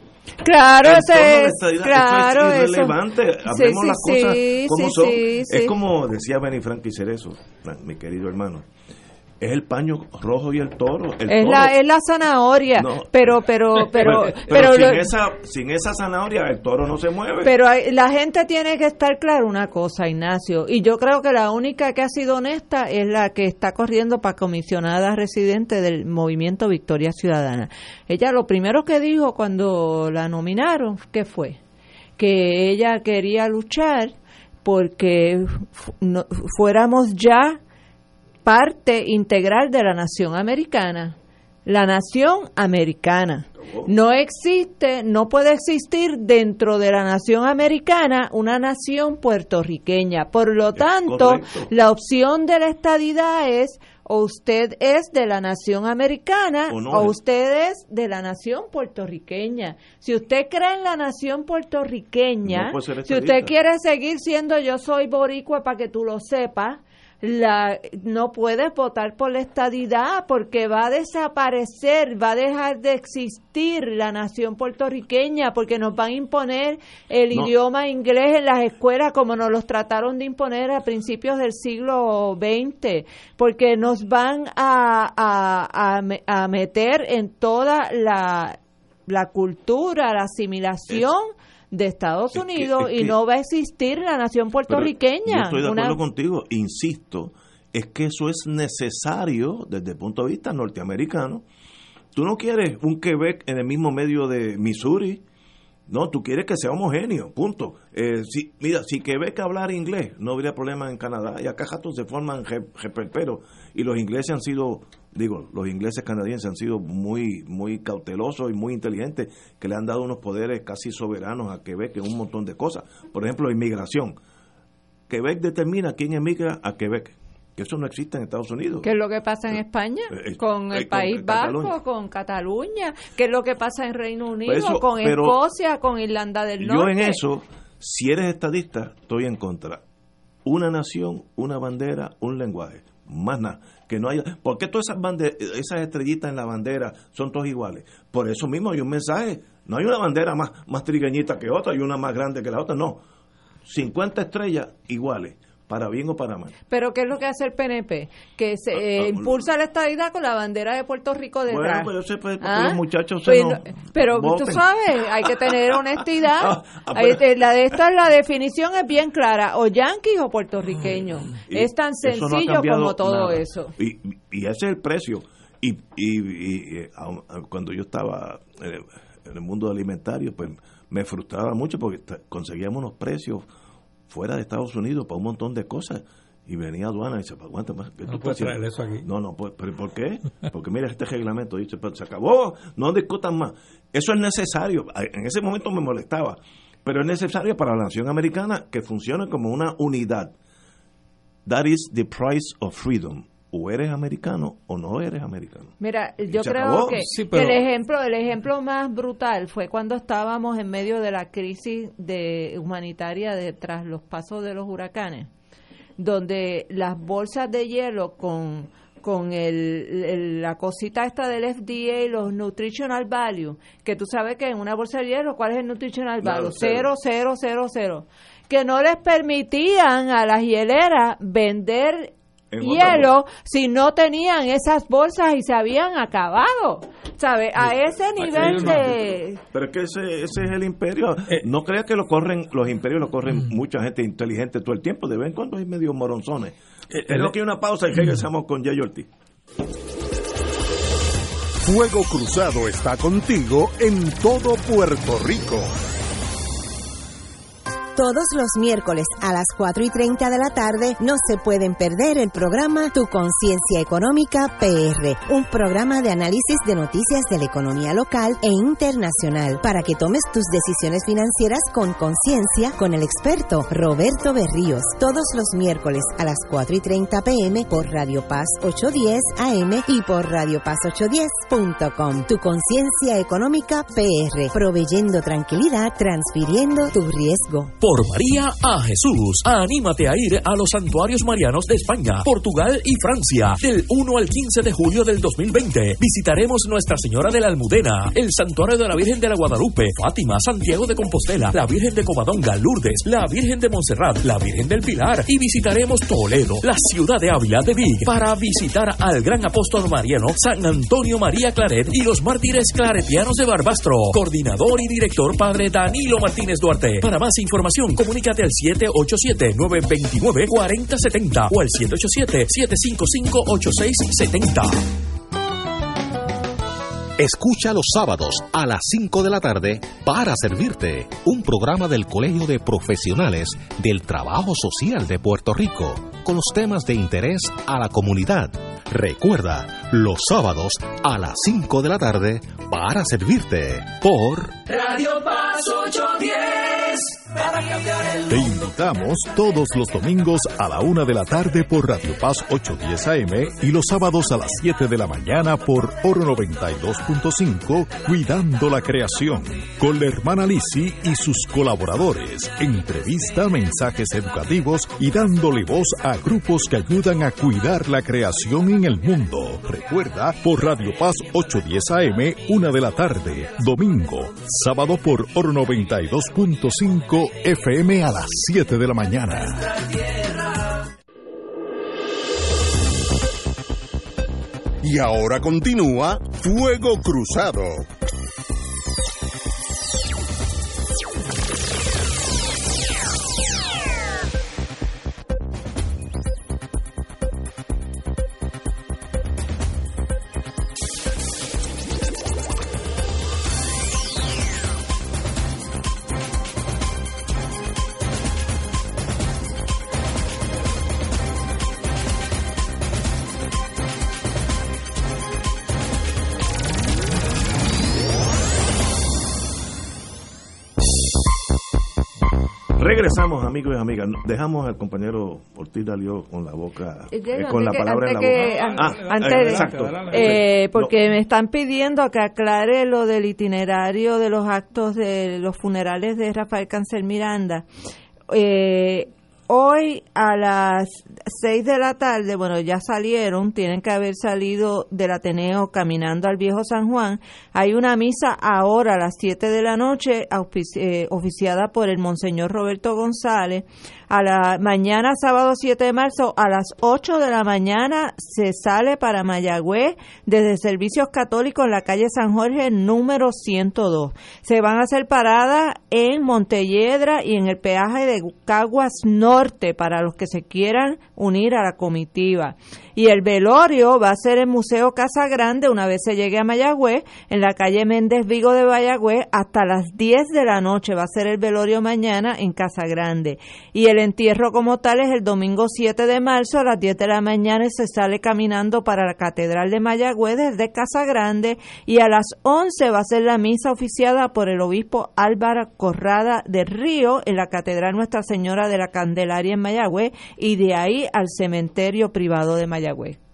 Claro, ese es, claro, eso es irrelevante. Eso. Hablemos sí, las sí, cosas sí, como sí, son. Sí, es sí. como decía Benny Frank y Cerezo, mi querido hermano. es el paño rojo y el toro. El es toro. la es la zanahoria, no. pero pero pero pero, pero, pero sin, lo, esa, sin esa zanahoria el toro no se mueve. Pero hay, la gente tiene que estar claro una cosa, Ignacio, y yo creo que la única que ha sido honesta es la que está corriendo para comisionada residente del movimiento Victoria Ciudadana. Ella lo primero que dijo cuando la nominaron, ¿qué fue? Que ella quería luchar porque fu- no, fuéramos ya parte integral de la nación americana. La nación americana. No existe, no puede existir dentro de la nación americana una nación puertorriqueña. Por lo tanto, correcto. la opción de la estadidad es o usted es de la nación americana O no o es. usted es de la nación puertorriqueña. Si usted cree en la nación puertorriqueña, No puede ser si estadista. usted quiere seguir siendo yo soy boricua para que tú lo sepas, la no puedes votar por la estadidad porque va a desaparecer, va a dejar de existir la nación puertorriqueña porque nos van a imponer el No. idioma inglés en las escuelas como nos los trataron de imponer a principios del siglo veinte, porque nos van a, a, a, me- a meter en toda la, la cultura, la asimilación de Estados Es que- Unidos es y que- no va a existir la nación puertorriqueña. Pero yo estoy de Una- acuerdo contigo, insisto, es que eso es necesario desde el punto de vista norteamericano. Tú no quieres un Quebec en el mismo medio de Missouri, no, tú quieres que sea homogéneo, punto. Eh, si, mira, si Quebec hablara inglés, no habría problema en Canadá, y acá jatos se forman reperperos, y los ingleses han sido, digo, los ingleses canadienses han sido muy muy cautelosos y muy inteligentes, que le han dado unos poderes casi soberanos a Quebec en un montón de cosas. Por ejemplo, inmigración. Quebec determina quién emigra a Quebec, que eso no existe en Estados Unidos. ¿Qué es lo que pasa en España? Eh, eh, Con el eh, con País Cataluña. Vasco, con Cataluña. ¿Qué es lo que pasa en Reino Unido? Eso, con pero Escocia, con Irlanda del Yo Norte. en eso, si eres estadista, estoy en contra. Una nación, una bandera, un lenguaje. Más nada. Que no haya. ¿Por qué todas esas bande- esas estrellitas en la bandera son todas iguales? Por eso mismo hay un mensaje. No hay una bandera más, más trigueñita que otra y una más grande que la otra. No. cincuenta estrellas iguales, para bien o para mal. Pero ¿qué es lo que hace el P N P? Que se eh, impulsa la estadidad con la bandera de Puerto Rico detrás. Bueno, pero yo sé pues, porque ¿Ah? los muchachos se Pues nos no- pero voten. tú sabes, hay que tener honestidad. Ah, ah, Hay- pero- eh, la de esta la definición es bien clara, o yanquis o puertorriqueños. Y Es tan eso no ha sencillo cambiado como todo nada. eso. Y, y ese es el precio. Y, y, y, eh, aun- aun cuando yo estaba en el, en el mundo alimentario, pues me frustraba mucho porque ta- conseguíamos unos precios fuera de Estados Unidos para un montón de cosas. Y venía aduana y dice, "Pues, aguanta más. ¿qué No tú puedes estás traer haciendo?" eso aquí. No, no, pues, ¿pero por qué? Porque mira este reglamento, dice, "Pues, se acabó, no discutan más." Eso es necesario. En ese momento me molestaba, pero es necesario para la nación americana que funcione como una unidad. That is the price of freedom. O eres americano o no eres americano. Mira, Y yo se creo acabó. que, Sí, que pero- el ejemplo el ejemplo más brutal fue cuando estábamos en medio de la crisis de humanitaria de tras los pasos de los huracanes, donde las bolsas de hielo con con el, el- la cosita esta del F D A, los nutritional value, que tú sabes que en una bolsa de hielo, ¿cuál es el nutritional Claro, value? cero. Cero, cero, cero, cero. Que no les permitían a las hieleras vender En otra hielo si no tenían esas bolsas y se habían acabado, ¿sabes? A ese nivel de... Pero es que ese, ese es el imperio. No creas que lo corren, los imperios lo corren mucha gente inteligente todo el tiempo. De vez en cuando hay medio moronzones. Tenemos que ir a una pausa y regresamos con Jay Ortiz. Fuego Cruzado está contigo en todo Puerto Rico. Todos los miércoles a las cuatro y treinta de la tarde no se pueden perder el programa Tu Conciencia Económica P R, un programa de análisis de noticias de la economía local e internacional para que tomes tus decisiones financieras con conciencia con el experto Roberto Berríos. Todos los miércoles a las cuatro y treinta pm por Radio Paz ochocientos diez A M y por radio paz ochocientos diez punto com. Tu Conciencia Económica P R, proveyendo tranquilidad, transfiriendo tu riesgo. Por María a Jesús. Anímate a ir a los santuarios marianos de España, Portugal y Francia del uno al quince de julio del dos mil veinte. Visitaremos Nuestra Señora de la Almudena, el Santuario de la Virgen de la Guadalupe, Fátima, Santiago de Compostela, la Virgen de Covadonga, Lourdes, la Virgen de Montserrat, la Virgen del Pilar, y visitaremos Toledo, la ciudad de Ávila de Vig, para visitar al gran apóstol mariano San Antonio María Claret y los mártires claretianos de Barbastro. Coordinador y director Padre Danilo Martínez Duarte. Para más información, comunícate al siete ocho siete, nueve dos nueve, cuatro cero siete cero o al siete ocho siete, siete cinco cinco, ocho seis siete cero. Escucha los sábados a las cinco de la tarde Para Servirte, un programa del Colegio de Profesionales del Trabajo Social de Puerto Rico, con los temas de interés a la comunidad. Recuerda, los sábados a las cinco de la tarde Para Servirte, por Radio Paz ochocientos diez, para cambiar el Te invitamos todos los domingos a la una de la tarde por Radio Paz ochocientos diez A M y los sábados a las siete de la mañana por Oro noventa y dos punto cinco, Cuidando la Creación, con la hermana Lisi y sus colaboradores. Entrevista, mensajes educativos y dándole voz a grupos que ayudan a cuidar la creación en el mundo. Recuerda, por Radio Paz ochocientos diez A M, una de la tarde, domingo, sábado por Oro noventa y dos punto cinco F M a las siete de la mañana. Y ahora continúa Fuego Cruzado. Regresamos, amigos y amigas. Dejamos al compañero Ortiz Dalió con la boca, eh, con la que, palabra en la que, boca. An, Ah, antes, eh, exacto. Eh, porque no. me están pidiendo que aclare lo del itinerario de los actos de los funerales de Rafael Cancel Miranda. Eh, hoy a las seis de la tarde, bueno, ya salieron, tienen que haber salido del Ateneo caminando al Viejo San Juan. Hay una misa ahora a las siete de la noche, auspici- eh, oficiada por el Monseñor Roberto González. A la mañana, sábado siete de marzo, a las ocho de la mañana, se sale para Mayagüez desde Servicios Católicos en la calle San Jorge, número ciento dos. Se van a hacer paradas en Montelledra y en el peaje de Caguas Norte para los que se quieran unir a la comitiva. Y el velorio va a ser en Museo Casa Grande una vez se llegue a Mayagüez, en la calle Méndez Vigo de Mayagüez, hasta las diez de la noche. Va a ser el velorio mañana en Casa Grande. Y el entierro como tal es el domingo siete de marzo a las diez de la mañana y se sale caminando para la Catedral de Mayagüez desde Casa Grande, y a las once va a ser la misa oficiada por el obispo Álvaro Corrada del Río en la Catedral Nuestra Señora de la Candelaria en Mayagüez, y de ahí al cementerio privado de Mayagüez.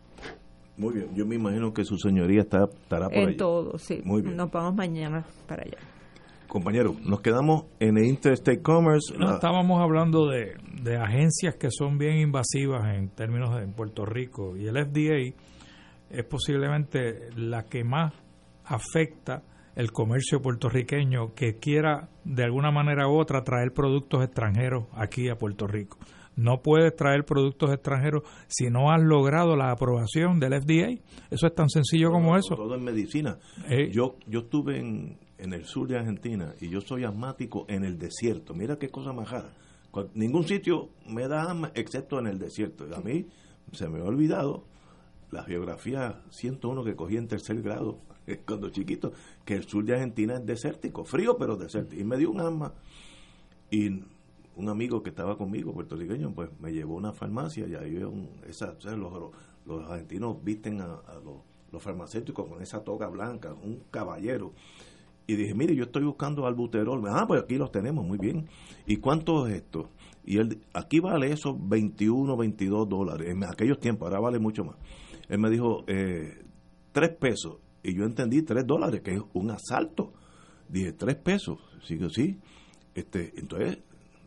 Muy bien, yo me imagino que su señoría está, estará por En allí. todo, sí. Muy bien. Nos vamos mañana para allá. Compañero, nos quedamos en el Interstate Commerce. No, la... estábamos hablando de, de agencias que son bien invasivas en términos de en Puerto Rico, y el F D A es posiblemente la que más afecta el comercio puertorriqueño que quiera de alguna manera u otra traer productos extranjeros aquí a Puerto Rico. No puedes traer productos extranjeros si no has logrado la aprobación del F D A. Eso es tan sencillo como todo, eso. Todo en medicina. Eh, yo yo estuve en, en el sur de Argentina y yo soy asmático en el desierto. Mira qué cosa más rara. Cual, ningún sitio me da asma excepto en el desierto. A mí se me ha olvidado la geografía ciento uno que cogí en tercer grado cuando chiquito, que el sur de Argentina es desértico, frío pero desértico. Y me dio un asma. Y un amigo que estaba conmigo, puertorriqueño, pues me llevó a una farmacia y ahí un, esa, o sea, los, los argentinos visten a, a los, los farmacéuticos con esa toga blanca, un caballero. Y dije, mire, yo estoy buscando albuterol. Ah, pues aquí los tenemos, muy bien. ¿Y cuánto es esto? Y él, aquí vale eso veintiuno, veintidós dólares. En aquellos tiempos, ahora vale mucho más. Él me dijo, eh, tres pesos. Y yo entendí tres dólares, que es un asalto. Dije, tres pesos. Sigo, sí. Este, entonces,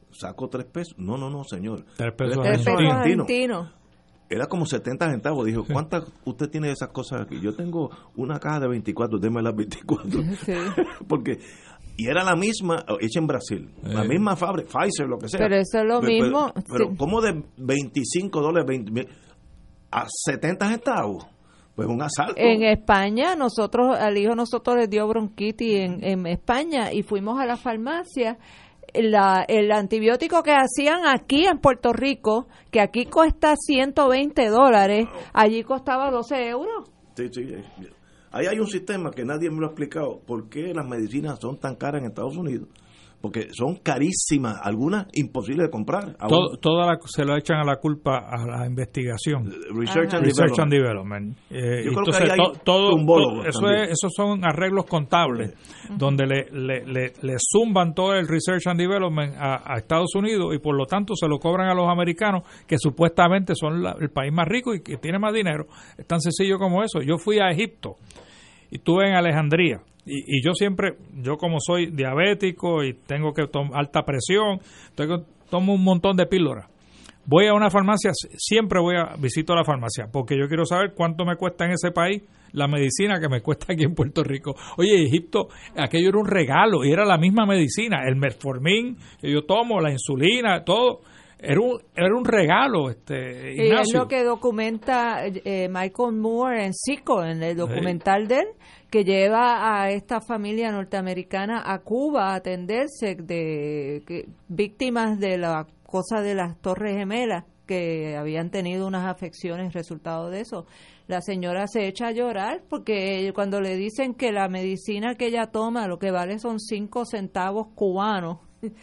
saco tres pesos. No, no, no, señor. Tres pesos, tres pesos argentinos. Era como setenta centavos. Dijo, sí. ¿Cuántas usted tiene de esas cosas aquí? Yo tengo una caja de veinticuatro, déme las veinticuatro. Sí. Porque, y era la misma, hecha en Brasil, eh. la misma fábrica, Pfizer, lo que sea. Pero eso es lo pero, mismo. Pero, pero sí. ¿cómo de veinticinco dólares veinte, a setenta centavos? Pues un asalto. En España, nosotros, al hijo nosotros le dio bronquitis en, en España y fuimos a la farmacia. La, el antibiótico que hacían aquí en Puerto Rico, que aquí cuesta ciento veinte dólares, allí costaba doce euros. Sí, sí. Ahí hay un sistema que nadie me lo ha explicado. ¿Por qué las medicinas son tan caras en Estados Unidos? Porque son carísimas, algunas imposibles de comprar. Todo, toda la, se lo echan a la culpa a la investigación. Research, and, Research Development. and Development. Eh, Yo creo entonces, que ahí hay to, todo, todo eso es, esos son arreglos contables, uh-huh. donde le, le, le, le zumban todo el Research and Development a, a Estados Unidos y por lo tanto se lo cobran a los americanos, que supuestamente son la, el país más rico y que tiene más dinero. Es tan sencillo como eso. Yo fui a Egipto y estuve en Alejandría. Y, y yo siempre, yo como soy diabético y tengo que tomar alta presión, tengo, tomo un montón de píldoras. Voy a una farmacia, siempre voy a visito la farmacia, porque yo quiero saber cuánto me cuesta en ese país la medicina que me cuesta aquí en Puerto Rico. Oye, Egipto, aquello era un regalo y era la misma medicina, el metformin que yo tomo, la insulina, todo. Era un, era un regalo, este, Ignacio. Y es lo que documenta eh, Michael Moore en Zico, en el documental sí. de él, que lleva a esta familia norteamericana a Cuba a atenderse de que, víctimas de la cosa de las Torres Gemelas, que habían tenido unas afecciones resultado de eso. La señora se echa a llorar porque cuando le dicen que la medicina que ella toma lo que vale son cinco centavos cubanos,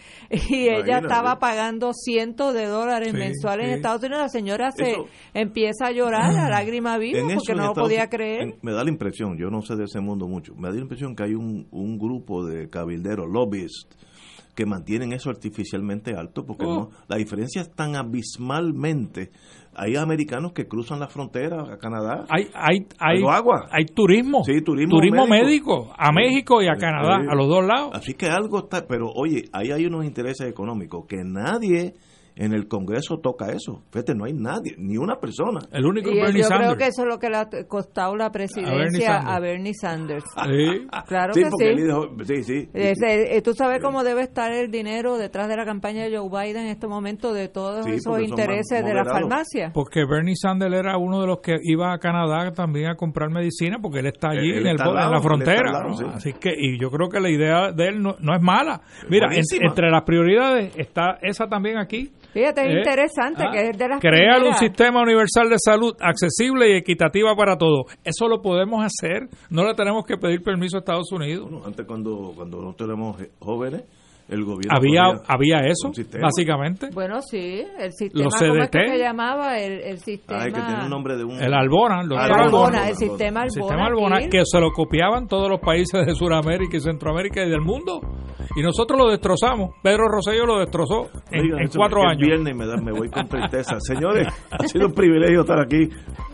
y ella Imagínate. estaba pagando cientos de dólares sí, mensuales sí. en Estados Unidos, la señora se eso, empieza a llorar a lágrima viva porque eso, no lo podía creer. En, me da la impresión, yo no sé de ese mundo mucho, me da la impresión que hay un, un grupo de cabilderos, lobbyists, que mantienen eso artificialmente alto, porque oh. no, la diferencia es tan abismalmente. Hay americanos que cruzan la frontera a Canadá. Hay hay hay, agua. hay turismo. Sí, turismo, turismo médico. médico a México y a Canadá, sí. a los dos lados. Así que algo está, pero oye, ahí hay unos intereses económicos que nadie en el Congreso toca eso. Fíjate, no hay nadie, ni una persona. El único y Bernie yo Sanders. creo que eso es lo que le ha costado la presidencia a Bernie Sanders. A Bernie Sanders. Sí. Claro sí, que sí. Dijo, sí, sí. Ese, tú sabes cómo debe estar el dinero detrás de la campaña de Joe Biden en este momento de todos sí, esos intereses de la farmacia. Porque Bernie Sanders era uno de los que iba a Canadá también a comprar medicina porque él está allí él, él en, el, está lado, en la frontera. Lado, ¿no? sí. Así que, y yo creo que la idea de él no, no es mala. Mira, en, entre las prioridades está esa también aquí. Fíjate, es eh, interesante ah, que es de las crear primeras. Un sistema universal de salud accesible y equitativa para todos. Eso lo podemos hacer, no le tenemos que pedir permiso a Estados Unidos. Bueno, antes cuando cuando no tenemos jóvenes, el gobierno había había eso, básicamente. Bueno, sí, el sistema, los C D T. ¿cómo es que se llamaba? El, el sistema... Ah, que tiene un nombre de un... El Albona. El Albona, Albona, el sistema Albona. El sistema Albona, que se lo copiaban todos los países de Sudamérica y Centroamérica y del mundo. Y nosotros lo destrozamos. Pedro Rosselló lo destrozó en, Oiga, en cuatro años. El viernes me, da, me voy con tristeza. Señores, ha sido un privilegio estar aquí.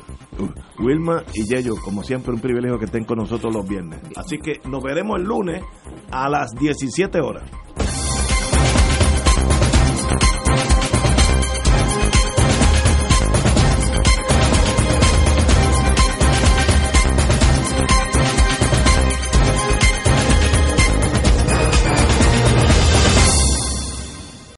Wilma y Yello, como siempre, un privilegio que estén con nosotros los viernes. Así que nos veremos el lunes a las diecisiete horas.